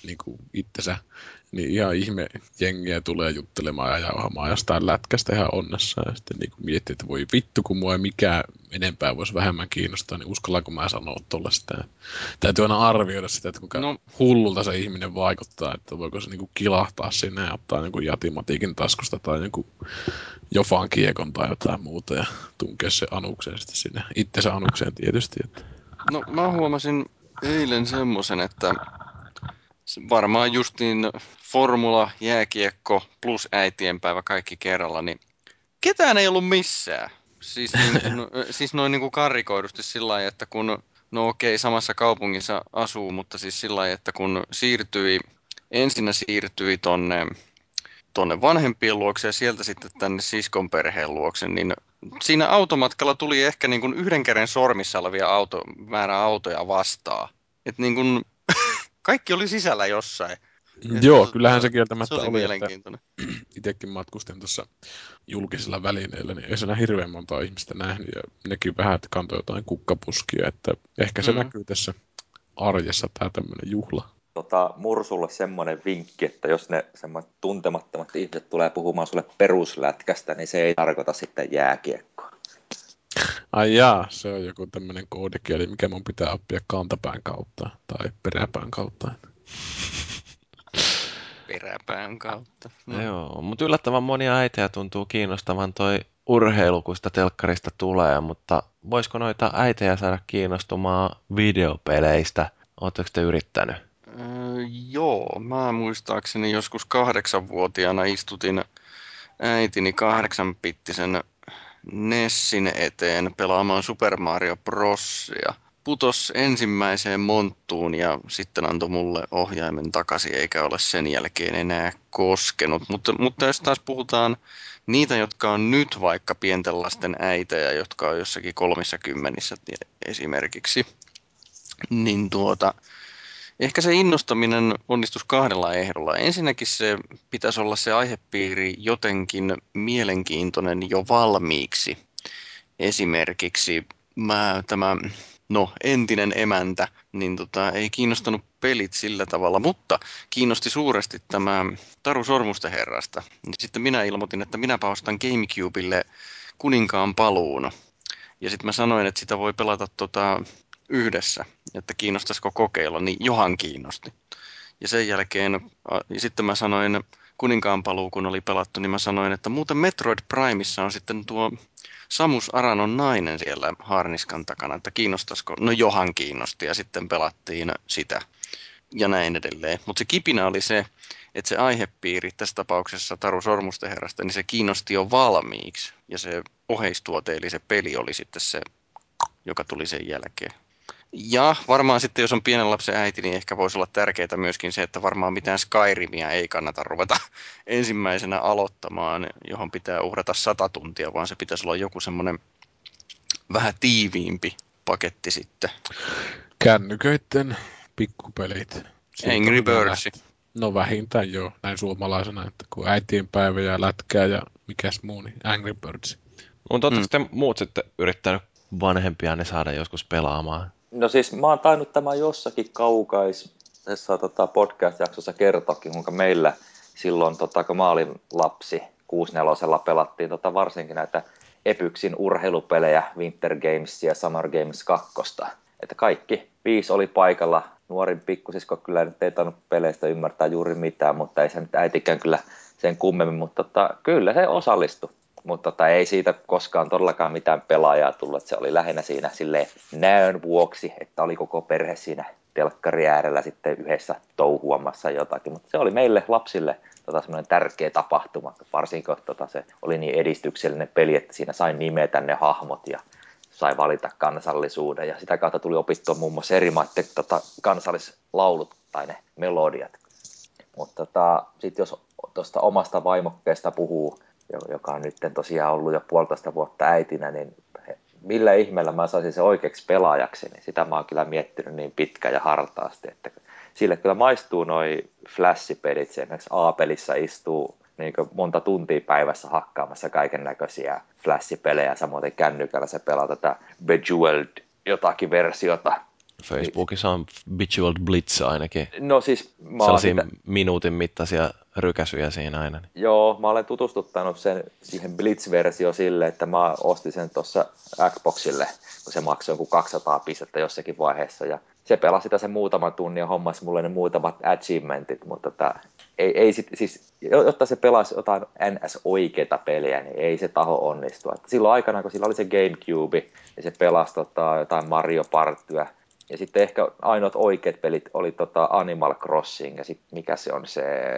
niin kuin itsensä, niin ihan ihme jengiä tulee juttelemaan ja jauhamaan jostain lätkästä ihan onnessa. Ja sitten niin kuin miettii, että voi vittu, kun mua ei mikään enempää voisi vähemmän kiinnostaa, niin uskallanko mä sanoa tuolla sitä. Täytyy aina arvioida sitä, että kuinka No, hullulta se ihminen vaikuttaa, että voiko se niin kuin kilahtaa sinne ja ottaa niin kuin jatimatiikin taskusta tai niin kuin jofan kiekon tai jotain muuta ja tunkea se anukseen sitten sinne. Itsensä anukseen tietysti. Että. no mä huomasin eilen semmoisen, että se varmaan justiin formula, jääkiekko plus äitienpäivä kaikki kerralla, niin ketään ei ollut missään. Siis, niin kun, siis noin niin kuin karrikoidusti sillä lailla, että kun, no okei, samassa kaupungissa asuu, mutta siis sillä lailla, että kun siirtyi, ensinnä siirtyi tonne, tonne vanhempien luokse ja sieltä sitten tänne siskon perheen luokse, niin siinä automatkalla tuli ehkä niin kuin yhden käden sormissa olevia auto, määrä autoja vastaan. Että niin kuin kaikki oli sisällä jossain. Että Joo, kyllähän tota, se se kieltämättä oli oli, että mielenkiintoinen. itsekin matkustin tuossa julkisilla välineillä, niin ei siellä hirveän monta ihmistä nähnyt ja nekin vähän, että kantoi jotain kukkapuskia, että ehkä se Mm. näkyy tässä arjessa tämä tämmöinen juhla. Tota, Mursulle semmoinen vinkki, että jos ne semmoiset tuntemattomat ihmiset tulee puhumaan sulle peruslätkästä, niin se ei tarkoita sitten jääkiekkoa. Ai jaa, se on joku tämmöinen koodikieli, mikä mun pitää oppia kantapään kautta tai peräpään kautta. Peräpään kautta. No. Joo, mutta yllättävän monia äitejä tuntuu kiinnostavan toi urheilu, kun sitä telkkarista tulee, mutta voisiko noita äitejä saada kiinnostumaan videopeleistä? Oletteko te yrittänyt? Öö, joo, mä muistaakseni joskus kahdeksanvuotiaana istutin äitini kahdeksanpittisen Nessin eteen pelaamaan Super Mario Brosia. Putos ensimmäiseen monttuun ja sitten antoi mulle ohjaimen takaisin, eikä ole sen jälkeen enää koskenut. Mutta, mutta jos taas puhutaan niitä, jotka on nyt vaikka pienten lasten äitejä, jotka on jossakin kolmissa kymmenissä esimerkiksi, niin tuota, ehkä se innostaminen onnistuisi kahdella ehdolla. Ensinnäkin se pitäisi olla se aihepiiri jotenkin mielenkiintoinen jo valmiiksi. Esimerkiksi mä, tämä no, entinen emäntä, niin tota, ei kiinnostanut pelit sillä tavalla, mutta kiinnosti suuresti tämä Taru Sormusten herrasta. Niin sitten minä ilmoitin, että minäpä ostan GameCubelle Kuninkaan paluun. Ja sitten mä sanoin, että sitä voi pelata tota, yhdessä, että kiinnostaisiko kokeilla, niin Johan kiinnosti. Ja sen jälkeen, a, ja sitten mä sanoin, Kuninkaan paluu kun oli pelattu, niin mä sanoin, että muuten Metroid Primeissa on sitten tuo Samus Aranon nainen siellä harniskan takana, että kiinnostaisiko? No Johan kiinnosti ja sitten pelattiin sitä ja näin edelleen. Mutta se kipinä oli se, että se aihepiiri tässä tapauksessa Taru Sormusten herrasta, niin se kiinnosti jo valmiiksi. Ja se oheistuote, eli se peli oli sitten se, joka tuli sen jälkeen. Ja varmaan sitten, jos on pienen lapsen äiti, niin ehkä voisi olla tärkeää myöskin se, että varmaan mitään Skyrimia ei kannata ruveta ensimmäisenä aloittamaan, johon pitää uhrata sata tuntia, vaan se pitäisi olla joku semmoinen vähän tiiviimpi paketti sitten. Kännyköitten pikkupelit. Siitä on Angry hyvä Birds. lähteä. No vähintään joo, näin suomalaisena, että kun äitien päivä ja lätkää ja mikäs muu, niin Angry Birds. Mutta Mm. oletteko te muut sitten yrittänyt vanhempia ne saada joskus pelaamaan? No siis mä oon tainnut tämän jossakin kaukaisessa tota, podcast-jaksossa kertoakin, kuinka meillä silloin, tota, kun mä olin lapsi, kuusinelosella pelattiin tota, varsinkin näitä Epyksin urheilupelejä, Winter Games ja Summer Games kaksi. Että kaikki viisi oli paikalla. Nuorin pikkusisko kyllä nyt ei tainnut peleistä ymmärtää juuri mitään, mutta ei se nyt äitikään kyllä sen kummemmin, mutta tota, kyllä se osallistui. Mutta tota, ei siitä koskaan todellakaan mitään pelaajaa tullut, että se oli lähinnä siinä silleen näön vuoksi, että oli koko perhe siinä telkkari äärellä sitten yhdessä touhuamassa jotakin, mutta se oli meille lapsille tota, semmoinen tärkeä tapahtuma, varsinkin kun tota, se oli niin edistyksellinen peli, että siinä sai nimetä ne hahmot ja sai valita kansallisuuden ja sitä kautta tuli opittua muun muassa eri maiden tota, kansallislaulut tai ne melodiat. Mutta tota, sitten jos tuosta omasta vaimokkeesta puhuu, joka on nyt tosiaan ollut jo puolitoista vuotta äitinä, niin millä ihmeellä mä saisin se oikeaksi pelaajaksi, niin sitä mä oon kyllä miettinyt niin pitkä ja hartaasti, että sille kyllä maistuu noi flashipelit, esimerkiksi A-pelissä istuu niin monta tuntia päivässä hakkaamassa kaiken näköisiä flashipelejä, samoin kännykällä se pelaa tätä Bejeweled jotakin versiota. Facebookissa on Bejeweled Blitz ainakin. No siis mä oon Sellaisia sitä, minuutin mittaisia rykäsyjä siinä aina. Niin. joo, mä olen tutustuttanut sen siihen Blitz-versio sille, että mä ostin sen tuossa Xboxille, kun se maksoi joku kaksisataa pistettä jossakin vaiheessa. Ja se pelasi sitä sen muutaman tunnin ja hommasi mulle ne muutamat achievementit, mutta tota, ei, ei sit, siis, jotta se pelasi jotain N S-oikeita pelejä, niin ei se taho onnistua. Että silloin aikana, kun sillä oli se GameCube, niin se pelasi tota, jotain Mario Partyä. Ja sitten ehkä ainoat oikeat pelit oli tota Animal Crossing ja sitten mikä se on se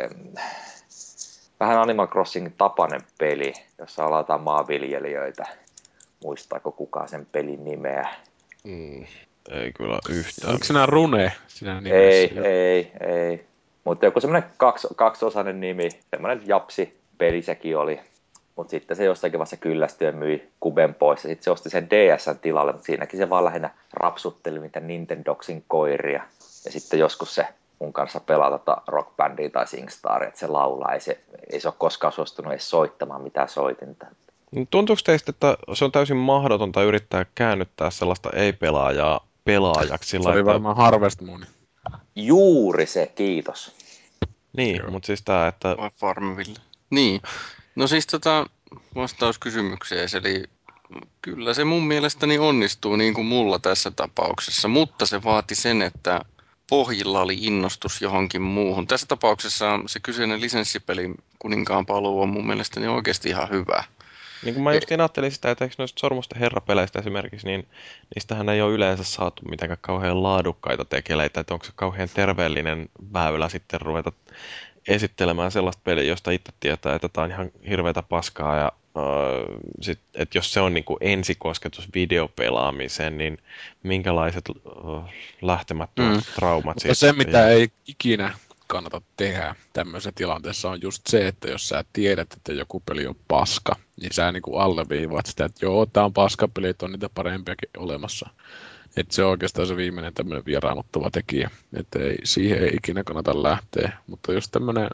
vähän Animal Crossing tapainen peli, jossa alataan maanviljelijöitä. Muistaako kukaan sen pelin nimeä? Mm, ei kyllä yhtään. Oliko sinä Rune sinä nimessä? Ei, ei, ei. Mutta joku semmoinen kaks, kaksiosainen nimi, semmoinen japsi peli sekin oli. Mutta sitten se jossakin vaiheessa kyllästyi ja myi kuben pois. Ja sitten se osti sen D S:n tilalle, mutta siinäkin se vaan lähinnä rapsutteli niitä Nintendoksin koiria. Ja sitten joskus se mun kanssa pelaa tota Rock Bandia tai SingStaria, että se laulaa. Ei se, ei se ole koskaan suostunut edes soittamaan mitään soitinta. Tuntuuko teistä, että se on täysin mahdotonta yrittää käännyttää sellaista ei-pelaajaa pelaajaksi? Se Sillä, oli että... varmaan Harvest Moon. Juuri se, kiitos. Niin, Joo. mutta siis tämä, että... Vai Farmville. Niin. No siis tota, vastaus kysymykseen, eli kyllä se mun mielestäni onnistuu niin kuin mulla tässä tapauksessa, mutta se vaati sen, että pohjilla oli innostus johonkin muuhun. Tässä tapauksessa se kyseinen lisenssipeli Kuninkaan paluu on mun mielestäni oikeasti ihan hyvä. Niin kuin mä just ajattelin sitä, että eikö noista Sormusten herrapeleistä esimerkiksi, niin niistähän ei ole yleensä saatu mitenkään kauhean laadukkaita tekeleitä, että onko se kauhean terveellinen väylä sitten ruveta esittelemään sellaista peliä, josta itse tietää, että tämä on ihan hirveätä paskaa ja uh, sit, että jos se on niin kuin ensikosketus videopelaamiseen, niin minkälaiset uh, lähtemättömät Mm. traumat Mutta siitä se, sitten mitä jää? ei ikinä kannata tehdä tämmöisessä tilanteessa, on just se, että jos sä tiedät, että joku peli on paska, niin sä niinku alleviivaat sitä, että joo, tää on paskapeli, että on niitä parempiakin olemassa. Että se on oikeastaan se viimeinen tämmöinen vieraannuttava tekijä. Että ei, siihen ei ikinä kannata lähteä. Mutta jos tämmöinen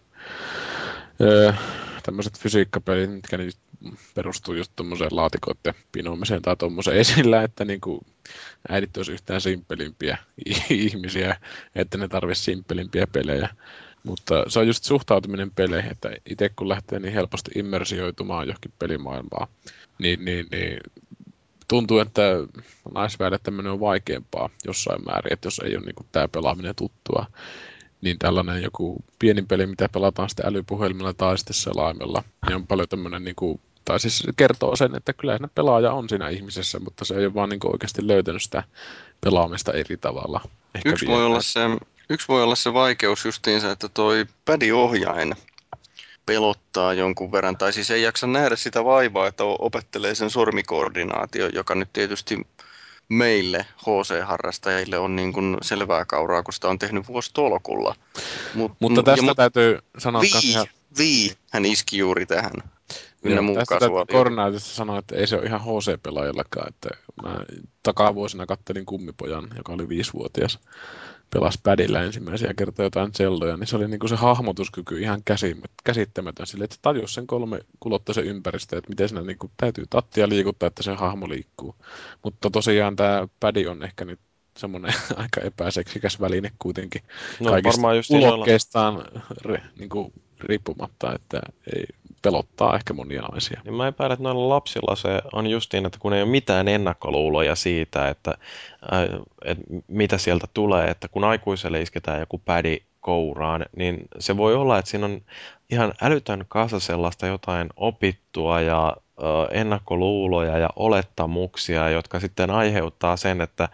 öö, tämmöiset fysiikkapelit, mitkä nyt perustuu just tommoseen laatikoiden pinoamiseen tai tommoseen esillä, että niinku äidit olisi yhtään simppelimpiä ihmisiä, että ne tarvitsisi simppelimpiä pelejä. Mutta se on just suhtautuminen peleihin, että itse kun lähtee niin helposti immersioitumaan johonkin pelimaailmaan, niin, niin, niin tuntuu, että naisväelle tämmöinen on vaikeampaa jossain määrin, että jos ei ole niin tämä pelaaminen tuttua, niin tällainen joku pienin peli, mitä pelataan sitten älypuhelimella tai sitten selaimella, niin on paljon tämmöinen, niin kuin, tai siis kertoo sen, että kyllä siinä pelaaja on siinä ihmisessä, mutta se ei ole vaan niin oikeasti löytänyt sitä pelaamista eri tavalla. Ehkä Yksi voi, olla se, yksi voi olla se vaikeus justiinsa, että toi pädiohjain pelottaa jonkun verran, tai siis ei jaksa nähdä sitä vaivaa, että opettelee sen sormikoordinaatio, joka nyt tietysti meille H C-harrastajille on niin kuin selvää kauraa, kun sitä on tehnyt vuositolkulla. Mut, Mutta tästä ja, täytyy sanoa vii, ihan... vii, hän iski juuri tähän. Ynnä Joo, muu tästä täytyy kasuaali. koordinaatiosta sanoa, että ei se ole ihan H C-pelaajallakaan. Että mä takavuosina kattelin Kummipojan, joka oli viisivuotias, pelasi pädillä ensimmäisiä kertoja jotain zelloja, niin se oli niinku se hahmotuskyky ihan käsittämätön sille, että tajus sen kolme kulottoisen ympäristö, että miten siinä niinku täytyy tattia liikuttaa, että se hahmo liikkuu. Mutta tosiaan tämä pädi on ehkä nyt semmoinen aika epäseksikäs väline kuitenkin No kaikista varmaan just noilla... ulokkeistaan niinku, riippumatta, että ei pelottaa ehkä monia naisia. Niin mä epäilen, että noilla lapsilla se on justiin, että kun ei ole mitään ennakkoluuloja siitä, että, ää, että mitä sieltä tulee, että kun aikuiselle isketään joku pädi kouraan, niin se voi olla, että siinä on ihan älytön kasa sellaista jotain opittua ja ää, ennakkoluuloja ja olettamuksia, jotka sitten aiheuttaa sen, että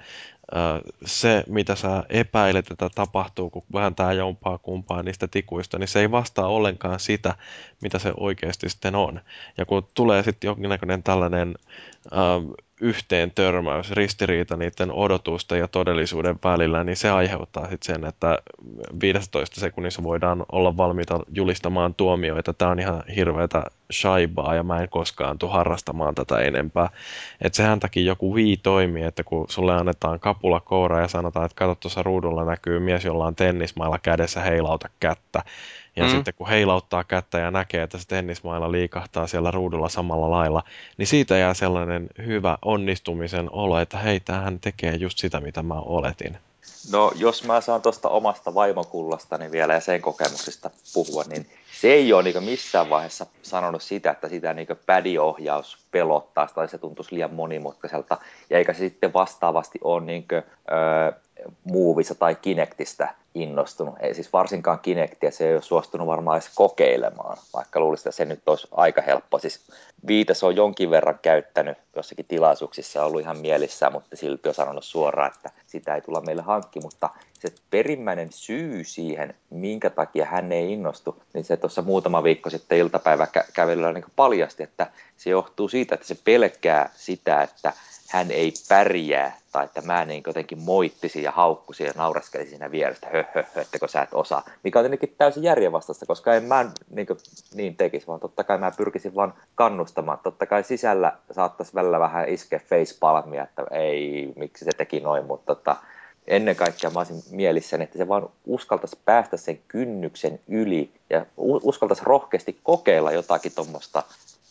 se, mitä sä epäilet, että tapahtuu, kun vääntää jompaa kumpaa niistä tikuista, niin se ei vastaa ollenkaan sitä, mitä se oikeasti sitten on. Ja kun tulee sitten jonkinnäköinen tällainen äh, yhteen törmäys, ristiriita niiden odotusten ja todellisuuden välillä, niin se aiheuttaa sitten sen, että viisitoista sekunnissa voidaan olla valmiita julistamaan tuomioita. Tämä on ihan hirveätä shaibaa ja mä en koskaan tule harrastamaan tätä enempää. Että sehän takia joku Wii toimii, että kun sulle annetaan kapula koura ja sanotaan, että kato tuossa ruudulla näkyy mies, jolla on tennismailla kädessä, heilauta kättä. Ja mm. sitten kun heilauttaa kättä ja näkee, että se tennismailla liikahtaa siellä ruudulla samalla lailla, niin siitä jää sellainen hyvä onnistumisen olo, että hei, tämähän tekee just sitä, mitä mä oletin. No, jos mä saan tuosta omasta vaimokullastani vielä ja sen kokemuksista puhua, niin se ei ole niin missään vaiheessa sanonut sitä, että sitä niin pädiohjaus pelottaa tai se tuntuisi liian monimutkaiselta, ja eikä se sitten vastaavasti ole niin kuin, öö, Movissa tai Kinectistä innostunut. Ei siis varsinkaan Kinectia, se ei ole suostunut varmaan edes kokeilemaan, vaikka luulisin, että se nyt olisi aika helppo. Siis Viitas on jonkin verran käyttänyt jossakin tilaisuuksissa, ollut ihan mielissään, mutta silti on sanonut suoraan, että sitä ei tulla meille hankki, mutta se perimmäinen syy siihen, minkä takia hän ei innostu, niin se tuossa muutama viikko sitten iltapäiväkävelyllä niin paljasti, että se johtuu siitä, että se pelkää sitä, että hän ei pärjää, tai että mä niin jotenkin moittisin ja haukkusin ja nauraskelisin siinä vierestä, höh, höh, höh, että sä et osaa. Mikä on tietenkin täysin järjenvastaista, koska en mä niin, niin tekisi, vaan totta kai mä pyrkisin vaan kannustamaan. Totta kai sisällä saattaisi välillä vähän iskeä facepalmia, että ei, miksi se teki noin, mutta tota, ennen kaikkea mä olisin mielissäni, että se vaan uskaltaisi päästä sen kynnyksen yli ja uskaltaisi rohkeasti kokeilla jotakin tuommoista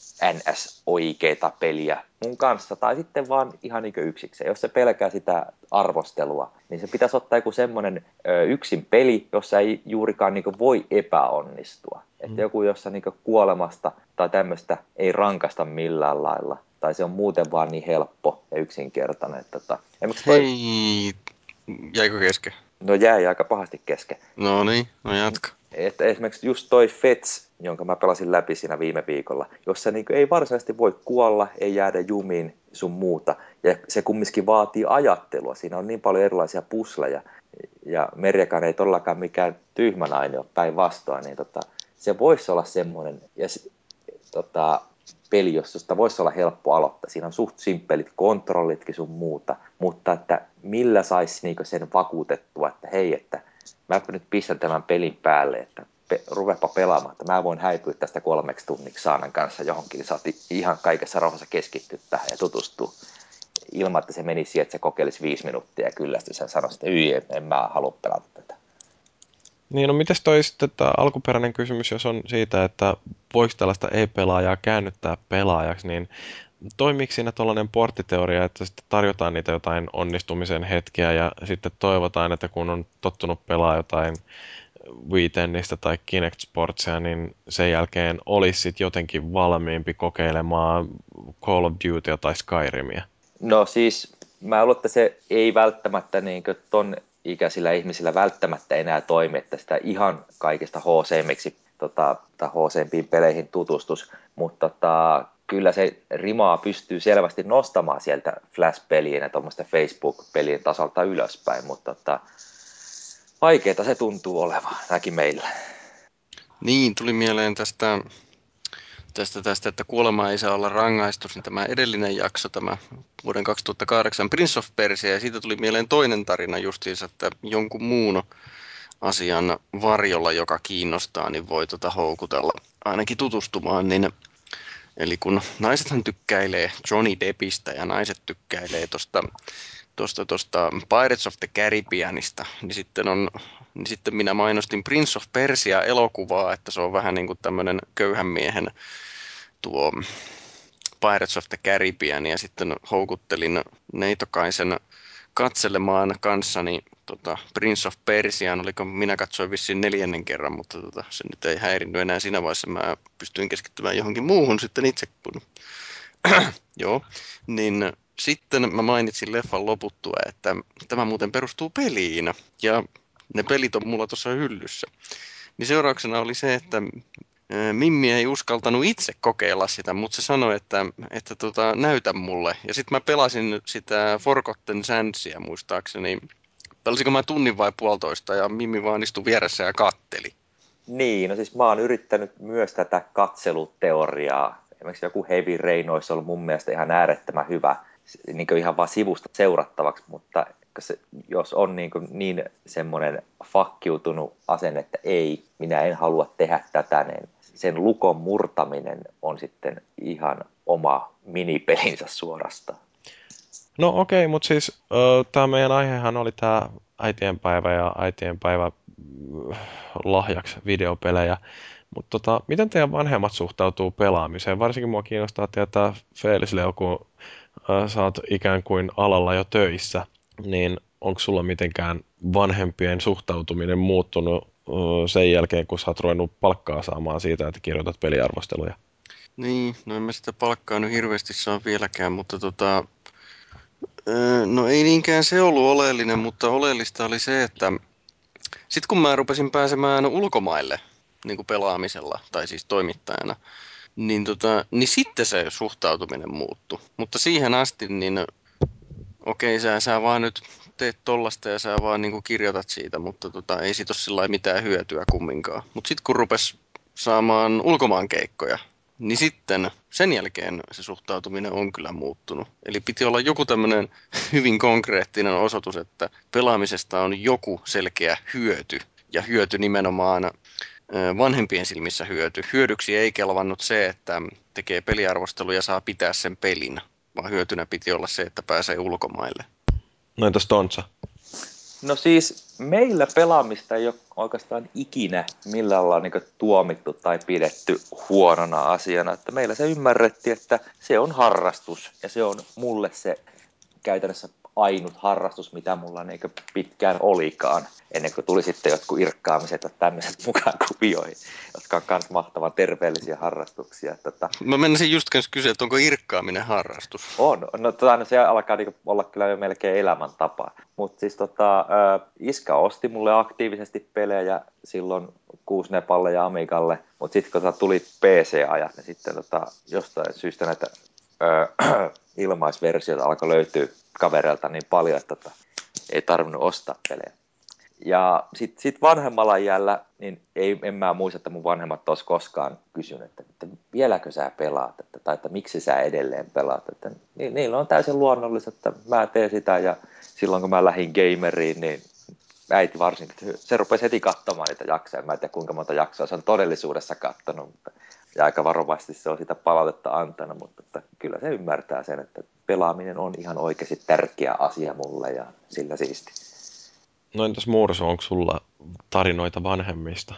N S-oikeita peliä mun kanssa, tai sitten vaan ihan niin yksikseen. Jos se pelkää sitä arvostelua, niin se pitäisi ottaa joku semmoinen ö, yksin peli, jossa ei juurikaan niin voi epäonnistua. Mm. Että joku, jossa niin kuolemasta tai tämmöistä ei rankasta millään lailla, tai se on muuten vaan niin helppo ja yksinkertainen. Että, tota, Hei, jäikö kesken? No jäi aika pahasti kesken. No niin, no jatka. Että esimerkiksi just toi Fets, jonka mä pelasin läpi siinä viime viikolla, jossa niin ei varsinaisesti voi kuolla, ei jäädä jumiin sun muuta. Ja se kumminkin vaatii ajattelua. Siinä on niin paljon erilaisia pusleja. Ja Merjakaan ei todellakaan mikään tyhmä nainen ole päinvastoin. Niin tota, se voisi olla semmoinen ja, tota, peli, josta voisi olla helppo aloittaa. Siinä on suht simppelit kontrollitkin sun muuta. Mutta että millä saisi niin sen vakuutettua, että hei, että mä nyt pistän tämän pelin päälle, että pe- ruvepa pelaamaan, että mä voin häipyä tästä kolmeksi tunniksi Saanan kanssa johonkin, niin saat ihan kaikessa rauhassa keskittyä tähän ja tutustua ilman, että se menisi siihen, että se kokeilisi viisi minuuttia ja kyllästyi sen sanoisi, että yi, en mä halua pelata tätä. Niin, no mites toi sitten tämä alkuperäinen kysymys, jos on siitä, että voiko tällaista ei-pelaajaa käännyttää pelaajaksi, niin toimiiko siinä tuollainen porttiteoria, että sitten tarjotaan niitä jotain onnistumisen hetkiä ja sitten toivotaan, että kun on tottunut pelaa jotain Wii Tennistä tai Kinect Sportsia, niin sen jälkeen olisi sitten jotenkin valmiimpi kokeilemaan Call of Dutyä tai Skyrimia? No siis mä luulen, että se ei välttämättä niin ton ikäisillä ihmisillä välttämättä enää toimi, että sitä ihan kaikista H C-miksi tota, tai H C-mpiin peleihin tutustus, mutta tota, kyllä se rimaa pystyy selvästi nostamaan sieltä Flash-pelien ja tuommoisten Facebook-pelien tasolta ylöspäin, mutta tota, vaikeeta se tuntuu olevan, ainakin meillä. Niin, tuli mieleen tästä, tästä, tästä, että kuolema ei saa olla rangaistus, niin tämä edellinen jakso, tämä vuoden kaksituhattakahdeksan Prince of Persia, ja siitä tuli mieleen toinen tarina justiinsa, että jonkun muun asian varjolla, joka kiinnostaa, niin voi tota houkutella ainakin tutustumaan, niin eli kun naisethan tykkäilee Johnny Deppistä ja naiset tykkäilee tuosta tosta, tosta Pirates of the Caribbeanista, niin sitten, on, niin sitten minä mainostin Prince of Persia-elokuvaa, että se on vähän niin kuin tämmöinen köyhän miehen tuo Pirates of the Caribbean, ja sitten houkuttelin Neitokaisen katselemaan kanssani tota, Prince of Persiaan, oliko minä katsoin vissiin neljännen kerran, mutta tota, se nyt ei häirinnyt enää siinä vaiheessa, mä pystyin keskittymään johonkin muuhun sitten itse, kun joo, niin sitten mä mainitsin leffan loputtua, että tämä muuten perustuu peliin, ja ne pelit on mulla tuossa hyllyssä. Niin seurauksena oli se, että Mimmi ei uskaltanut itse kokeilla sitä, mutta se sanoi, että, että tota, näytä mulle. Ja sitten mä pelasin sitä Forgotten Sandsia muistaakseni. Pelasinko mä tunnin vai puolitoista ja Mimmi vaan istui vieressä ja katteli. Niin, no siis mä oon yrittänyt myös tätä katseluteoriaa. Esimerkiksi joku Heavy Rain olisi ollut mun mielestä ihan äärettömän hyvä, niin kuin ihan vaan sivusta seurattavaksi, mutta se, jos on niin, niin semmoinen fakkiutunut asenne, että ei, minä en halua tehdä tätä, niin sen lukon murtaminen on sitten ihan oma minipelinsä suorastaan. No okei, okay, mutta siis tämä meidän aihehan oli tämä äitienpäivä ja äitienpäivä äh, lahjaksi videopelejä. Mutta tota, miten teidän vanhemmat suhtautuu pelaamiseen? Varsinkin mua kiinnostaa tietää Felis Leo, kun äh, sä oot ikään kuin alalla jo töissä. Niin onko sulla mitenkään vanhempien suhtautuminen muuttunut ö, sen jälkeen, kun sä oot ruvennut palkkaa saamaan siitä, että kirjoitat peliarvosteluja? Niin, no en mä sitä palkkaa nyt hirveästi saa vieläkään, mutta tota, öö, no ei niinkään se ollut oleellinen, mutta oleellista oli se, että sitten kun mä rupesin pääsemään ulkomaille niin kuin pelaamisella, tai siis toimittajana, niin, tota, niin sitten se suhtautuminen muuttui. Mutta siihen asti, niin okei, sä, sä vaan nyt teet tollasta ja sä vaan niin kuin kirjoitat siitä, mutta tota, ei siitä ole sillä lailla mitään hyötyä kumminkaan. Mutta sitten kun rupes saamaan ulkomaankeikkoja, niin sitten sen jälkeen se suhtautuminen on kyllä muuttunut. Eli piti olla joku tämmöinen hyvin konkreettinen osoitus, että pelaamisesta on joku selkeä hyöty. Ja hyöty nimenomaan ö, vanhempien silmissä hyöty. Hyödyksi ei kelvannut se, että tekee peliarvosteluja ja saa pitää sen pelin, vaan hyötynä piti olla se, että pääsee ulkomaille. No entäs Tontsa? No siis meillä pelaamista ei ole oikeastaan ikinä millään lailla niin tuomittu tai pidetty huonona asiana. Että meillä se ymmärrettiin, että se on harrastus ja se on mulle se käytännössä ainut harrastus, mitä mulla niin pitkään olikaan. Ennen kuin tuli sitten jotkut irkkaamiset ja tämmöiset mukaan kuvioihin, jotka on myös mahtavan terveellisiä harrastuksia. Tota, Mä menisin just kanssa kysyä, että onko irkkaaminen harrastus? On, no, tota, no se alkaa niinku olla kyllä jo melkein elämäntapa. Mutta siis tota, ä, iskä osti mulle aktiivisesti pelejä silloin kuusi-nepalle ja Amigalle, mutta sitten kun tota, tuli P C-ajat, niin sitten tota, jostain syystä näitä ä, ilmaisversioita alkoi löytyä kavereilta niin paljon, että tota, ei tarvinnut ostaa pelejä. Ja sitten sit vanhemmalla iällä, niin ei, en mä muista, että mun vanhemmat olisi koskaan kysynyt, että, että vieläkö sä pelaat, että, tai että miksi sä edelleen pelaat. Että, ni, niillä on täysin luonnollista, että mä teen sitä ja silloin kun mä lähdin gameriin, niin äiti varsinkin, se rupesi heti katsomaan niitä jaksoja. Mä en tiedä kuinka monta jaksoa se on todellisuudessa kattonut, mutta, ja aika varovasti se on sitä palautetta antanut, mutta että kyllä se ymmärtää sen, että pelaaminen on ihan oikeasti tärkeä asia mulle ja sillä siisti. No entäs Murso, onko sulla tarinoita vanhemmista?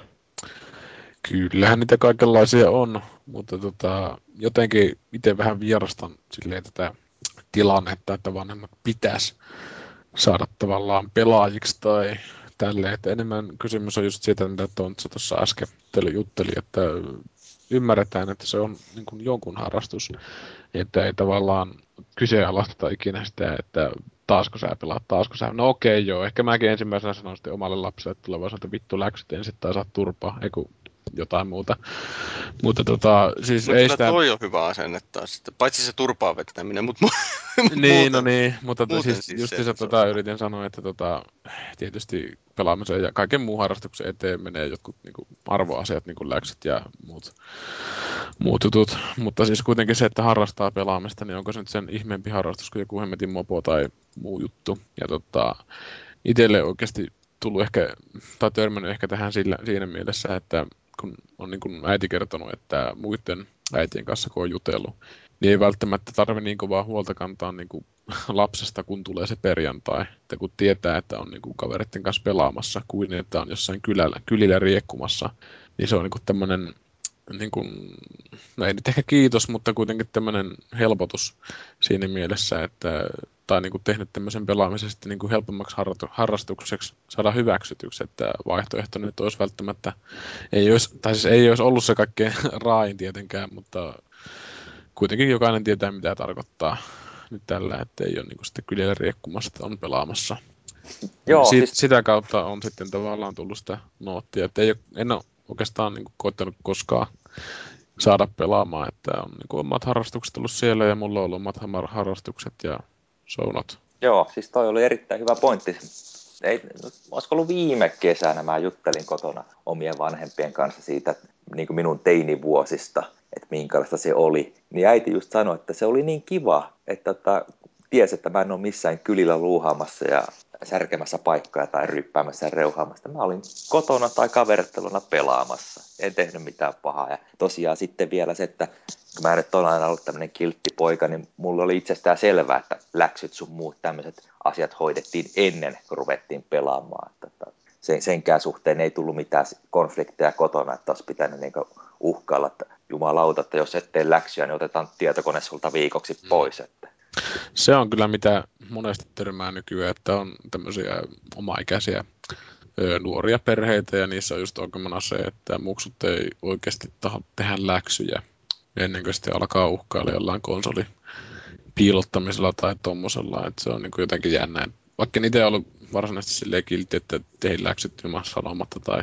Kyllähän niitä kaikenlaisia on, mutta tota, jotenkin itse vähän vierastan silleen tätä tilannetta, että vanhemmat pitäisi saada tavallaan pelaajiksi tai tälleen. Että enemmän kysymys on just siitä, mitä Tontsa tuossa äsken jutteli, että ymmärretään, että se on niin kuin jonkun harrastus, että ei tavallaan kyseenalaisteta ikinä sitä, että taasko sä pelaat, taasko sä. No okei, joo, ehkä mäkin ensimmäisenä sanon sitten omalle lapselle, että tulevaisuutta vittu läksyt ensin tai saa turpaa, ei kun jotain muuta. Mutta tota, siis No ei kyllä sitä... toi on hyvä asenne taas sitten, paitsi se turpaan vetäminen, mutta mu- Niin, no muuten, niin, mutta to, muuten siis siis se, justiinsa että se on tota hyvä. yritin sanoa, että tota, tietysti pelaamisen ja kaiken muun harrastuksen eteen menee jotkut niinku, arvoasiat, niin kuin läksyt ja muut, muut jutut. Mutta siis kuitenkin se, että harrastaa pelaamista, niin onko se nyt sen ihmeempi harrastus kuin joku hemmetin mopo tai muu juttu. Ja tota, itselle oikeasti tullut ehkä, tai törmännyt ehkä tähän sillä, siinä mielessä, että kun on niin kuin äiti kertonut, että muiden äitien kanssa kun on jutellut, niin ei välttämättä tarvitse niin kovaa huolta kantaa niin kuin lapsesta, kun tulee se perjantai. Että kun tietää, että on niin kuin kavereiden kanssa pelaamassa, kuin että on jossain kylällä, kylillä riekkumassa, niin se on niin kuin tämmöinen, niin kuin, no ei nyt ehkä kiitos, mutta kuitenkin tämmöinen helpotus siinä mielessä, että tai niin kuin tehnyt tämmöisen pelaamisesta niin kuin helpommaksi harrastukseksi saada hyväksytyksi, että vaihtoehto nyt olisi välttämättä, ei olisi, tai siis ei olisi ollut se kaikkein raain tietenkään, mutta kuitenkin jokainen tietää, mitä tarkoittaa nyt tällä, että ei ole niin kuin sitten kyljellä riekkumassa, että on pelaamassa. Joo, Siit, siis sitä kautta on sitten tavallaan tullut sitä noottia, että ei ole, en ole oikeastaan niin kuin koittanut koskaan saada pelaamaan, että on niin kuin omat harrastukset ollut siellä ja mulla on ollut omat harrastukset ja sounot. Joo, siis toi oli erittäin hyvä pointti. Ei, olisiko ollut viime kesänä, mä juttelin kotona omien vanhempien kanssa siitä niin kuin minun teinivuosista, että minkälaista se oli. Niin äiti just sanoi, että se oli niin kiva, että tota, tiesi, että mä en ole missään kylillä luuhaamassa ja särkemässä paikkaa tai ryppäämässä ja reuhaamassa. Mä olin kotona tai kaveritteluna pelaamassa. En tehnyt mitään pahaa. Ja tosiaan sitten vielä se, että kun mä nyt olen aina ollut tämmöinen kiltti poika, niin mulla oli itsestään selvää, että läksyt sun muut tämmöiset asiat hoidettiin ennen, kun ruvettiin pelaamaan. Että sen, senkään suhteen ei tullut mitään konflikteja kotona, että olisi pitänyt niin uhkailla, että jumalauta, että jos et tee läksyä, niin otetaan tietokone sulta viikoksi pois. Että Se on kyllä mitä monesti törmää nykyään, että on tämmöisiä omaikäisiä ö, nuoria perheitä ja niissä on just ongelmana se, että muksut ei oikeasti taho tehdä läksyjä ennen kuin sitten alkaa uhkailla jollain konsoli piilottamisella tai tommosella, että se on niin kuin jotenkin jännä. Vaikka niitä ei ollut varsinaisesti silleen kiltti, että tein läksyt ilman sanomatta tai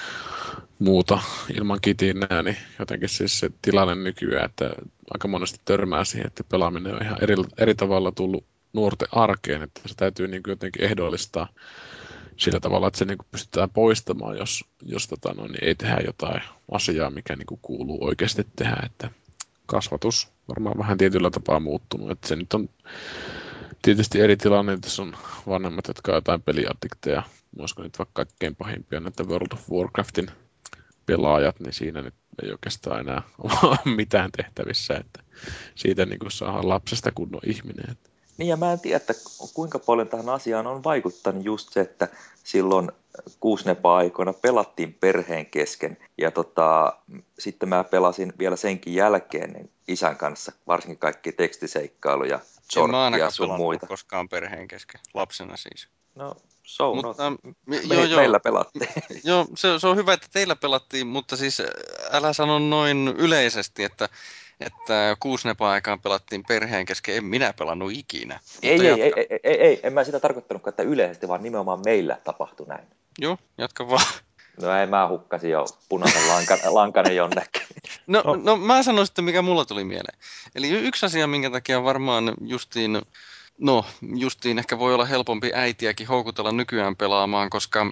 muuta ilman kitinää, niin jotenkin siis se tilanne nykyään, että aika monesti törmää siihen, että pelaaminen on ihan eri, eri tavalla tullut nuorten arkeen, että se täytyy niin kuin jotenkin ehdollistaa sillä tavalla, että se niin kuin pystytään poistamaan, jos, jos tota, no, niin ei tehdä jotain asiaa, mikä niin kuin kuuluu oikeasti tehdä, että kasvatus varmaan vähän tietyllä tapaa muuttunut, että se nyt on tietysti eri tilanne, että on vanhemmat, jotka on jotain peliaddikteja, olisiko nyt vaikka kaikkein pahimpia näitä World of Warcraftin pelaajat, niin siinä nyt ei oikeastaan enää ole mitään tehtävissä, että siitä niin kuin saadaan lapsesta kunnon ihminen. Niin ja mä en tiedä, että kuinka paljon tähän asiaan on vaikuttanut just se, että silloin kuusnepa-aikoina pelattiin perheen kesken ja tota, sitten mä pelasin vielä senkin jälkeen niin isän kanssa, varsinkin kaikki tekstiseikkailuja, En mä sorttia ainakaan sun pelannut muita. koskaan perheen kesken, lapsena siis. No, so not. Mutta me, joo Me, joo, meillä pelattiin. joo se, se on hyvä, että teillä pelattiin, mutta siis älä sano noin yleisesti, että, että kuusnepa-aikaan pelattiin perheen kesken, en minä pelannut ikinä. Mutta Ei, ei, ei, jatka. ei, ei, ei, en mä sitä tarkoittanutkaan, että yleisesti, vaan nimenomaan meillä tapahtui näin. Joo, jatka vaan. No ei, mä hukkasin jo punaisen lankan, lankanen jonnekin. No, No, no mä sanon sitten, mikä mulla tuli mieleen. Eli y- yksi asia, minkä takia varmaan justiin, no justiin ehkä voi olla helpompi äitiäkin houkutella nykyään pelaamaan, koska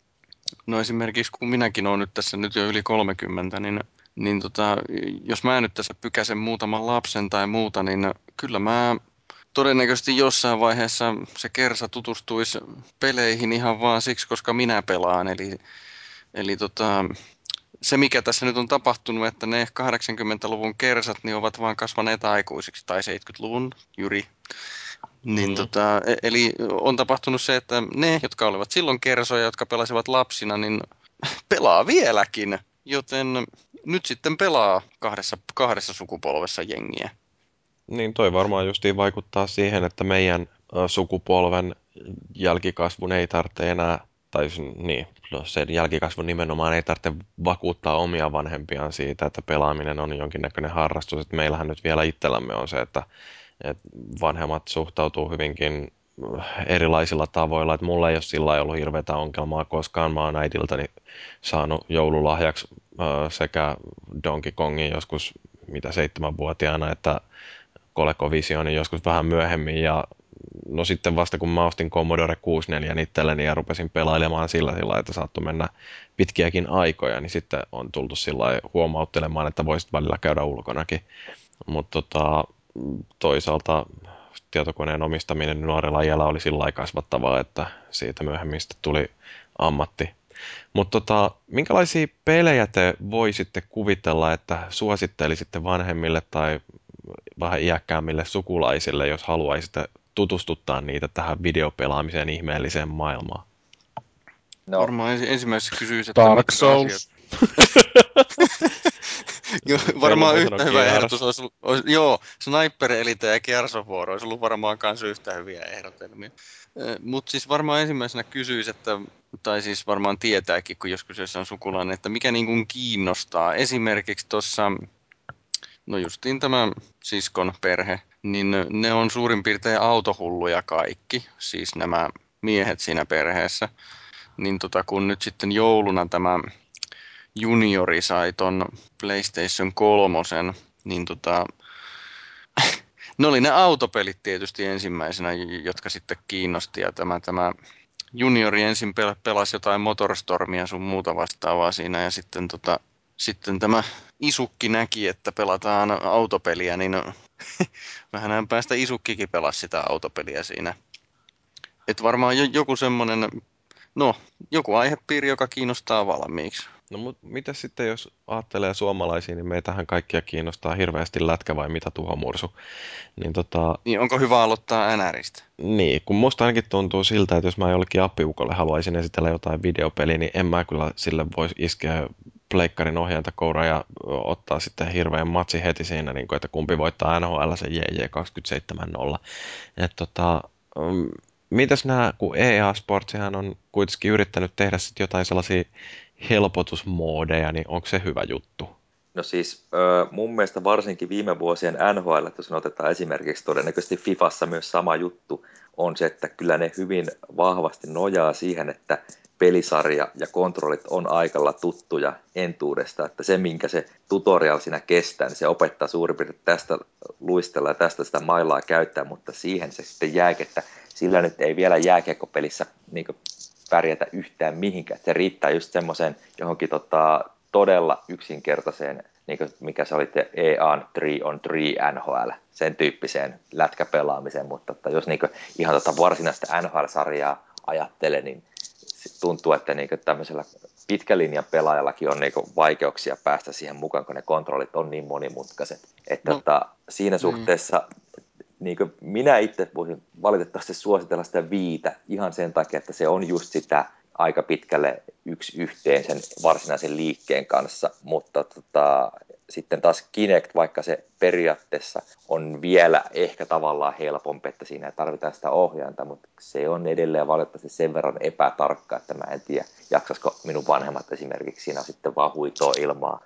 no esimerkiksi kun minäkin olen nyt tässä nyt jo yli kolmekymmentä, niin, niin tota, jos mä nyt tässä pykäsen muutaman lapsen tai muuta, niin kyllä mä todennäköisesti jossain vaiheessa se kersa tutustuisi peleihin ihan vaan siksi, koska minä pelaan. Eli, eli tota, se, mikä tässä nyt on tapahtunut, että ne kahdeksankymmentäluvun kersat niin ovat vaan kasvaneet aikuisiksi, tai seitsemänkymmentäluvun Jyri. Niin mm, tota, e- eli on tapahtunut se, että ne, jotka olivat silloin kersoja, jotka pelasivat lapsina, niin pelaa vieläkin. Joten nyt sitten pelaa kahdessa, kahdessa sukupolvessa jengiä. niin toi varmaan justiin vaikuttaa siihen, että meidän ö, sukupolven jälkikasvun ei tarvitse enää, tai s- niin, no sen jälkikasvun nimenomaan ei tarvitse vakuuttaa omia vanhempiaan siitä, että pelaaminen on jonkinnäköinen harrastus. Että meillähän nyt vielä itsellämme on se, että, että vanhemmat suhtautuu hyvinkin erilaisilla tavoilla. Että mulla ei ole sillä lailla ollut hirveätä ongelmaa koskaan. Mä oon äidiltäni saanut joululahjaksi ö, sekä Donkey Kongin joskus mitä seitsemänvuotiaana, että ColecoVisionin joskus vähän myöhemmin. Ja no sitten vasta kun mä ostin Commodore kuusikymmentäneljä itselleni ja rupesin pelailemaan sillä sillä, että saattoi mennä pitkiäkin aikoja, niin sitten on tultu sillä lailla huomauttelemaan, että voisit välillä käydä ulkonakin. Mutta tota, toisaalta tietokoneen omistaminen nuorella iällä oli sillä lailla kasvattavaa, että siitä myöhemmin sitten tuli ammatti. Mutta tota, minkälaisia pelejä te voisitte kuvitella, että suosittelisitte vanhemmille tai vähän iäkkäämmille sukulaisille, jos haluaisitte tutustuttaa niitä tähän videopelaamiseen ihmeelliseen maailmaan? No, Varmaan ensi, ensimmäisenä kysyisi, että Dark mitkä asiat. Souls. Joo, Meillä varmaan voi sanoa yhtä hyvä Gears. ehdotus olisi, olisi joo, Sniper Elite ja Gears of War olisi ollut varmaan myös yhtä hyviä ehdotelmia. Mutta siis varmaan ensimmäisenä kysyisi, että, tai siis varmaan tietääkin, kun jos kyseessä on sukulainen, että mikä niin kuin kiinnostaa. Esimerkiksi tuossa, no justiin tämä siskon perhe, niin ne on suurin piirtein autohulluja kaikki, siis nämä miehet siinä perheessä. Niin tota, kun nyt sitten jouluna tämä juniori sai ton PlayStation kolmosen, niin tota, ne oli ne autopelit tietysti ensimmäisenä, jotka sitten kiinnosti. Ja tämä, tämä juniori ensin pel- pelasi jotain Motorstormia sun muuta vastaavaa siinä. Ja sitten, tota, sitten tämä isukki näki, että pelataan autopeliä, niin vähän päästä isukkikin pelasi sitä autopeliä siinä. Et varmaan jo, joku semmoinen, no joku aihepiiri, joka kiinnostaa valmiiksi. No mutta mitä sitten, jos ajattelee suomalaisia, niin meitähän kaikkia kiinnostaa hirveästi lätkä vai mitä tuhomursu. Niin tota, Niin onko hyvä aloittaa N Ristä? niin, kun musta ainakin tuntuu siltä, että jos mä jollekin appiukolle haluaisin esitellä jotain videopeliä, niin en mä kyllä sille voisi iskeä pleikkarin ohjaintakoura ja ottaa sitten hirveän matsi heti siinä, niin kuin, että kumpi voittaa N H L se J J kaksikymmentäseitsemän nolla. Et tota, mm, mitäs nämä, kun E A Sportsihan on kuitenkin yrittänyt tehdä sit jotain sellaisia helpotusmoodeja, niin onko se hyvä juttu? No siis mun mielestä varsinkin viime vuosien N H L, jos otetaan esimerkiksi todennäköisesti Fifassa myös sama juttu, on se, että kyllä ne hyvin vahvasti nojaa siihen, että pelisarja ja kontrollit on aikalla tuttuja entuudesta, että se minkä se tutorial siinä kestää, niin se opettaa suurin piirtein tästä luistella ja tästä sitä mailaa käyttää, mutta siihen se sitten jääkin, että sillä nyt ei vielä jääkiekkopelissä niin pärjätä yhtään mihinkään. Se riittää just semmoiseen johonkin tota, todella yksinkertaiseen, niin kuin mikä se oli E A three on three N H L, sen tyyppiseen lätkäpelaamiseen, mutta että jos niin kuin ihan tota varsinaista N H L-sarjaa ajattelee, niin tuntuu, että niin kuin tämmöisellä pitkälinjan pelaajallakin on niin kuin vaikeuksia päästä siihen mukaan, kun ne kontrollit on niin monimutkaiset. Että no, tota, siinä suhteessa niin kuin minä itse voisin valitettavasti suositella sitä viitä ihan sen takia, että se on just sitä aika pitkälle yksi yhteen sen varsinaisen liikkeen kanssa, mutta tota, sitten taas Kinect, vaikka se periaatteessa on vielä ehkä tavallaan helpompi, että siinä ei tarvita sitä ohjainta, mutta se on edelleen valitettavasti sen verran epätarkka, että mä en tiedä, jaksaisiko minun vanhemmat esimerkiksi siinä sitten vaan huitoa ilmaa.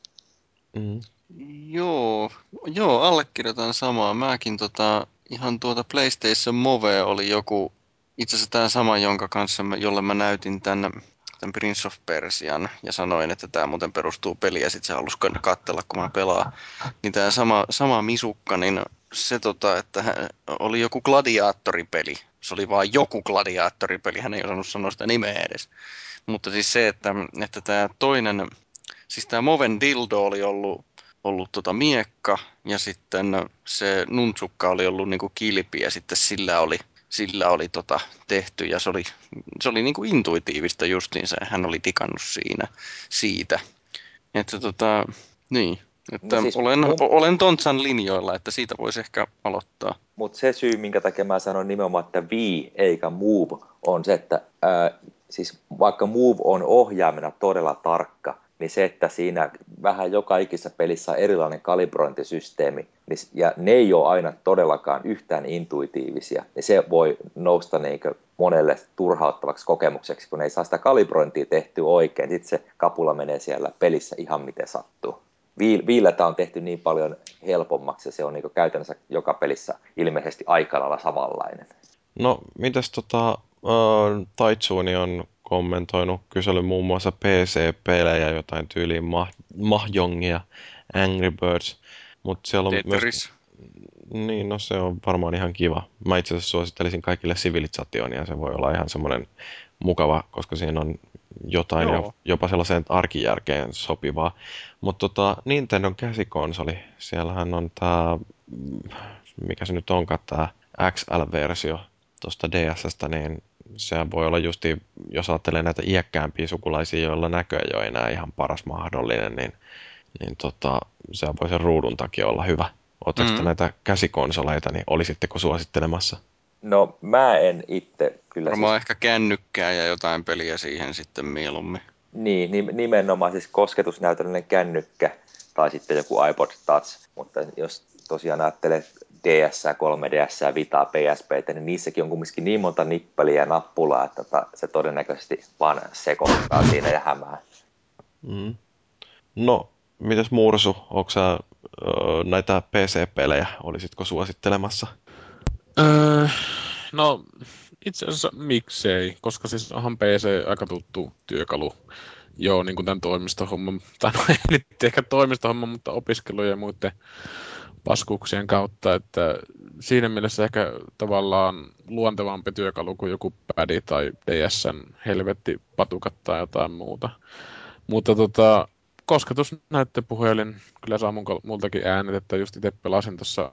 Mm. Joo, joo, allekirjoitan samaa. Mäkin tota, ihan tuota PlayStation Move oli joku, itse asiassa tämä sama, jonka kanssa mä, jolle mä näytin tämän, tämän Prince of Persian ja sanoin, että tämä muuten perustuu peliin ja sitten se halusi katsella, kun mä pelaan. Niin tämä sama, sama misukka, niin se tota, että hän, oli joku gladiaattoripeli. Se oli vaan joku gladiaattoripeli, hän ei osannut sanoa sitä nimeä edes. Mutta siis se, että, että tämä toinen, siis tämä Moven dildo oli ollut ollut tota miekka ja sitten se nuntsukka oli ollut niinku kilpi ja sitten sillä oli, sillä oli tota tehty ja se oli, se oli niinku intuitiivista justiinsa ja hän oli digannut siinä siitä. Että tota, niin. Että No siis olen, mun... olen Tontsan linjoilla, että siitä voisi ehkä aloittaa. Mutta se syy, minkä takia mä sanon nimenomaan, että Wii eikä Move, on se, että ää, siis vaikka Move on ohjaamena todella tarkka, niin se, että siinä vähän joka ikisessä pelissä on erilainen kalibrointisysteemi, niin, ja ne ei ole aina todellakaan yhtään intuitiivisia, niin se voi nousta niin monelle turhauttavaksi kokemukseksi, kun ei saa sitä kalibrointia tehtyä oikein. Sitten se kapula menee siellä pelissä ihan miten sattuu. Viillä tämä on tehty niin paljon helpommaksi, ja se on niin käytännössä joka pelissä ilmeisesti aika lailla samanlainen. No, mitäs tota, äh, Taitsuni on kommentoinut kysely muun muassa P C-pelejä, jotain tyyliin Mah- Mahjongia, Angry Birds, mutta siellä on Tetris. myös... Niin, no se on varmaan ihan kiva. Mä itse asiassa suosittelisin kaikille Civilizationia, se voi olla ihan semmoinen mukava, koska siinä on jotain jo, jopa sellaiseen arkijärkeen sopivaa. Mutta tota, Nintendon käsikonsoli, siellähän on tää, mikä se nyt onkaan, tää X L-versio tuosta D S:stä, niin se voi olla justi, jos ajattelee näitä iäkkäämpiä sukulaisia, joilla näkö ei ole enää ihan paras mahdollinen, niin, niin tota, se voi sen ruudun takia olla hyvä. Oletteko mm. näitä käsikonsoleita, niin olisitteko suosittelemassa? No mä en itse kyllä Varmaan siis... ehkä kännykkää ja jotain peliä siihen sitten mieluummin. Niin, nimenomaan siis kosketusnäytöllinen kännykkä tai sitten joku iPod Touch, mutta jos tosiaan ajattelee D S, kolme D S, Vitaa, P S P:tä, niin niissäkin on kumminkin niin monta nippeliä ja nappulaa, että se todennäköisesti vaan sekoittaa siinä ja hämää. Mm. No, mitäs Mursu, onko sä ö, näitä P C-pelejä, olisitko suosittelemassa? Öö, no, itse asiassa miksei, koska siis onhan P C aika tuttu työkalu. Joo, niin kuin tämän toimistohomman, tai no ei nyt ehkä toimistohomman, mutta opiskelujen ja muiden paskuuksien kautta, että siinä mielessä ehkä tavallaan luontevampi työkalu kuin joku pädi tai D S:n helvetti patukat tai jotain muuta. Mutta tota, kosketusnäyttöpuhelin kyllä saa mun, multakin äänet, että just itse pelasin tuossa,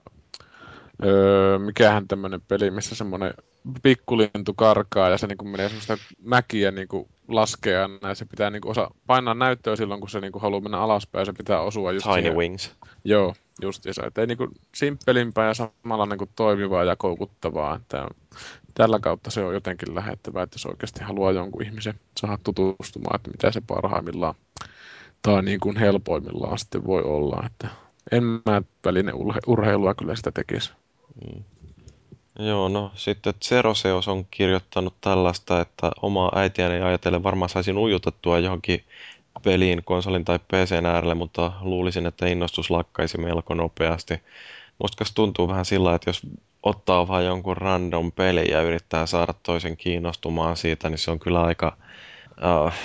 öö, mikähän tämmönen peli, missä semmonen pikkulintu karkaa ja se niinku menee semmoista mäkiä niinku laskea ja se pitää niinku osa painaa näyttöä silloin, kun se niinku haluaa mennä alaspäin ja se pitää osua just Tiny siihen. Wings. Joo, justiinsa. Että ei niinku simppelimpää ja samalla niinku toimivaa ja koukuttavaa. Että tällä kautta se on jotenkin lähettävää, että jos oikeasti haluaa jonkun ihmisen saada tutustumaan, että mitä se parhaimmillaan tai niin kuin helpoimmillaan sitten voi olla, että en mä välineurheilua kyllä sitä tekisi. Mm. Joo, no sitten Zeroseos on kirjoittanut tällaista, että omaa äitiäni ajatellen varmaan saisin ujutettua johonkin peliin konsolin tai P C:n äärelle, mutta luulisin, että innostus lakkaisi melko nopeasti. Musta tuntuu vähän sillä, että jos ottaa vaan jonkun random pelin ja yrittää saada toisen kiinnostumaan siitä, niin se on kyllä aika äh,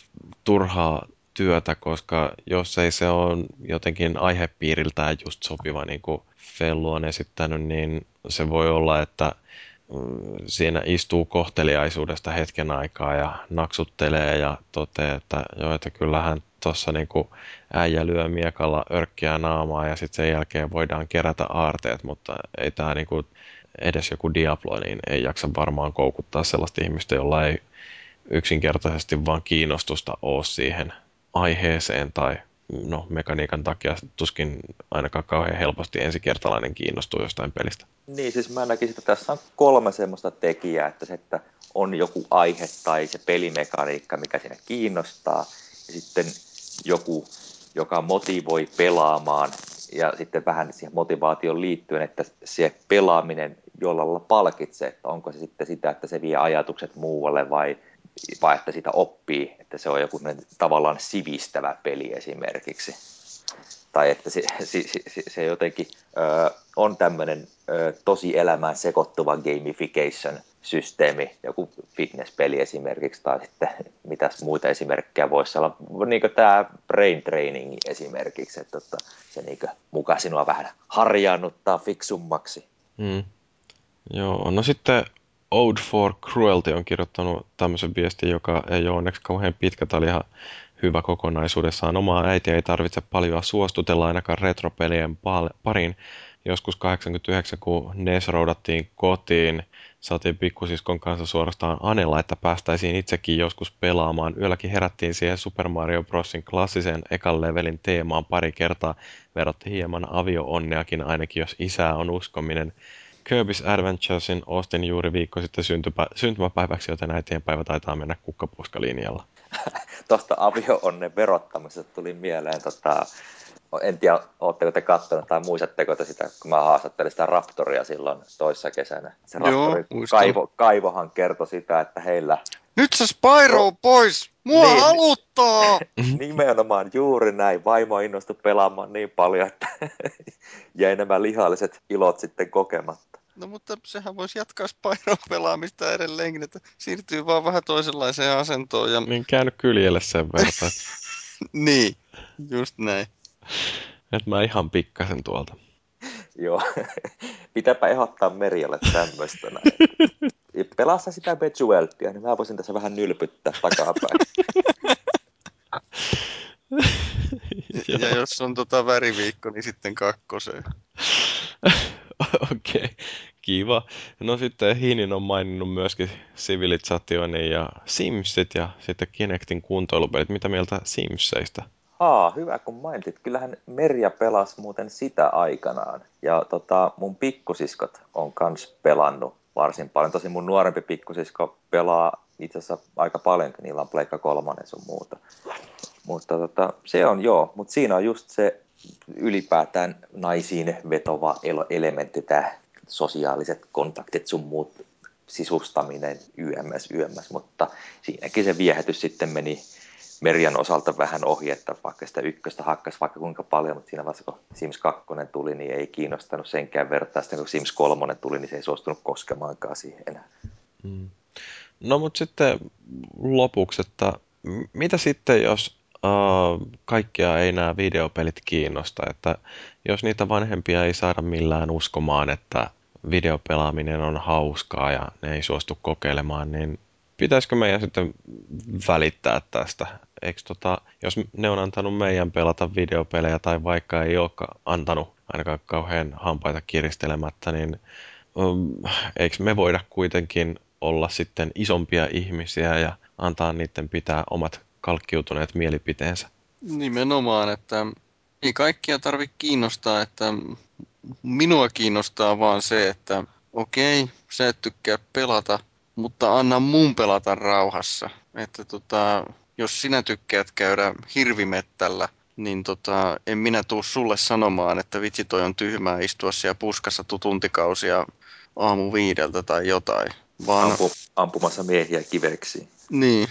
turhaa työtä, koska jos ei se ole jotenkin aihepiiriltään just sopiva, niin kuin Fellu on esittänyt, niin se voi olla, että mm, siinä istuu kohteliaisuudesta hetken aikaa ja naksuttelee ja toteaa, että joo, että kyllähän tuossa niinku äijä lyö miekalla örkkiä naamaa ja sitten sen jälkeen voidaan kerätä aarteet, mutta ei tämä niinku edes joku Diablo, niin ei jaksa varmaan koukuttaa sellaista ihmistä, jolla ei yksinkertaisesti vaan kiinnostusta ole siihen aiheeseen tai no, mekaniikan takia tuskin ainakaan kauhean helposti ensikertalainen kiinnostuu jostain pelistä. Niin, siis mä näkisin, että tässä on kolme semmoista tekijää, että se, että on joku aihe tai se pelimekaniikka, mikä siinä kiinnostaa, ja sitten joku, joka motivoi pelaamaan, ja sitten vähän siihen motivaatioon liittyen, että se pelaaminen jollain lailla palkitsee, että onko se sitten sitä, että se vie ajatukset muualle vai, vai että sitä oppii, että se on joku tavallaan sivistävä peli esimerkiksi. Tai että se, se, se, se jotenkin ö, on tämmöinen ö, tosi elämään sekoittuva gamification-systeemi, joku fitnesspeli esimerkiksi, tai sitten mitäs muita esimerkkejä voisi olla, niin kuin tämä brain training esimerkiksi, että, että se niin muka sinua vähän harjaannuttaa fiksummaksi. Mm. Joo, no sitten Ode for Cruelty on kirjoittanut tämmöisen viestin, joka ei ole onneksi kauhean pitkä. Tämä oli ihan hyvä kokonaisuudessaan. Omaa äitiä ei tarvitse paljon suostutella ainakaan retropelien pariin. Joskus kahdeksankymmentäyhdeksän, kun N E S roudattiin kotiin, saatiin pikkusiskon kanssa suorastaan anella, että päästäisiin itsekin joskus pelaamaan. Yölläkin herättiin siihen Super Mario Brosin klassisen ekan levelin teemaan pari kertaa. Verotti hieman avio-onneakin, ainakin jos isää on uskominen. Kirby's Adventuresin ostin juuri viikko sitten syntypä, syntymäpäiväksi, joten äitienpäivä taitaa mennä kukkapuskalinjalla. Tuosta avio-onnen verottamisesta tuli mieleen, tota, en tiedä, oletteko te katsonut tai muistatteko te sitä, kun mä haastattelin sitä Raptoria silloin toissa kesänä. Se Joo, Raptorin muistan. kaivo, kaivohan kertoi sitä, että heillä... Nyt se Spyro Ro- pois! Mua niin, haluttaa! nimenomaan juuri näin. Vaimo innostui pelaamaan niin paljon, että jäi nämä lihalliset ilot sitten kokematta. No mutta sehän voisi jatkaa Spyro-pelaamista edelleenkin, että siirtyy vaan vähän toisenlaiseen asentoon. Ja... Niin käynyt kyljelle sen verran. niin, just näin. Että mä ihan pikkasen tuolta. Joo, pitääpä ehdottaa Merjalle tämmöistä näin. Pelassa sitä Bejeweltia, niin mä voisin tässä vähän nylpyttää takapäin. Ja jos on tota väriviikko, niin sitten kakkoseen. Okei, okay. Kiva. No sitten Hinin on maininnut myöskin Civilizationin ja Simsit ja sitten Kinectin kuntoilupelit. Mitä mieltä Simseistä? Haa, hyvä kun mainitsit. Kyllähän Merja pelasi muuten sitä aikanaan. Ja tota, mun pikkusiskot on kans pelannut varsin paljon. Tosin mun nuorempi pikkusisko pelaa itse asiassa aika paljon, kun niillä on Pleikka kolmonen sun muuta. Mutta tota, se on joo, mutta siinä on just se ylipäätään naisiin vetova elementti, tämä sosiaaliset kontaktit sun muut sisustaminen yms, yms, mutta siinäkin se viehätys sitten meni Merjan osalta vähän ohi, että vaikka sitä ykköstä hakkas vaikka kuinka paljon, mutta siinä vaiheessa kun Sims kaksi tuli, niin ei kiinnostanut senkään vertaa. Sitten kun Sims kolme tuli, niin se ei suostunut koskemaankaan siihen enää. Mm. No mutta sitten lopuksi, että mitä sitten jos uh, kaikkia ei nämä videopelit kiinnosta, että jos niitä vanhempia ei saada millään uskomaan, että videopelaaminen on hauskaa ja ne ei suostu kokeilemaan, niin pitäisikö meidän sitten välittää tästä? Eikö tota, jos ne on antanut meidän pelata videopelejä tai vaikka ei olekaan antanut ainakaan kauhean hampaita kiristelemättä, niin um, eikö me voida kuitenkin olla sitten isompia ihmisiä ja antaa niiden pitää omat kalkkiutuneet mielipiteensä? Nimenomaan, että ei kaikkia tarvitse kiinnostaa, että minua kiinnostaa vaan se, että okei, sä et tykkää pelata, mutta anna mun pelata rauhassa. Että tota, jos sinä tykkäät käydä hirvimettällä, niin tota, en minä tuu sulle sanomaan, että vitsi toi on tyhmää istua siellä puskassa tuntikausia aamu viideltä tai jotain. Vaan Ampu, ampumassa miehiä kiveksi. niin,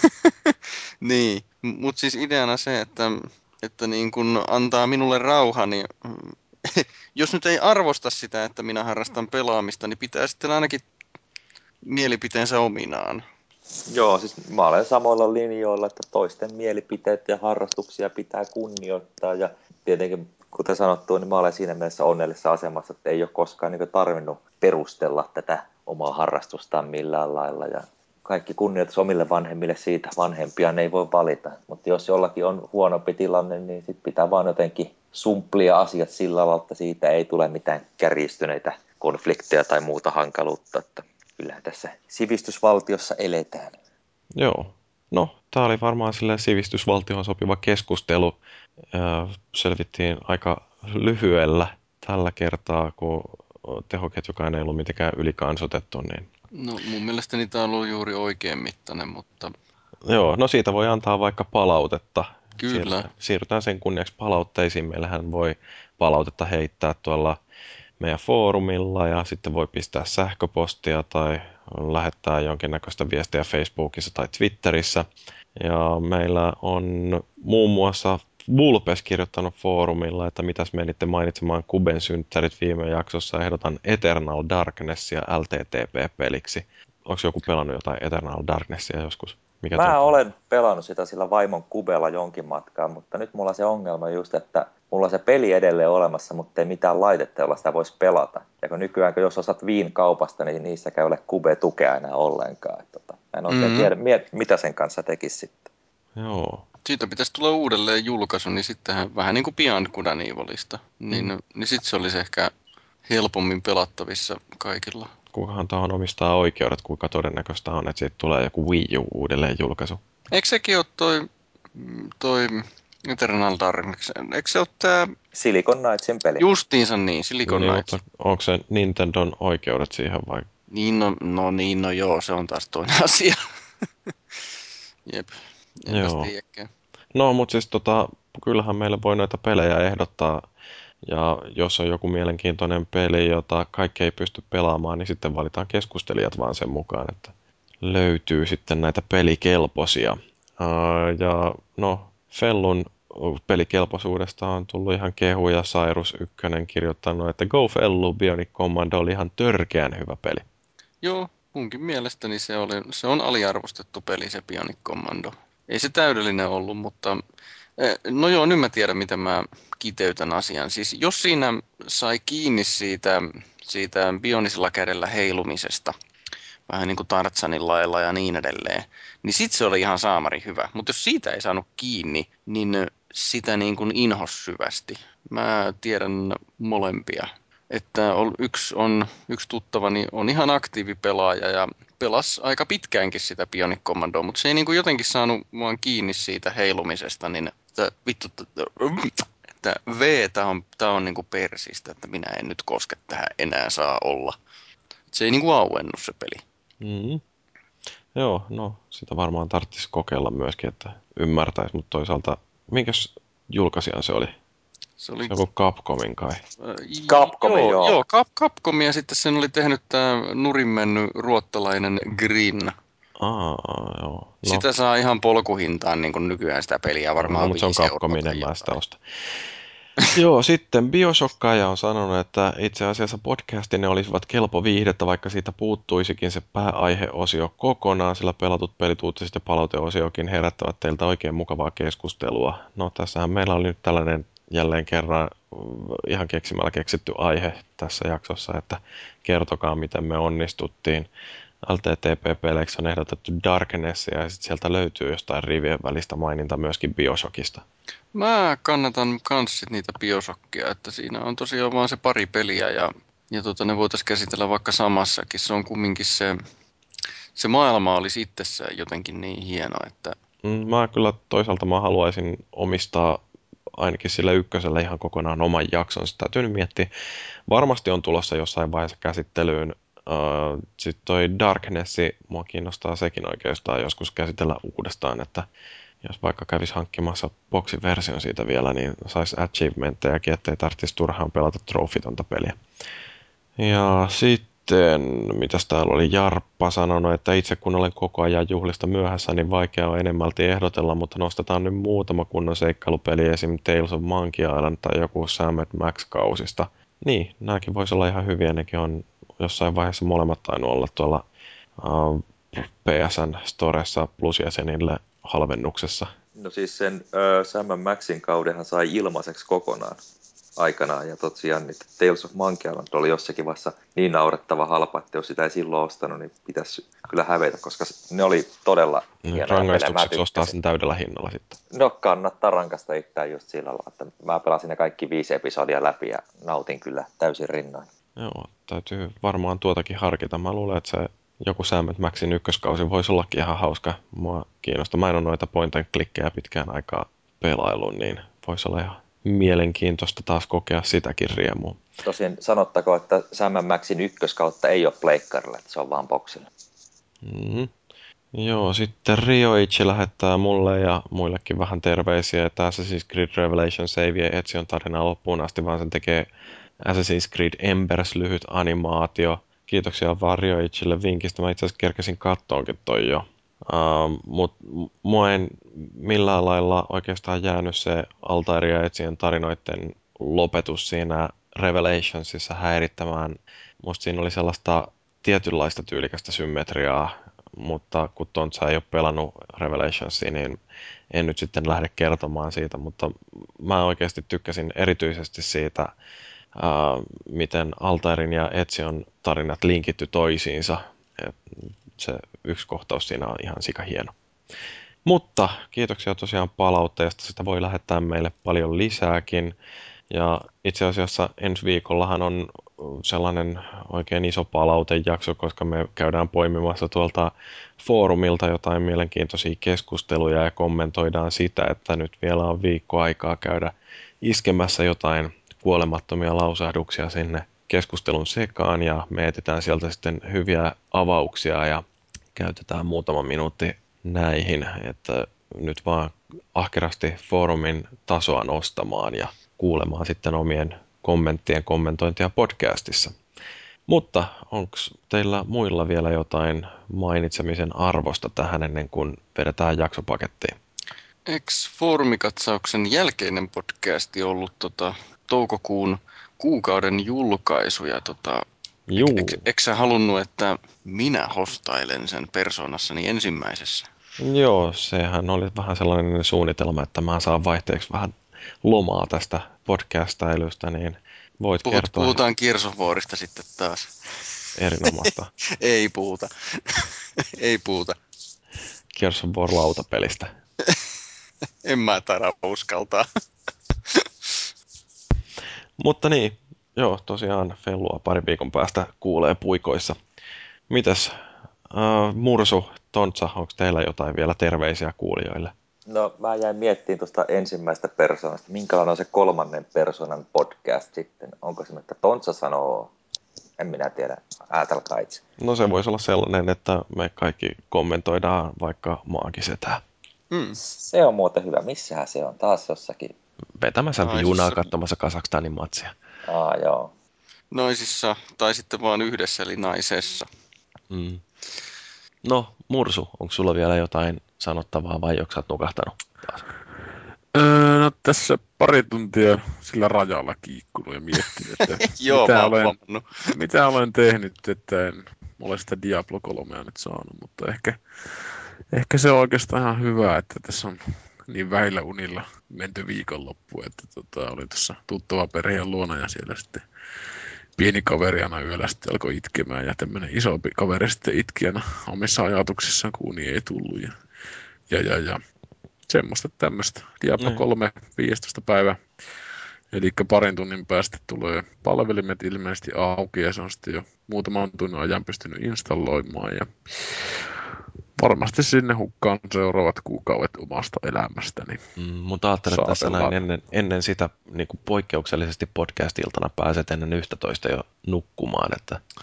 niin. Mutta siis ideana se, että, että niin kun antaa minulle rauha, niin jos nyt ei arvosta sitä, että minä harrastan pelaamista, niin pitää sitten ainakin mielipiteensä ominaan. Joo, siis mä olen samoilla linjoilla, että toisten mielipiteet ja harrastuksia pitää kunnioittaa. Ja tietenkin, kuten sanottu, niin mä olen siinä mielessä onnellisessa asemassa, että ei ole koskaan niin tarvinnut perustella tätä omaa harrastustaan millään lailla. Ja kaikki kunnioitus omille vanhemmille siitä, vanhempia ne ei voi valita. Mutta jos jollakin on huonompi tilanne, niin sit pitää vaan jotenkin sumplia asiat sillä lailla, että siitä ei tule mitään kärjistyneitä konflikteja tai muuta hankaluutta. Että kyllähän tässä sivistysvaltiossa eletään. Joo. No, tämä oli varmaan sille sivistysvaltioon sopiva keskustelu. Selvittiin aika lyhyellä tällä kertaa, kun tehoketjukaan ei ollut mitenkään ylikansotettu. Niin... No mun mielestäni tämä on ollut juuri oikein mittainen, mutta... Joo, no siitä voi antaa vaikka palautetta. Kyllä. Siirrytään, siirrytään sen kunniaksi palautteisiin. Meillähän voi palautetta heittää tuolla meidän foorumilla ja sitten voi pistää sähköpostia tai lähettää jonkinnäköistä viestiä Facebookissa tai Twitterissä. Ja meillä on muun muassa Vulpes kirjoittanut foorumilla, että mitäs menitte mainitsemaan Kuben synttärit viime jaksossa. Ehdotan Eternal Darknessia L T T P-peliksi. Onko joku pelannut jotain Eternal Darknessia joskus? Mikä Mä tuo? olen pelannut sitä sillä vaimon Kubella jonkin matkaa, mutta nyt mulla on se ongelma just, että mulla on se peli edelleen olemassa, mutta ei mitään laitetta, jolla sitä voisi pelata. Ja kun nykyään, kun jos osat Viin kaupasta, niin niissä käy ole Kube-tukea enää ollenkaan. Että, tota, en oikein Mm. tiedä, mitä sen kanssa tekisi sitten. Joo. Siitä pitäisi tulla uudelleen julkaisu, niin sittenhän vähän niin kuin Beyond Good and Evilista. Niin, Mm. niin sitten se olisi ehkä helpommin pelattavissa kaikilla. Kukahan tuohon omistaa oikeudet, kuinka todennäköistä on, että siitä tulee joku Wii U uudelleen julkaisu. Eikö sekin ole toi, toi Eternal Darkness? Eikö se ole tää Silicon Knightsin peli. justiinsa niin, Silicon Niin, Knights? mutta onko se Nintendon oikeudet siihen vai? Niin no, no niin, no joo, se on taas toinen asia. Jep, enpäs Joo. tiedäkään. No, mutta siis tota, kyllähän meillä voi noita pelejä ehdottaa. Ja jos on joku mielenkiintoinen peli, jota kaikki ei pysty pelaamaan, niin sitten valitaan keskustelijat vaan sen mukaan, että löytyy sitten näitä pelikelpoisia. Ää, ja no, Fellun pelikelpoisuudesta on tullut ihan kehuja. Cyrus ykkönen kirjoittanut, että Go Fellu, Bionic Commando oli ihan törkeän hyvä peli. Joo, munkin mielestäni se, oli, se on aliarvostettu peli, se Bionic Commando. Ei se täydellinen ollut, mutta eh, no joo, nyt mä tiedän, miten mä kiteytän asian. Siis jos siinä sai kiinni siitä, siitä bionisella kädellä heilumisesta, vähän niin kuin Tartsanin lailla ja niin edelleen, niin sit se oli ihan saamari hyvä. Mutta jos siitä ei saanut kiinni, niin sitä niin kuin inhos syvästi. Mä tiedän molempia. Että on, yksi, on, yksi tuttavani on ihan aktiivipelaaja ja pelasi aika pitkäänkin sitä Bionic Commandoa, mutta se ei niin kuin jotenkin saanut vaan kiinni siitä heilumisesta, niin että vittu, että V, tää on, tää on niin kuin persistä, että minä en nyt koske tähän enää saa olla. Se ei niin kuin auennut se peli. Mm. Joo, no sitä varmaan tarvitsisi kokeilla myöskin, että ymmärtäisi, mutta toisaalta, minkäs julkaisijan se oli? Se oli... Se joku Capcomin kai. Capcom, joo. joo. Joo, Cap, Capcom ja sitten sen oli tehnyt tämä nurin mennyt ruottalainen Grin. Aa, joo. No, Sitä saa ihan polkuhintaan niin kuin nykyään sitä peliä varmaan no, mutta se on viisi euroa Capcomin, tai en mä sitä jotain. osta. Joo, sitten Bioshockkaaja on sanonut, että itse asiassa podcastinne olisivat kelpo viihdettä, vaikka siitä puuttuisikin se pääaiheosio kokonaan, sillä pelatut pelit, uutiset ja palauteosiokin herättävät teiltä oikein mukavaa keskustelua. No, tässähän meillä oli nyt tällainen jälleen kerran ihan keksimällä keksitty aihe tässä jaksossa, että kertokaa miten me onnistuttiin. L T T P-peleiksi on ehdotettu Darknessia ja sitten sieltä löytyy jostain rivien välistä maininta myöskin Bioshockista. Mä kannatan kans sit niitä Bioshockia, että siinä on tosiaan vaan se pari peliä ja, ja tota, ne voitaisiin käsitellä vaikka samassakin. Se on kumminkin se, se maailma olisi itsessään jotenkin niin hieno, että... Mm, Mä kyllä toisaalta mä haluaisin omistaa ainakin sille ykköselle ihan kokonaan oman jakson. Sitä täytyy nyt miettiä. Varmasti on tulossa jossain vaiheessa käsittelyyn Uh, Sitten toi Darknessi, mua kiinnostaa sekin oikeastaan joskus käsitellä uudestaan, että jos vaikka kävisi hankkimassa boksiversion siitä vielä, niin saisi achievementtejakin, ettei tarvitsisi turhaan pelata trofitonta peliä. Ja sitten, mitäs täällä oli, Jarppa sanonut, että itse kun olen koko ajan juhlista myöhässä, niin vaikea on enemmälti ehdotella, mutta nostetaan nyt muutama kunnon seikkailupeli, esim. Tales of Monkey Island tai joku Sam and Max-kausista. Niin, nämäkin voisi olla ihan hyviä, nekin on jossain vaiheessa molemmat tainnut olla tuolla uh, P S N Storessa plusjäsenille halvennuksessa. No siis sen uh, Sam and Maxin kaudenhan sai ilmaiseksi kokonaan aikanaan, ja tosiaan niitä Tales of Monkey Island oli jossakin vaiheessa niin naurettava halpa, että jos sitä ei silloin ostanut, niin pitäisi kyllä hävetä, koska ne oli todella hienoja. Rangaistukseksi ostaa sen täydellä hinnalla sitten. No kannattaa rankasta itseään just sillä lailla, että mä pelasin ne kaikki viisi episodia läpi ja nautin kyllä täysin rinnoin. Joo, täytyy varmaan tuotakin harkita. Mä luulen, että se joku Sam and Maxin ykköskausi voisi ollakin ihan hauska. Mua kiinnostaa. Mä en ole noita point and clickejä pitkään aikaa pelailun, niin voisi olla ihan mielenkiintoista taas kokea sitäkin riemua. Tosin sanottako, että Sam and Maxin ykköskautta ei ole pleikkarilla, että se on vaan boksilla. Mm-hmm. Joo, sitten Rioichi lähettää mulle ja muillekin vähän terveisiä, että Assassin's Creed Revelations ei vie Ezion tarinaa loppuun asti, vaan sen tekee Assassin's Creed Embers lyhyt animaatio. Kiitoksia vaan Rioichille vinkistä, mä itse asiassa kerkesin kattoonkin toi jo. Uh, Mutta mua ei millään lailla oikeastaan jäänyt se Altair ja Ezion tarinoiden lopetus siinä Revelationsissa häirittämään. Musta siinä oli sellaista tietynlaista tyylikästä symmetriaa, mutta kun Tontsa ei ole pelannut Revelationsia, niin en nyt sitten lähde kertomaan siitä, mutta mä oikeasti tykkäsin erityisesti siitä, uh, miten Altairin ja Ezion tarinat linkitty toisiinsa. Et se yksi kohtaus siinä on ihan sikahieno. Mutta kiitoksia tosiaan palautteesta, sitä voi lähettää meille paljon lisääkin. Ja itse asiassa ensi viikollahan on sellainen oikein iso palautejakso, koska me käydään poimimassa tuolta foorumilta jotain mielenkiintoisia keskusteluja ja kommentoidaan sitä, että nyt vielä on viikko aikaa käydä iskemässä jotain kuolemattomia lausahduksia sinne keskustelun sekaan ja me etsitään sieltä sitten hyviä avauksia ja käytetään muutama minuutti näihin, että nyt vaan ahkerasti foorumin tasoa nostamaan ja kuulemaan sitten omien kommenttien kommentointia podcastissa. Mutta onko teillä muilla vielä jotain mainitsemisen arvosta tähän ennen kuin vedetään jaksopakettiin? Eikö foorumikatsauksen jälkeinen podcasti ollut tota, toukokuun kuukauden julkaisu? Ja tota, Juu. Eikö ek, sä halunnut, että minä hostailen sen persoonassani ensimmäisessä? Joo, sehän oli vähän sellainen suunnitelma, että mä saan vaihteeksi vähän lomaa tästä podcastailusta, niin voit Puhut, kertoa. Puhutaan Gears sitten taas. Erinomaista. Ei puhuta. Ei puhuta. Gears of War lautapelistä. En mä taida uskaltaa. Mutta niin, joo, tosiaan Fellua pari viikon päästä kuulee puikoissa. Mitäs, uh, Mursu, Tontsa, onko teillä jotain vielä terveisiä kuulijoille? No mä jäin miettimään tuosta ensimmäistä persoonasta. Minkälainen on se kolmannen persoonan podcast sitten? Onko se, että Tontsa sanoo, en minä tiedä, ajatelkaa itse. No se voisi olla sellainen, että me kaikki kommentoidaan vaikka maagisetää. Mm. Se on muuten hyvä. Missähän se on? Taas jossakin. Vetämässä Naisissa. viunaa katsomassa Kazakstanin matsia. Aa, joo. Naisissa tai sitten vaan yhdessä, eli naisessa. Mm. No, Mursu, onko sulla vielä jotain sanottavaa vai onko sä oot nukahtanut taas? Öö, no tässä pari tuntia sillä rajalla kiikkunut ja miettinyt, että Joo, mitä, mä olen, huomannut. mitä olen tehnyt, että en ole sitä Diablo kolmea nyt saanut, mutta ehkä, ehkä se on oikeastaan ihan hyvä, että tässä on niin vähillä unilla menty viikonloppu, että tota, olin tuossa tuttava perheen luona ja siellä sitten pieni kaveri aina yöllä sitten alkoi itkemään ja tämmöinen isompi kaveri sitten itki aina omissa ajatuksissaan, kun uni ei tullut ja, ja, ja, ja. Semmoista tämmöistä. Diablo Mm. kolme viidestoista päivä. Eli parin tunnin päästä tulee palvelimet ilmeisesti auki ja se on sitten jo muutaman tunnin ajan pystynyt installoimaan. Ja varmasti sinne hukkaan seuraavat kuukaudet omasta elämästäni. Mm, mutta ajattelen, että tässä näin ennen, ennen sitä niin kuin poikkeuksellisesti podcast-iltana pääset ennen yksitoista jo nukkumaan. Että...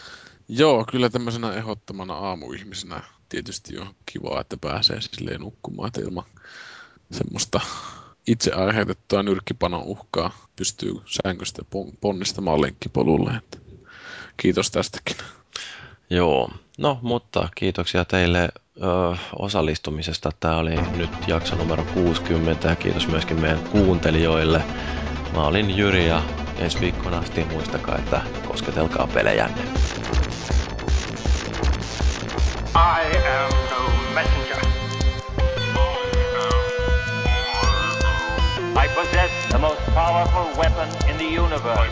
Joo, kyllä tämmöisenä ehdottomana aamuihmisenä tietysti on kiva, että pääsee silleen nukkumaan, että ilman semmoista itse aiheutettua nyrkkipanon uhkaa pystyy sängystä pon- ponnistamaan lenkkipolulle. Että kiitos tästäkin. Joo, no mutta kiitoksia teille ö, osallistumisesta. Tämä oli nyt jakso numero kuusikymmentä ja kiitos myöskin meidän kuuntelijoille. Mä olin Jyri ja ensi viikkoon asti muistakaa, että kosketelkaa pelejänne. I am no messenger. I possess the most powerful weapon in the universe.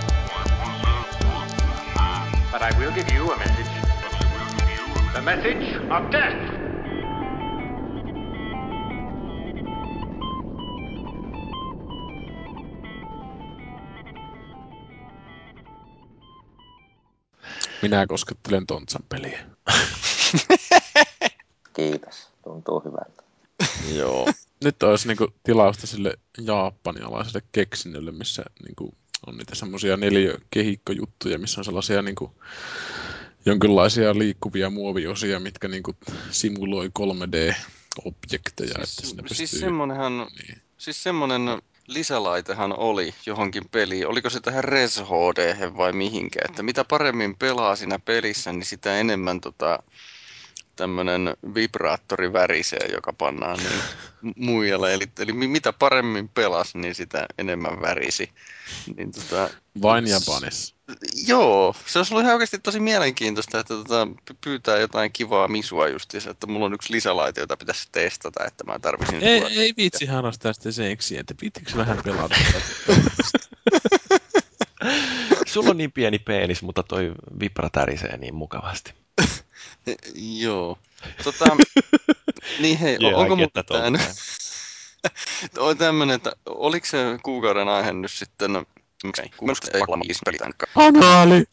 But I will give you a message. The message of death. Minä koskettelen Tontsan peliä. Kiitos, tuntuu hyvältä. Joo. Nyt olisi niinku tilausta sille japanialaiselle keksinnölle, missä niinku on niitä semmoisia neliökehikkojuttuja, missä on sellaisia niinku jonkinlaisia liikkuvia muoviosia, mitkä niinku simuloi kolme D-objekteja. Siis, että sinne siis pystyy... semmonenhan, Niin. siis semmonen lisälaitehan oli johonkin peliin. Oliko se tähän Res H D vai mihinkä? Että mitä paremmin pelaa siinä pelissä, niin sitä enemmän tota, tämmönen vibraattori värisee, joka pannaan niin muijalle. Eli, eli mi- mitä paremmin pelas, niin sitä enemmän värisi. Niin tota, Vain s- Japanissa. Joo, se olisi ollut ihan oikeasti tosi mielenkiintoista, että tota, py- pyytää jotain kivaa misua justiinsa, että mulla on yksi lisälaite, jota pitäisi testata, että mä tarvisin Ei, sua. ei viitsi harrastaa sitä seksiä, että pitikö vähän pelata? Sulla on niin pieni peenis, mutta toi vibra tärisee niin mukavasti. Joo. Tota, niin hei, Jee, yeah, onko I get muuten that all tää the nyt? time. On tämmönen, että oliko se kuukauden aihe nyt sitten, okei, kuukauden pelitän Anaali!